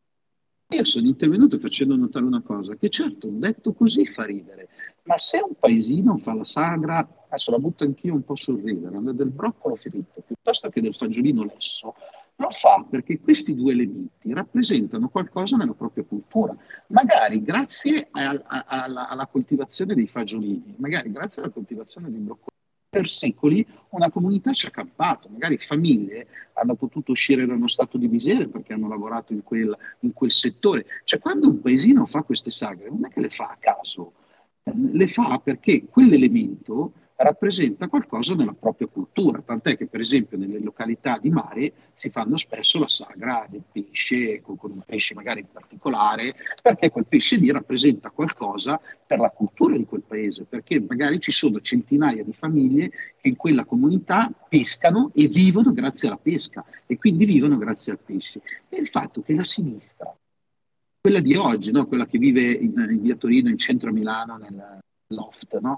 Io sono intervenuto facendo notare una cosa, che certo, detto così fa ridere, ma se un paesino fa la sagra, adesso la butto anch'io un po' sul ridere, del broccolo fritto piuttosto che del fagiolino lesso, lo fa perché questi due elementi rappresentano qualcosa nella propria cultura, magari grazie a, a, a, alla, alla coltivazione dei fagiolini, magari grazie alla coltivazione dei broccoli. Per secoli una comunità ci ha campato, magari famiglie hanno potuto uscire da uno stato di miseria perché hanno lavorato in quel, in quel settore. Cioè quando un paesino fa queste sagre non è che le fa a caso, le fa perché quell'elemento rappresenta qualcosa nella propria cultura, tant'è che per esempio nelle località di mare si fanno spesso la sagra del pesce, con, con un pesce magari in particolare, perché quel pesce lì rappresenta qualcosa per la cultura di quel paese, perché magari ci sono centinaia di famiglie che in quella comunità pescano e vivono grazie alla pesca e quindi vivono grazie al pesce. E il fatto che la sinistra, quella di oggi, no? Quella che vive in, in via Torino, in centro a Milano, nel loft, no?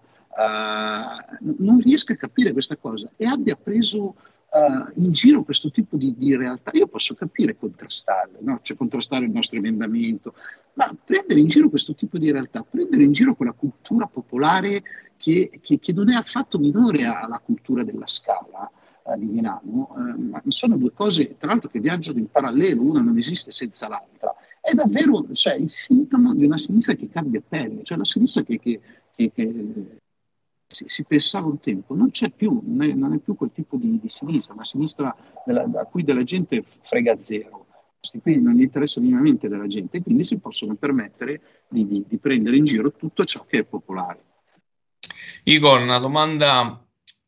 Uh, non riesco a capire questa cosa e abbia preso uh, in giro questo tipo di, di realtà. Io posso capire contrastarle, no? Cioè contrastare il nostro emendamento, ma prendere in giro questo tipo di realtà, prendere in giro quella cultura popolare che, che, che non è affatto minore alla cultura della Scala uh, di Milano, uh, ma sono due cose tra l'altro che viaggiano in parallelo, una non esiste senza l'altra. È davvero, cioè, il sintomo di una sinistra che cambia pelle, cioè una sinistra che, che, che, che Si, si pensava un tempo, non c'è più, non è, non è più quel tipo di, di sinistra, una sinistra della, a cui della gente frega zero, questi qui non gli interessa minimamente della gente e quindi si possono permettere di, di, di prendere in giro tutto ciò che è popolare. Igor, una domanda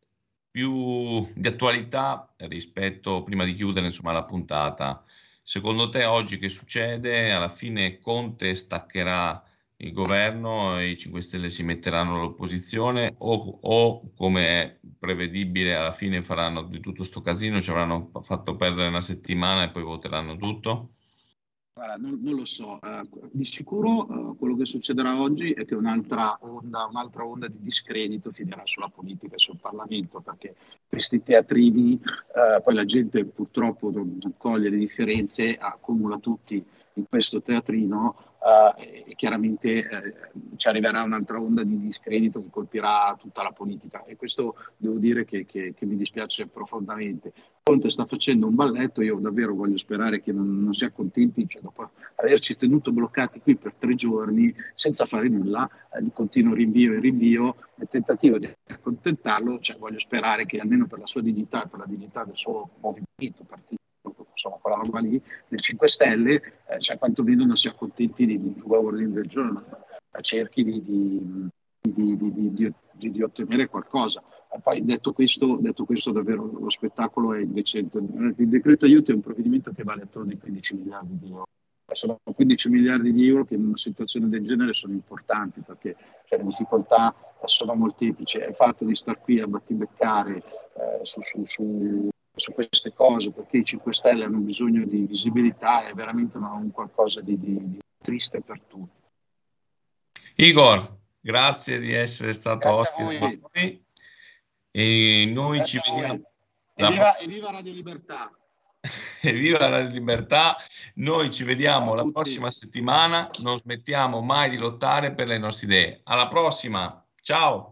più di attualità rispetto, prima di chiudere insomma la puntata. Secondo te oggi che succede? Alla fine Conte staccherà il governo e i cinque Stelle si metteranno all'opposizione o, o come è prevedibile alla fine faranno di tutto sto casino, ci avranno fatto perdere una settimana e poi voteranno tutto? Guarda, non, non lo so, uh, di sicuro uh, quello che succederà oggi è che un'altra onda, un'altra onda di discredito finirà sulla politica e sul Parlamento, perché questi teatrini, uh, poi la gente purtroppo non, non coglie le differenze, accumula tutti in questo teatrino uh, e chiaramente uh, ci arriverà un'altra onda di discredito che colpirà tutta la politica e questo devo dire che, che, che mi dispiace profondamente. Conte sta facendo un balletto, io davvero voglio sperare che non, non si accontenti, cioè dopo averci tenuto bloccati qui per tre giorni senza fare nulla, eh, di continuo rinvio e rinvio, nel tentativo di accontentarlo, cioè voglio sperare che almeno per la sua dignità e per la dignità del suo movimento, partito, insomma quella roba lì, del cinque Stelle, eh, cioè quantomeno non si accontenti di, di due ordini del giorno, ma cerchi di, di, di, di, di, di, di, di ottenere qualcosa. E poi detto questo, detto questo davvero lo spettacolo è indecente. Il decreto aiuti è un provvedimento che vale attorno ai quindici miliardi di euro. sono quindici miliardi di euro che in una situazione del genere sono importanti, perché cioè, le difficoltà sono molteplici. Il fatto di star qui a battibeccare eh, su, su, su, su queste cose, perché i cinque Stelle hanno bisogno di visibilità, è veramente una, un qualcosa di, di, di triste per tutti. Igor, grazie di essere stato Grazie ospite con noi e noi Grazie ci vediamo. Evviva, evviva Radio Libertà! Evviva la libertà! Noi ci vediamo la prossima settimana, non smettiamo mai di lottare per le nostre idee. Alla prossima, ciao!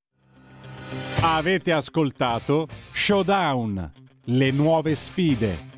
Avete ascoltato Showdown, le nuove sfide.